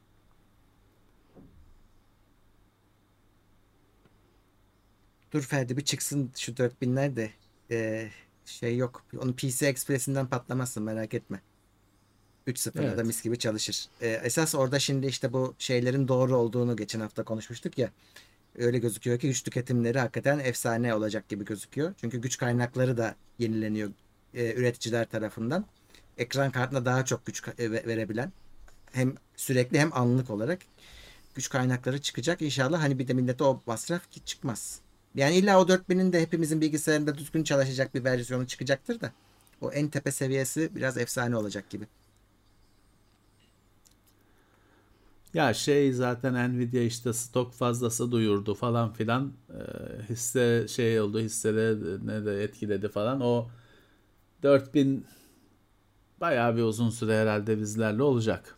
Dur Ferdi, bir çıksın şu 4000'ler de. Şey yok. Onu PC Express'inden patlamazsın, merak etme. 3.0'da da Evet. mis gibi çalışır. Esas orada şimdi işte bu şeylerin doğru olduğunu geçen hafta konuşmuştuk ya. Öyle gözüküyor ki güç tüketimleri hakikaten efsane olacak gibi gözüküyor. Çünkü güç kaynakları da yenileniyor üreticiler tarafından. Ekran kartına daha çok güç verebilen, hem sürekli hem anlık olarak güç kaynakları çıkacak. İnşallah hani bir de millete o masraf ki çıkmaz. Yani illa o 4000'in de hepimizin bilgisayarında düzgün çalışacak bir versiyonu çıkacaktır da o en tepe seviyesi biraz efsane olacak gibi. Ya şey, zaten Nvidia işte stok fazlası duyurdu falan filan. Hisse şey oldu, hissede ne de etkiledi falan. O 4000 bayağı bir uzun süre herhalde bizlerle olacak.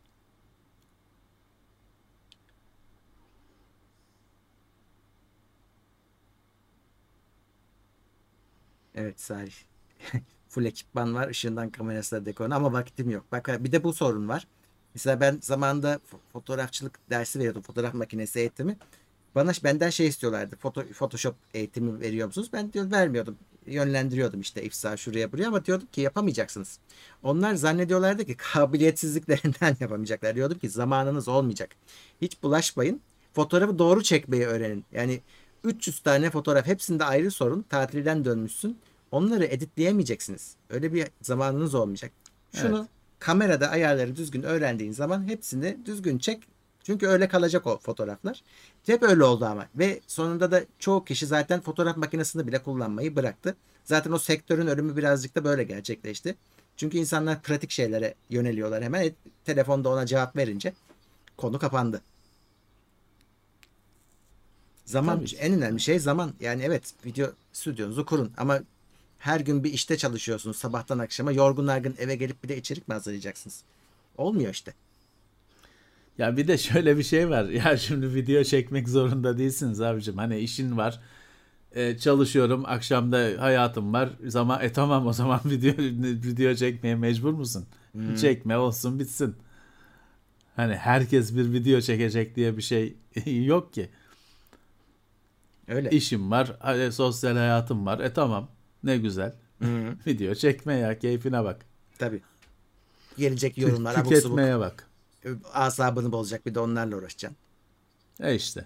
Evet Salih. Full ekipman var. Işığından kamerasına dekoruna ama vaktim yok. Bak bir de bu sorun var. Mesela ben zamanında fotoğrafçılık dersi veriyordum. Fotoğraf makinesi eğitimi. Benden şey istiyorlardı. Photoshop eğitimi veriyor musunuz? Ben diyor vermiyordum. Yönlendiriyordum işte ifsa şuraya buraya ama diyordum ki yapamayacaksınız. Onlar zannediyorlardı ki kabiliyetsizliklerinden yapamayacaklar. Diyordum ki zamanınız olmayacak. Hiç bulaşmayın. Fotoğrafı doğru çekmeyi öğrenin. Yani 300 tane fotoğraf, hepsinde ayrı sorun. Tatilden dönmüşsün. Onları editleyemeyeceksiniz. Öyle bir zamanınız olmayacak. Evet. Şunu kamerada ayarları düzgün öğrendiğin zaman hepsini düzgün çek. Çünkü öyle kalacak o fotoğraflar. Hep öyle oldu ama. Ve sonunda da çoğu kişi zaten fotoğraf makinesini bile kullanmayı bıraktı. Zaten o sektörün ölümü birazcık da böyle gerçekleşti. Çünkü insanlar pratik şeylere yöneliyorlar hemen. Telefonda ona cevap verince konu kapandı. Zaman Tabii ki. en önemli şey zaman. Yani evet, video stüdyonuzu kurun ama her gün bir işte çalışıyorsunuz sabahtan akşama, yorgun argın eve gelip bir de içerik mi hazırlayacaksınız? Olmuyor işte. Ya bir de şöyle bir şey var. Ya şimdi video çekmek zorunda değilsiniz abicim. Hani işin var. Çalışıyorum. Akşamda hayatım var. Zaman tamam, o zaman video çekmeye mecbur musun? Çekme, olsun bitsin. Hani herkes bir video çekecek diye bir şey yok ki. Öyle. İşim var, sosyal hayatım var. Tamam. Ne güzel. Hı, Video çekme ya, keyfine bak. tabii. Gelecek yorumlar abuk subuk. Tüketmeye bak. Asabını bozacak, bir de onlarla uğraşacaksın. İşte.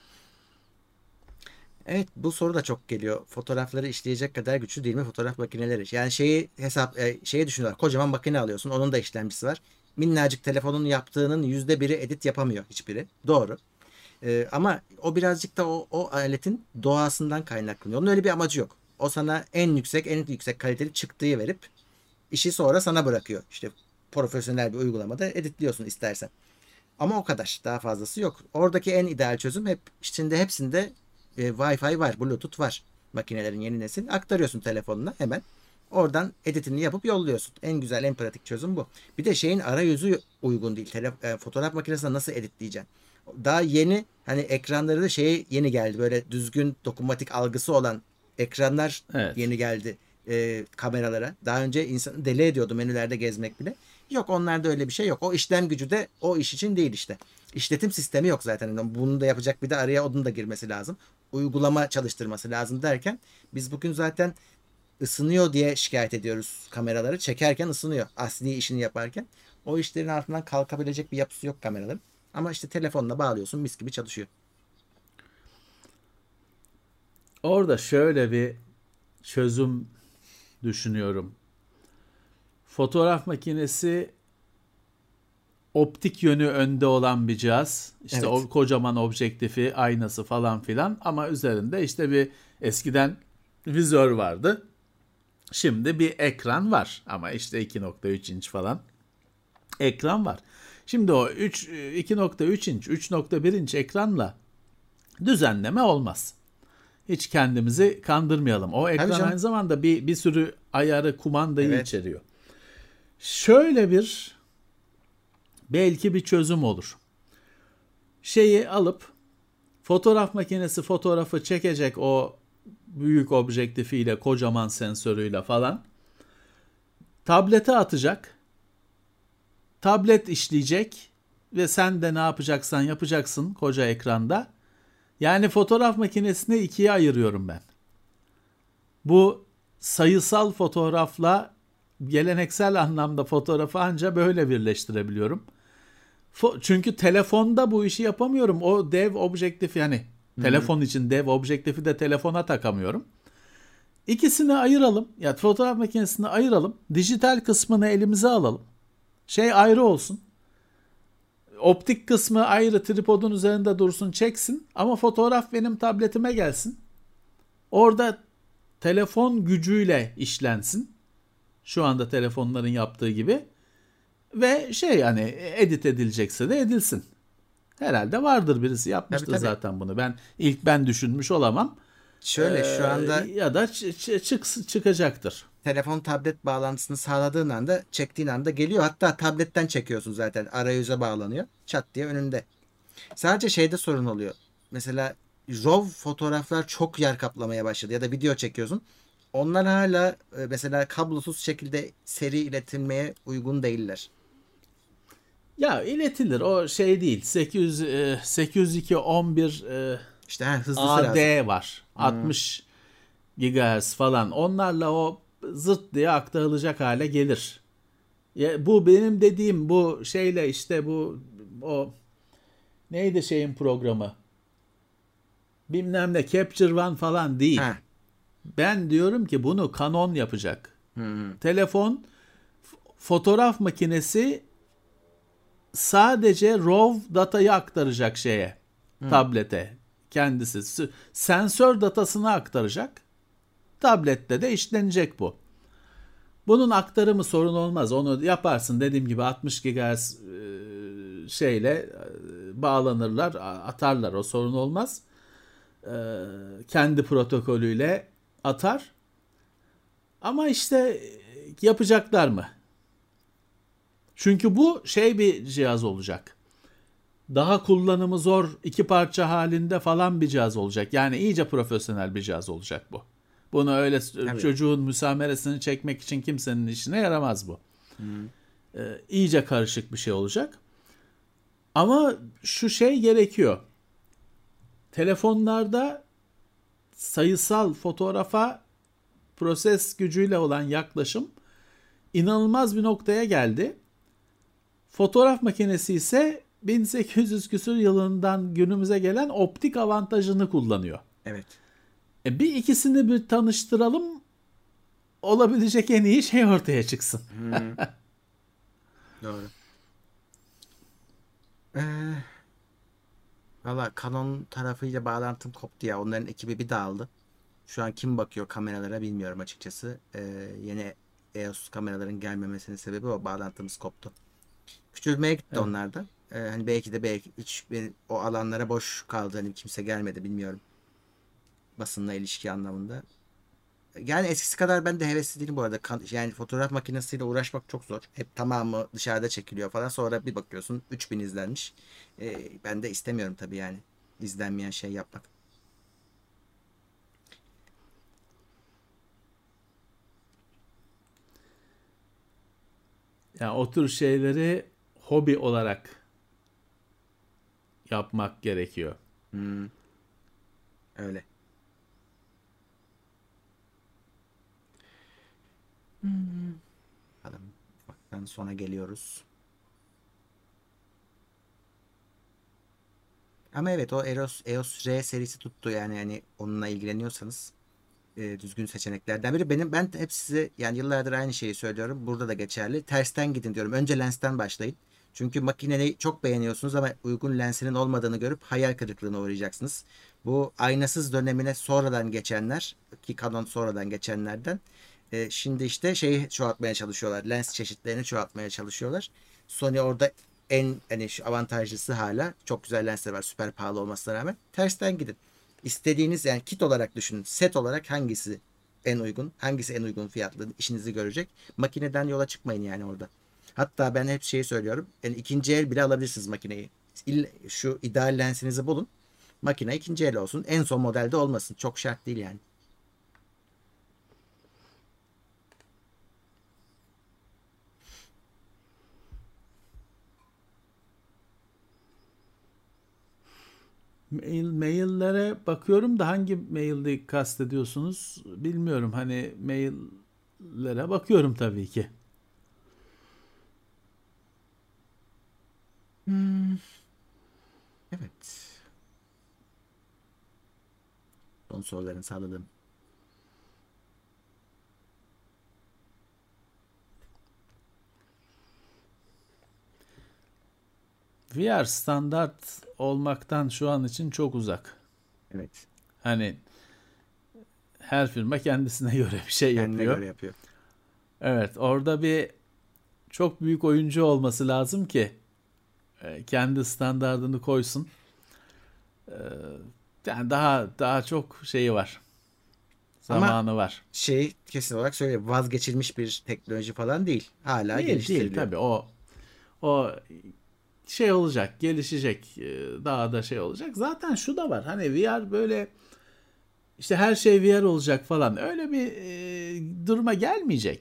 Evet, bu soru da çok geliyor. Fotoğrafları işleyecek kadar güçlü değil mi fotoğraf makineleri? Yani şeyi düşünüyorlar. Kocaman makine alıyorsun. Onun da işlemcisi var. Minnacık telefonun yaptığının %1'i edit yapamıyor hiçbiri. Doğru. Ama o birazcık da o aletin doğasından kaynaklanıyor. Onun öyle bir amacı yok. O sana en yüksek kaliteli çıktığı verip işi sonra sana bırakıyor. İşte profesyonel bir uygulamada editliyorsun istersen. Ama o kadar. Daha fazlası yok. Oradaki en ideal çözüm, hepsinde Wi-Fi var, Bluetooth var. Makinelerin yeni nesil. Aktarıyorsun telefonuna hemen. Oradan editini yapıp yolluyorsun. En güzel, en pratik çözüm bu. Bir de şeyin arayüzü uygun değil. Fotoğraf makinesine nasıl editleyeceksin? Daha yeni, hani ekranları da yeni geldi. Böyle düzgün dokunmatik algısı olan ekranlar Evet. yeni geldi kameralara. Daha önce insanı deli ediyordu menülerde gezmek bile. Yok, onlarda öyle bir şey yok. O işlem gücü de o iş için değil işte. İşletim sistemi yok zaten. Yani bunu da yapacak, bir de araya onun da girmesi lazım. Uygulama çalıştırması lazım derken biz bugün zaten ısınıyor diye şikayet ediyoruz kameraları. Çekerken ısınıyor. Asli işini yaparken. O işlerin altından kalkabilecek bir yapısı yok kameraların. Ama işte telefonla bağlıyorsun, mis gibi çalışıyor. Orada şöyle bir çözüm düşünüyorum. Fotoğraf makinesi optik yönü önde olan bir cihaz. İşte Evet. o kocaman objektifi, aynası falan filan, ama üzerinde işte bir eskiden vizör vardı. Şimdi bir ekran var ama işte 2.3 inç falan ekran var. Şimdi o 2.3 inç, 3.1 inç ekranla düzenleme olmaz. Hiç kendimizi kandırmayalım. O Tabii ekran canım. aynı zamanda bir sürü ayarı, kumandayı Evet. içeriyor. Şöyle belki bir çözüm olur. Şeyi alıp fotoğraf makinesi fotoğrafı çekecek, o büyük objektifiyle, kocaman sensörüyle falan. Tablete atacak. Tablet işleyecek ve sen de ne yapacaksan yapacaksın koca ekranda. Yani fotoğraf makinesini ikiye ayırıyorum ben. Bu sayısal fotoğrafla geleneksel anlamda fotoğrafı anca böyle birleştirebiliyorum. Çünkü telefonda bu işi yapamıyorum. O dev objektif, yani Hı-hı. telefon için dev objektifi de telefona takamıyorum. İkisini ayıralım. Ya fotoğraf makinesini ayıralım. Dijital kısmını elimize alalım. Şey ayrı olsun. Optik kısmı ayrı, tripodun üzerinde dursun, çeksin. Ama fotoğraf benim tabletime gelsin. Orada telefon gücüyle işlensin. Şu anda telefonların yaptığı gibi. Ve hani edit edilecekse de edilsin. Herhalde vardır, birisi Tabii, yapmıştır tabii. zaten bunu. Ben düşünmüş olamam. Şöyle, şu anda Ya da çıkacaktır. telefon tablet bağlantısını sağladığın anda, çektiğin anda geliyor. Hatta tabletten çekiyorsun zaten. Arayüze bağlanıyor. Çat diye önünde. Sadece şeyde sorun oluyor. Mesela RAW fotoğraflar çok yer kaplamaya başladı. Ya da video çekiyorsun. Onlar hala mesela kablosuz şekilde seri iletilmeye uygun değiller. Ya iletilir, o şey değil. 802.11 İşte hızlısı lazım. AD var. Hmm. 60 GHz falan. Onlarla o zırt diye aktarılacak hale gelir. Ya bu benim dediğim bu şeyle, işte o neydi şeyin programı? Bilmem ne Capture One falan değil. Ha. Ben diyorum ki bunu Canon yapacak. Hmm. Telefon fotoğraf makinesi sadece RAW datayı aktaracak şeye, tablete kendisi. Sensör datasını aktaracak. Tablette de işlenecek bu. Bunun aktarımı sorun olmaz. Onu yaparsın dediğim gibi 60 GHz şeyle bağlanırlar, atarlar. O sorun olmaz. Kendi protokolüyle atar. Ama işte yapacaklar mı? Çünkü bu bir cihaz olacak. Daha kullanımı zor, 2 parça halinde falan bir cihaz olacak. Yani iyice profesyonel bir cihaz olacak bu. Bunu öyle çocuğun müsameresini çekmek için kimsenin işine yaramaz bu. İyice karışık bir şey olacak. Ama şu gerekiyor. Telefonlarda sayısal fotoğrafa proses gücüyle olan yaklaşım inanılmaz bir noktaya geldi. Fotoğraf makinesi ise 1800 küsur yılından günümüze gelen optik avantajını kullanıyor. Evet. Bir ikisini bir tanıştıralım, olabilecek en iyi şey ortaya çıksın. Doğru. Valla Canon tarafıyla bağlantım koptu ya. Onların ekibi bir dağıldı. Şu an kim bakıyor kameralara bilmiyorum açıkçası. Yeni EOS kameraların gelmemesinin sebebi o, bağlantımız koptu. Küçülmeye gitti onlar da. Hani belki de hiç o alanlara boş kaldı. Hani kimse gelmedi bilmiyorum. Basınla ilişki anlamında. Yani eskisi kadar ben de hevesli değilim bu arada. Yani fotoğraf makinesiyle uğraşmak çok zor. Hep tamamı dışarıda çekiliyor falan. Sonra bir bakıyorsun 3000 izlenmiş. Ben de istemiyorum tabii yani. İzlenmeyen şey yapmak. Yani o tür şeyleri hobi olarak yapmak gerekiyor. Öyle. Bakalım. Ufaktan sona geliyoruz. Ama evet, o EOS R serisi tuttu yani, hani onunla ilgileniyorsanız düzgün seçeneklerden biri. Ben hep size yani yıllardır aynı şeyi söylüyorum. Burada da geçerli. Tersten gidin diyorum. Önce lensten başlayın. Çünkü makineyi çok beğeniyorsunuz ama uygun lensinin olmadığını görüp hayal kırıklığına uğrayacaksınız. Bu aynasız dönemine sonradan geçenler, ki Canon sonradan geçenlerden, şimdi işte şeyi çoğaltmaya çalışıyorlar. Lens çeşitlerini çoğaltmaya çalışıyorlar. Sony orada en hani şu avantajlısı, hala çok güzel lensler var süper pahalı olmasına rağmen. Tersten gidin. İstediğiniz yani kit olarak düşünün. Set olarak hangisi en uygun, hangisi en uygun fiyatlı işinizi görecek. Makineden yola çıkmayın yani orada. Hatta ben hep şeyi söylüyorum. Yani ikinci el bile alabilirsiniz makineyi. Şu ideal lensinizi bulun. Makine ikinci el olsun. En son modelde olmasın. Çok şart değil yani. Maillere bakıyorum da hangi mailde kastediyorsunuz bilmiyorum. Hani maillere bakıyorum tabii ki. Evet. Son sorularını sağladım. VR standart olmaktan şu an için çok uzak. Evet. Hani her firma kendisine göre bir şey Kendine yapıyor. göre yapıyor. Evet, orada bir çok büyük oyuncu olması lazım ki kendi standardını koysun. Yani daha çok şeyi var. Ama Zamanı var. kesin olarak söyleyeyim, vazgeçilmiş bir teknoloji falan değil. Hala Değil geliştiriliyor. tabii o şey olacak, gelişecek, daha da şey olacak. Zaten şu da var. Hani VR böyle işte her şey VR olacak falan. Öyle bir duruma gelmeyecek.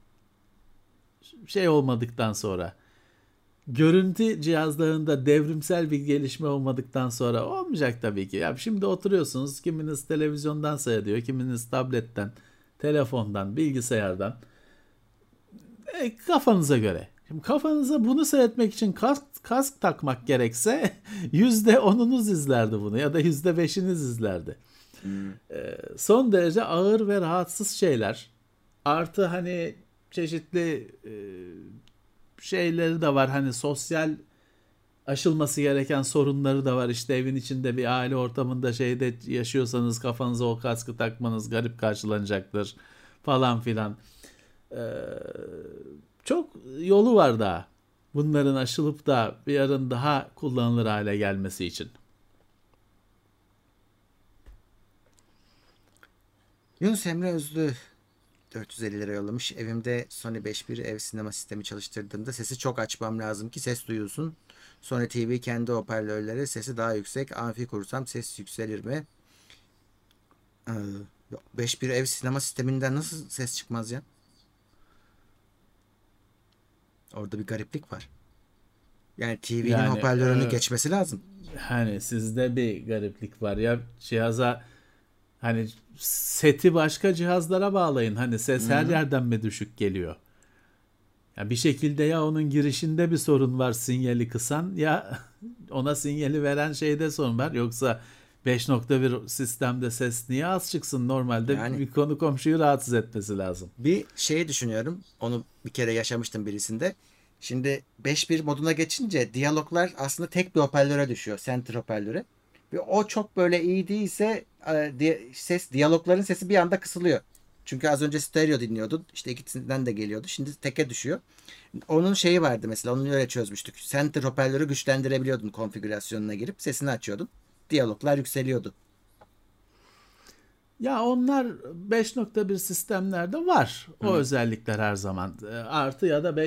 Şey olmadıktan sonra. Görüntü cihazlarında devrimsel bir gelişme olmadıktan sonra olmayacak tabii ki. Ya şimdi oturuyorsunuz, kiminiz televizyondan seyrediyor, kiminiz tabletten, telefondan, bilgisayardan. Kafanıza göre. Şimdi kafanıza bunu seyretmek için kask takmak gerekse %10'unuz izlerdi bunu ya da %5'iniz izlerdi. Son derece ağır ve rahatsız şeyler. Artı hani çeşitli şeyleri de var. Hani sosyal aşılması gereken sorunları da var. İşte evin içinde bir aile ortamında şeyde yaşıyorsanız kafanıza o kaskı takmanız garip karşılanacaktır falan filan. Ee, Çok yolu var daha. Bunların aşılıp da bir yarın daha kullanılır hale gelmesi için. Yunus Emre Özlü 450 lira yollamış. Evimde Sony 5.1 ev sinema sistemi çalıştırdığımda sesi çok açmam lazım ki ses duyulsun. Sony TV kendi hoparlörleri sesi daha yüksek. Amfi kursam ses yükselir mi? Ee, 5.1 ev sinema sisteminden nasıl ses çıkmaz ya? Orada bir gariplik var. Yani TV'nin Yani hoparlörünü geçmesi lazım. hani sizde bir gariplik var ya, cihaza hani seti başka cihazlara bağlayın. Hani ses her Hı. yerden mi düşük geliyor? Ya bir şekilde ya onun girişinde bir sorun var, sinyali kısan, ya ona sinyali veren şeyde sorun var. Yoksa 5.1 sistemde ses niye az çıksın? Normalde Yani bir konu komşuyu rahatsız etmesi lazım. bir şey düşünüyorum. Onu bir kere yaşamıştım birisinde. Şimdi 5.1 moduna geçince diyaloglar aslında tek bir hoparlöre düşüyor. Center hoparlöre. Ve o çok böyle iyi değilse diyalogların sesi bir anda kısılıyor. Çünkü az önce stereo dinliyordun. İşte ikisinden de geliyordu. Şimdi teke düşüyor. Onun şeyi vardı mesela. Onu öyle çözmüştük. Center hoparlörü güçlendirebiliyordun konfigürasyonuna girip sesini açıyordun. Diyaloglar yükseliyordu. Ya onlar 5.1 sistemlerde var. O Hı. özellikler her zaman. Artı ya da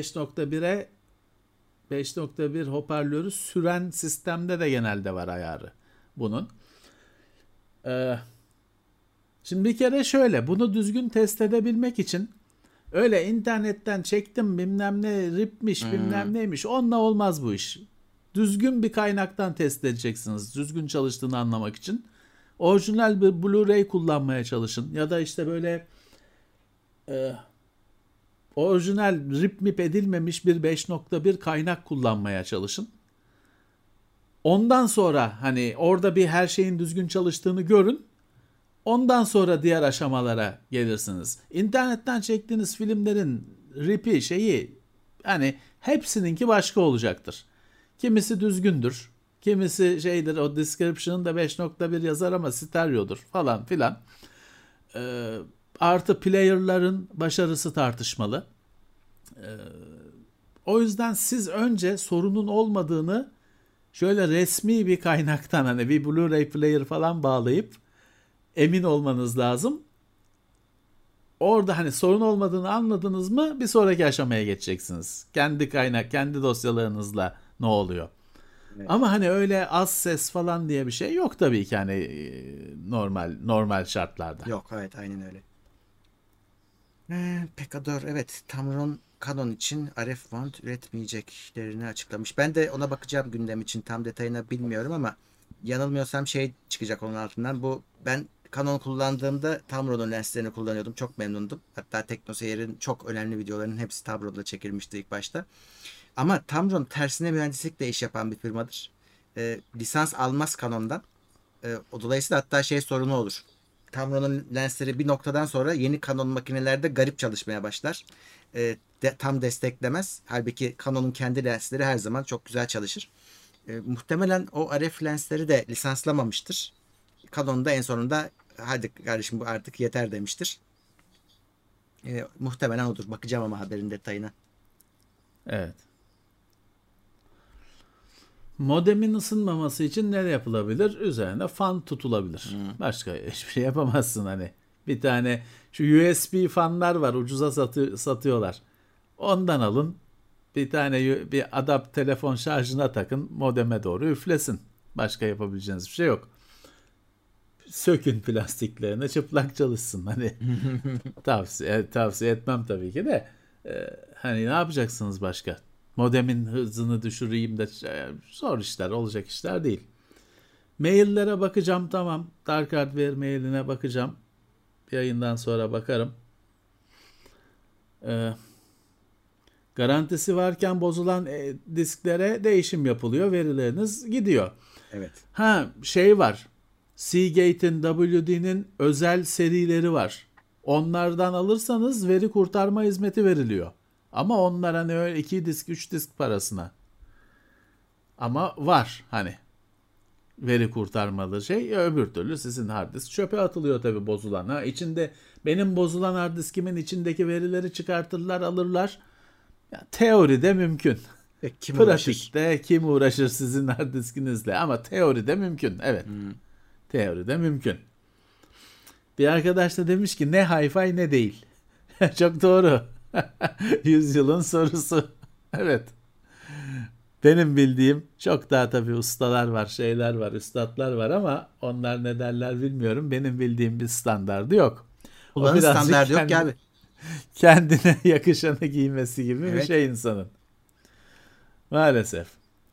5.1 hoparlörü süren sistemde de genelde var ayarı bunun. Ee, Şimdi bir kere şöyle, bunu düzgün test edebilmek için öyle internetten çektim bilmem ne ripmiş Hı. bilmem neymiş, onunla olmaz bu iş. Düzgün bir kaynaktan test edeceksiniz düzgün çalıştığını anlamak için. Orijinal bir Blu-ray kullanmaya çalışın ya da işte böyle e, orijinal rip edilmemiş bir 5.1 kaynak kullanmaya çalışın. Ondan sonra hani orada bir her şeyin düzgün çalıştığını görün. Ondan sonra diğer aşamalara gelirsiniz. İnternetten çektiğiniz filmlerin ripi şeyi, hani hepsininki başka olacaktır. Kimisi düzgündür. Kimisi şeydir, o description'da 5.1 yazar ama stereodur falan filan. Ee, Artı player'ların başarısı tartışmalı. O yüzden siz önce sorunun olmadığını şöyle resmi bir kaynaktan, hani bir Blu-ray player falan bağlayıp emin olmanız lazım. Orada hani sorun olmadığını anladınız mı bir sonraki aşamaya geçeceksiniz. Kendi kaynak, kendi dosyalarınızla ne oluyor? Evet. Ama hani öyle az ses falan diye bir şey yok tabii ki, hani normal şartlarda. Yok, evet, aynen öyle. Pekador, evet, Tamron Canon için RF font üretmeyeceklerini açıklamış. Ben de ona bakacağım gündem için, tam detayını bilmiyorum ama yanılmıyorsam şey çıkacak onun altından. Bu, ben Canon kullandığımda Tamron'un lenslerini kullanıyordum. Çok memnundum. Hatta TeknoSeyir'in çok önemli videolarının hepsi Tamron'da çekilmişti ilk başta. Ama Tamron tersine mühendislikle iş yapan bir firmadır. Lisans almaz Canon'dan. Dolayısıyla hatta şey sorunu olur. Tamron'un lensleri bir noktadan sonra yeni Canon makinelerde garip çalışmaya başlar. Tam desteklemez. Halbuki Canon'un kendi lensleri her zaman çok güzel çalışır. Muhtemelen o RF lensleri de lisanslamamıştır. Canon da en sonunda hadi kardeşim bu artık yeter demiştir. Muhtemelen odur. Bakacağım ama haberin detayına. Evet. Modemin ısınmaması için ne yapılabilir? Üzerine fan tutulabilir. Hmm. Başka hiçbir şey yapamazsın hani. Bir tane şu USB fanlar var, ucuza satıyorlar. Ondan alın. Bir tane bir adapt telefon şarjına takın, modeme doğru üflesin. Başka yapabileceğiniz bir şey yok. Sökün plastiklerini, çıplak çalışsın. Hani tavsiye etmem tabii ki de. Hani ne yapacaksınız başka? Modemin hızını düşüreyim de zor işler, olacak işler değil. Maillere bakacağım, tamam. Dark Hardware mailine bakacağım. Yayından sonra bakarım. Ee, Garantisi varken bozulan disklere değişim yapılıyor. Verileriniz gidiyor. Evet. Ha, şey var. Seagate'in, WD'nin özel serileri var. Onlardan alırsanız veri kurtarma hizmeti veriliyor. Ama onlar hani öyle 2 disk 3 disk parasına. Ama var hani veri kurtarmalı şey. Öbür türlü sizin hard disk çöpe atılıyor tabii bozulan. Ha, içinde benim bozulan hard diskimin içindeki verileri çıkartırlar, alırlar. Ya, teoride mümkün. Kim uğraşır? Pratikte kim uğraşır sizin hard diskinizle? Ama teoride mümkün. Evet. Teoride mümkün. Bir arkadaş da demiş ki ne hi-fi ne değil. Çok doğru. Yüzyılın sorusu. Evet. Benim bildiğim çok daha tabii ustalar var, şeyler var, üstatlar var ama onlar ne derler bilmiyorum. Benim bildiğim bir standardı yok. O Kullanım birazcık standardı yok ki abi. kendine yakışanı giymesi gibi bir Evet. şey insanın. Maalesef.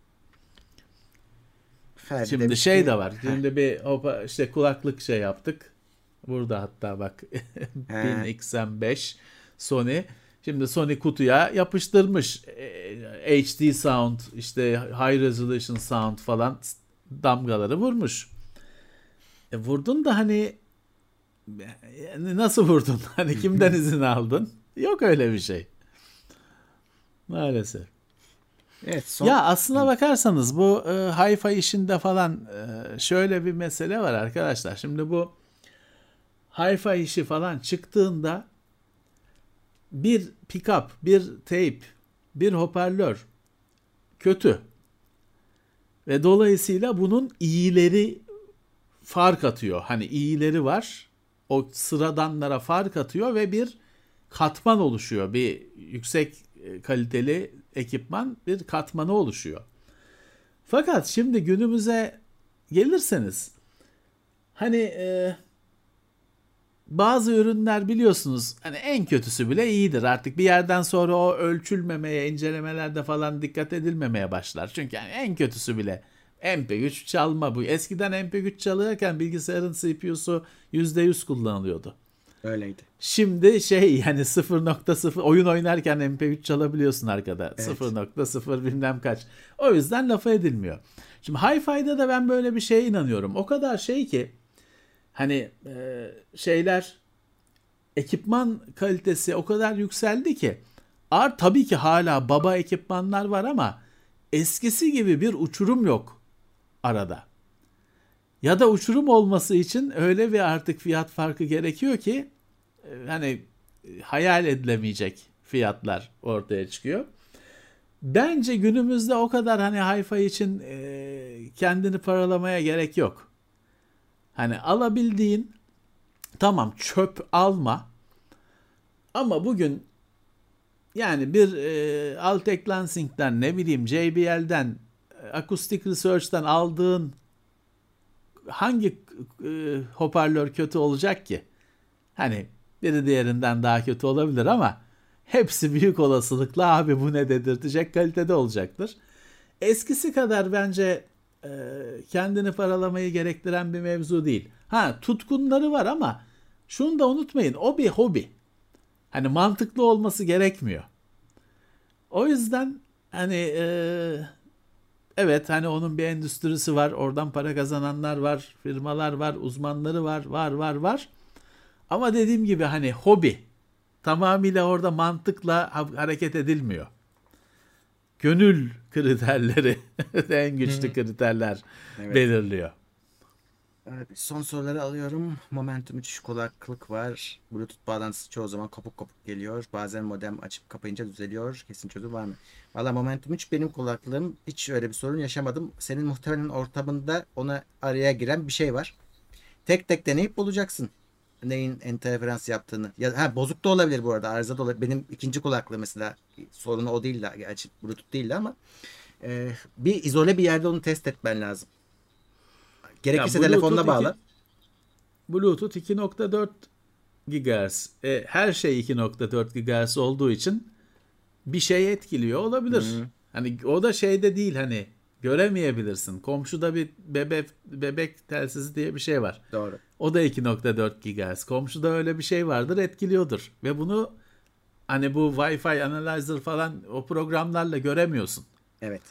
Ferdi Şimdi demiş şey ki de var. Şimdi bir işte kulaklık şey yaptık. Burada hatta bak he, 1000XM5 Sony. Şimdi Sony kutuya yapıştırmış HD sound, işte high resolution sound falan damgaları vurmuş. Vurdun da hani yani nasıl vurdun? Hani kimden izin aldın? Yok öyle bir şey. Maalesef. evet son Ya aslına bakarsanız bu hi-fi işinde falan şöyle bir mesele var arkadaşlar. Şimdi bu hi-fi işi falan çıktığında bir pick-up, bir tape, bir hoparlör kötü. Ve dolayısıyla bunun iyileri fark atıyor. Hani iyileri var. O sıradanlara fark atıyor ve bir katman oluşuyor. Bir yüksek kaliteli ekipman bir katmanı oluşuyor. Fakat şimdi günümüze gelirseniz hani bazı ürünler biliyorsunuz hani en kötüsü bile iyidir. Artık bir yerden sonra o ölçülmemeye, incelemelerde falan dikkat edilmemeye başlar. Çünkü yani en kötüsü bile MP3 çalma bu. Eskiden MP3 çalırken bilgisayarın CPU'su %100 kullanılıyordu. öyleydi. Şimdi yani 0.0 oyun oynarken MP3 çalabiliyorsun arkada. Evet. 0.0 bilmem kaç. O yüzden lafa edilmiyor. Şimdi Hi-Fi'de de ben böyle bir şeye inanıyorum. O kadar şey ki hani şeyler ekipman kalitesi o kadar yükseldi ki tabii ki hala baba ekipmanlar var ama eskisi gibi bir uçurum yok arada. Ya da uçurum olması için öyle bir artık fiyat farkı gerekiyor ki hani hayal edilemeyecek fiyatlar ortaya çıkıyor. Bence günümüzde o kadar hani hi-fi için kendini paralamaya gerek yok. Hani alabildiğin tamam çöp alma ama bugün yani bir Altec Lansing'den ne bileyim JBL'den Acoustic Research'ten aldığın hangi hoparlör kötü olacak ki? Hani biri diğerinden daha kötü olabilir ama hepsi büyük olasılıkla abi bu ne dedirtecek kalitede olacaktır. Eskisi kadar bence kendini paralamayı gerektiren bir mevzu değil. Ha tutkunları var ama şunu da unutmayın o bir hobi. Hani mantıklı olması gerekmiyor. O yüzden hani evet hani onun bir endüstrisi var. Oradan para kazananlar var, firmalar var, uzmanları var. Ama dediğim gibi hani hobi. Tamamıyla orada mantıkla hareket edilmiyor. Gönül kriterleri en güçlü kriterler Evet. belirliyor. Son soruları alıyorum. Momentum 3 kulaklık var. Bluetooth bağlantısı çoğu zaman kopuk kopuk geliyor. Bazen modem açıp kapayınca düzeliyor. Kesin çözüm var mı? Valla Momentum 3 benim kulaklığım. Hiç öyle bir sorun yaşamadım. Senin muhtemelen ortamında ona araya giren bir şey var. Tek tek deneyip bulacaksın. Neyin interferans yaptığını. Bozuk da olabilir bu arada. Arıza da olabilir. Benim ikinci kulaklığı mesela sorunu o değil de. Gerçi Bluetooth değildi ama bir izole bir yerde onu test etmen lazım. Gerekirse telefonla bağla. Bluetooth 2.4 GHz. Her şey 2.4 GHz olduğu için bir şey etkiliyor olabilir. Hani o da şeyde değil hani göremeyebilirsin. Komşuda bir bebek telsizi diye bir şey var. Doğru. O da 2.4 GHz. Komşuda öyle bir şey vardır, etkiliyordur. Ve bunu hani bu Wi-Fi Analyzer falan o programlarla göremiyorsun. Evet.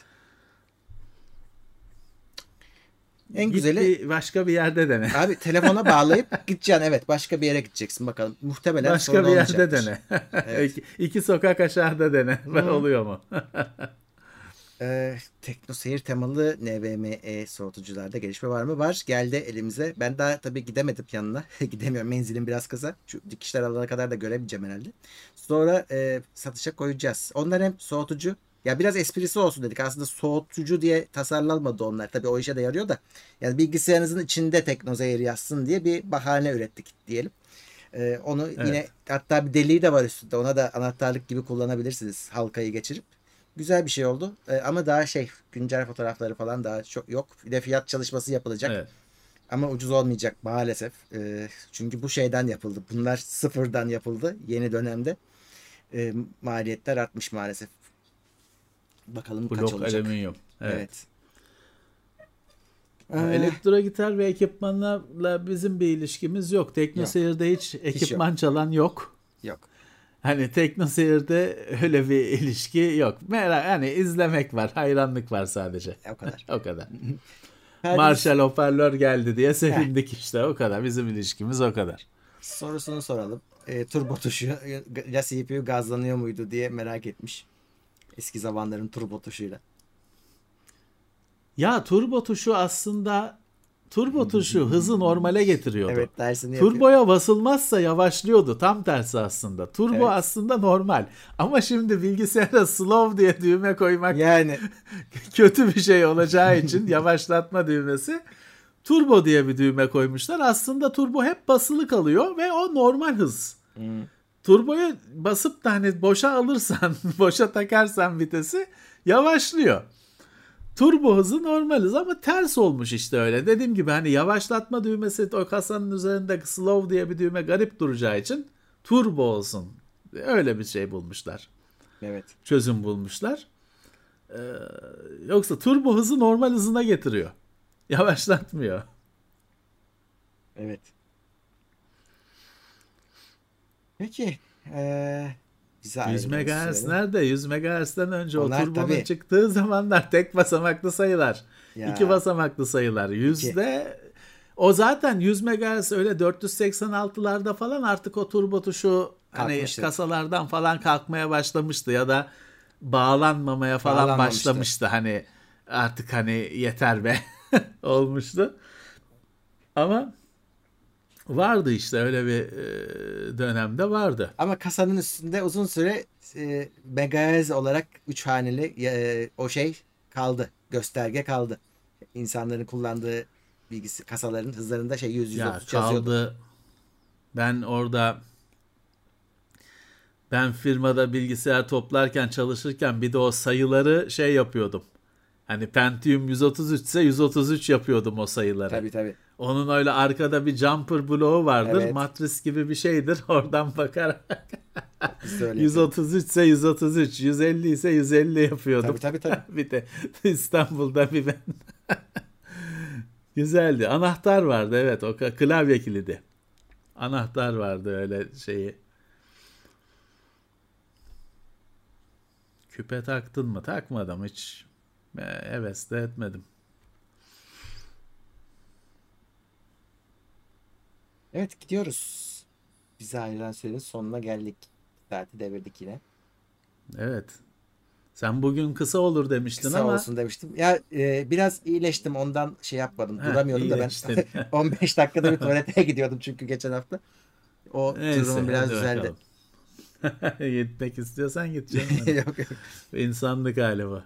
En güzeli başka bir yerde dene. abi telefona bağlayıp gideceksin. Evet, başka bir yere gideceksin bakalım. Muhtemelen Başka bir yerde olmayacaktır. dene. Evet. İki sokak aşağıda dene. Oluyor mu? Tekno seyir temalı NVMe soğutucularda gelişme var mı? Var. Geldi elimize. Ben daha tabii gidemedim yanına. Gidemiyorum. Menzilim biraz kısa. Şu dikişler alana kadar da göremeyeceğim herhalde. Sonra satışa koyacağız. Onlar hem soğutucu, ya biraz esprisi olsun dedik. Aslında soğutucu diye tasarlanmadı onlar. Tabii o işe de yarıyor da. Yani bilgisayarınızın içinde Tekno Seyir yazsın diye bir bahane ürettik diyelim. Onu yine Evet. hatta bir deliği de var üstünde. Ona da anahtarlık gibi kullanabilirsiniz halkayı geçirip. Güzel bir şey oldu. Ama daha güncel fotoğrafları falan daha çok yok. Bir de fiyat çalışması yapılacak. Evet. Ama ucuz olmayacak maalesef. Çünkü bu şeyden yapıldı. Bunlar sıfırdan yapıldı yeni dönemde. Maliyetler artmış maalesef. Bakalım kaç Blok olacak. alüminyum. Evet. Evet. Ya, Ee, elektro gitar ve ekipmanlarla bizim bir ilişkimiz yok. Tekno yok. Seyir'de hiç Hiç yok. ekipman çalan yok. Yok. Hani Tekno Seyir'de öyle bir ilişki yok. Merak, hani izlemek var, hayranlık var sadece. O kadar. O kadar. Perdeniz. Marshall hoparlör geldi diye Heh, sevindik işte, o kadar. Bizim ilişkimiz o kadar. sorusunu soralım. Turbo tuşu ya CPU gazlanıyor muydu diye merak etmiş. Eski zamanların turbo tuşuyla. Ya turbo tuşu hızı normale getiriyordu. Evet, dersini yapıyor. Turboya basılmazsa yavaşlıyordu. Tam tersi aslında. Turbo Evet. aslında normal. Ama şimdi bilgisayara slow diye düğme koymak Yani kötü bir şey olacağı için yavaşlatma düğmesi, turbo diye bir düğme koymuşlar. Aslında turbo hep basılı kalıyor ve o normal hız. hmm, Turboyu basıp da hani boşa alırsan, boşa takarsan vitesi yavaşlıyor. Turbo hızı normal hız ama ters olmuş işte öyle. Dediğim gibi hani yavaşlatma düğmesi o kasanın üzerinde slow diye bir düğme garip duracağı için turbo olsun. Öyle bir şey bulmuşlar. evet. Çözüm bulmuşlar. Ee, Yoksa turbo hızı normal hızına getiriyor. Yavaşlatmıyor. Evet. Peki. Bize 100 ayrılan MHz sürenin. nerede? 100 MHz'den önce o Onlar turbonun tabii. çıktığı zamanlar tek basamaklı sayılar. İki Ya basamaklı sayılar. iki. Yüzde o zaten 100 MHz öyle 486'larda falan artık o turbo tuşu hani Kalkmıştı. kasalardan falan kalkmaya başlamıştı ya da bağlanmamaya falan Bağlanmamıştı. başlamıştı. Hani artık hani yeter be olmuştu. Ama vardı işte öyle bir dönemde vardı. Ama kasanın üstünde uzun süre megahertz olarak 3 haneli o kaldı. Gösterge kaldı. İnsanların kullandığı bilgisi kasaların hızlarında 100 Ya 130 yazıyordu. kaldı. Ben orada Ben firmada bilgisayar toplarken çalışırken bir de o sayıları şey yapıyordum. Hani Pentium 133 ise 133 yapıyordum o sayıları. Tabii tabii. Onun öyle arkada bir jumper bloğu vardır. Evet. Matris gibi bir şeydir. Oradan bakarak Biz de öyle yapıyorduk. 133 ise 133, 150 ise 150 yapıyordum. Tabii tabii tabii. Bir de İstanbul'da bir ben. Güzeldi. Anahtar vardı, evet, o klavye kilidi. Anahtar vardı öyle şeyi. Küpe taktın mı? Takmadım hiç. Heves de etmedim. Evet, gidiyoruz. Bize ayrılan sürenin sonuna geldik. Saati devirdik yine. Evet. Sen bugün kısa olur demiştin Kısa ama olsun demiştim. Ya biraz iyileştim, ondan yapmadım. Duramıyordum da ben. iyileştin. 15 dakikada bir tuvalete gidiyordum çünkü geçen hafta. O durumum Neyse biraz hadi düzeldi. bakalım. Gitmek istiyorsan git canım hani. Yok yok. İnsanlık hali bu.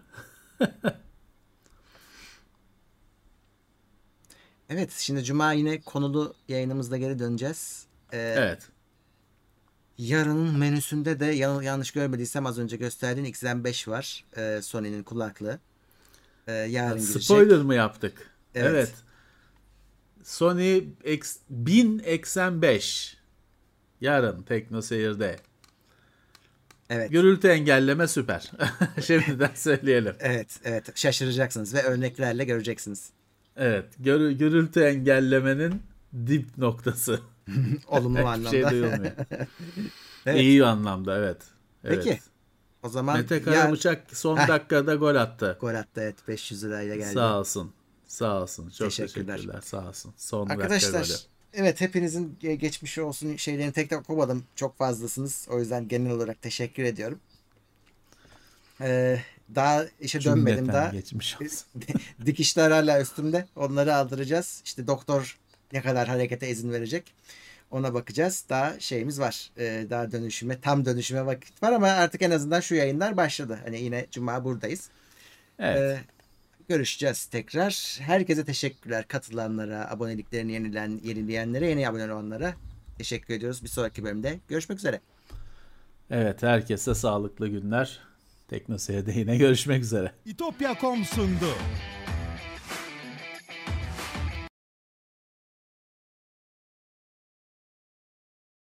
Evet, şimdi Cuma yine konulu yayınımızda geri döneceğiz. Evet. Yarının menüsünde de yanlış görmediysem az önce gösterdiğin XM5 var. Sony'nin kulaklığı. Yarın Spoiler girecek. mı yaptık? Evet. Evet. Sony 1000 XM5 yarın Tekno Seyir'de. Evet. Gürültü engelleme süper. Şimdiden söyleyelim. Evet. Evet. Şaşıracaksınız ve örneklerle göreceksiniz. Evet, gürültü engellemenin dip noktası. Olumlu Hiçbir şey anlamda. duyulmuyor. Evet. İyi anlamda, evet. Evet. Peki. O zaman Mete Karabıçak son Heh, dakikada gol attı. gol attı, evet, 500 lirayla geldi. Sağ olsun. Sağ olsun. Çok Teşekkürler. teşekkürler. Sağ olsun. Son dakika golü. Arkadaşlar, evet, hepinizin geçmiş olsun şeylerini tek tek okumadım. Çok fazlasınız. O yüzden genel olarak teşekkür ediyorum. Daha işe dönmedim Cümleten daha. geçmiş olsun. Dikişler hala üstümde. Onları aldıracağız. İşte doktor ne kadar harekete izin verecek. Ona bakacağız. Daha şeyimiz var. Daha tam dönüşüme vakit var ama artık en azından şu yayınlar başladı. Hani yine Cuma buradayız. Evet. Görüşeceğiz tekrar. Herkese teşekkürler. Katılanlara, aboneliklerini yenileyenlere, yeni abone olanlara teşekkür ediyoruz. Bir sonraki bölümde görüşmek üzere. Evet, herkese sağlıklı günler. Teknoseyir'de yine görüşmek üzere. İtopya.com sundu.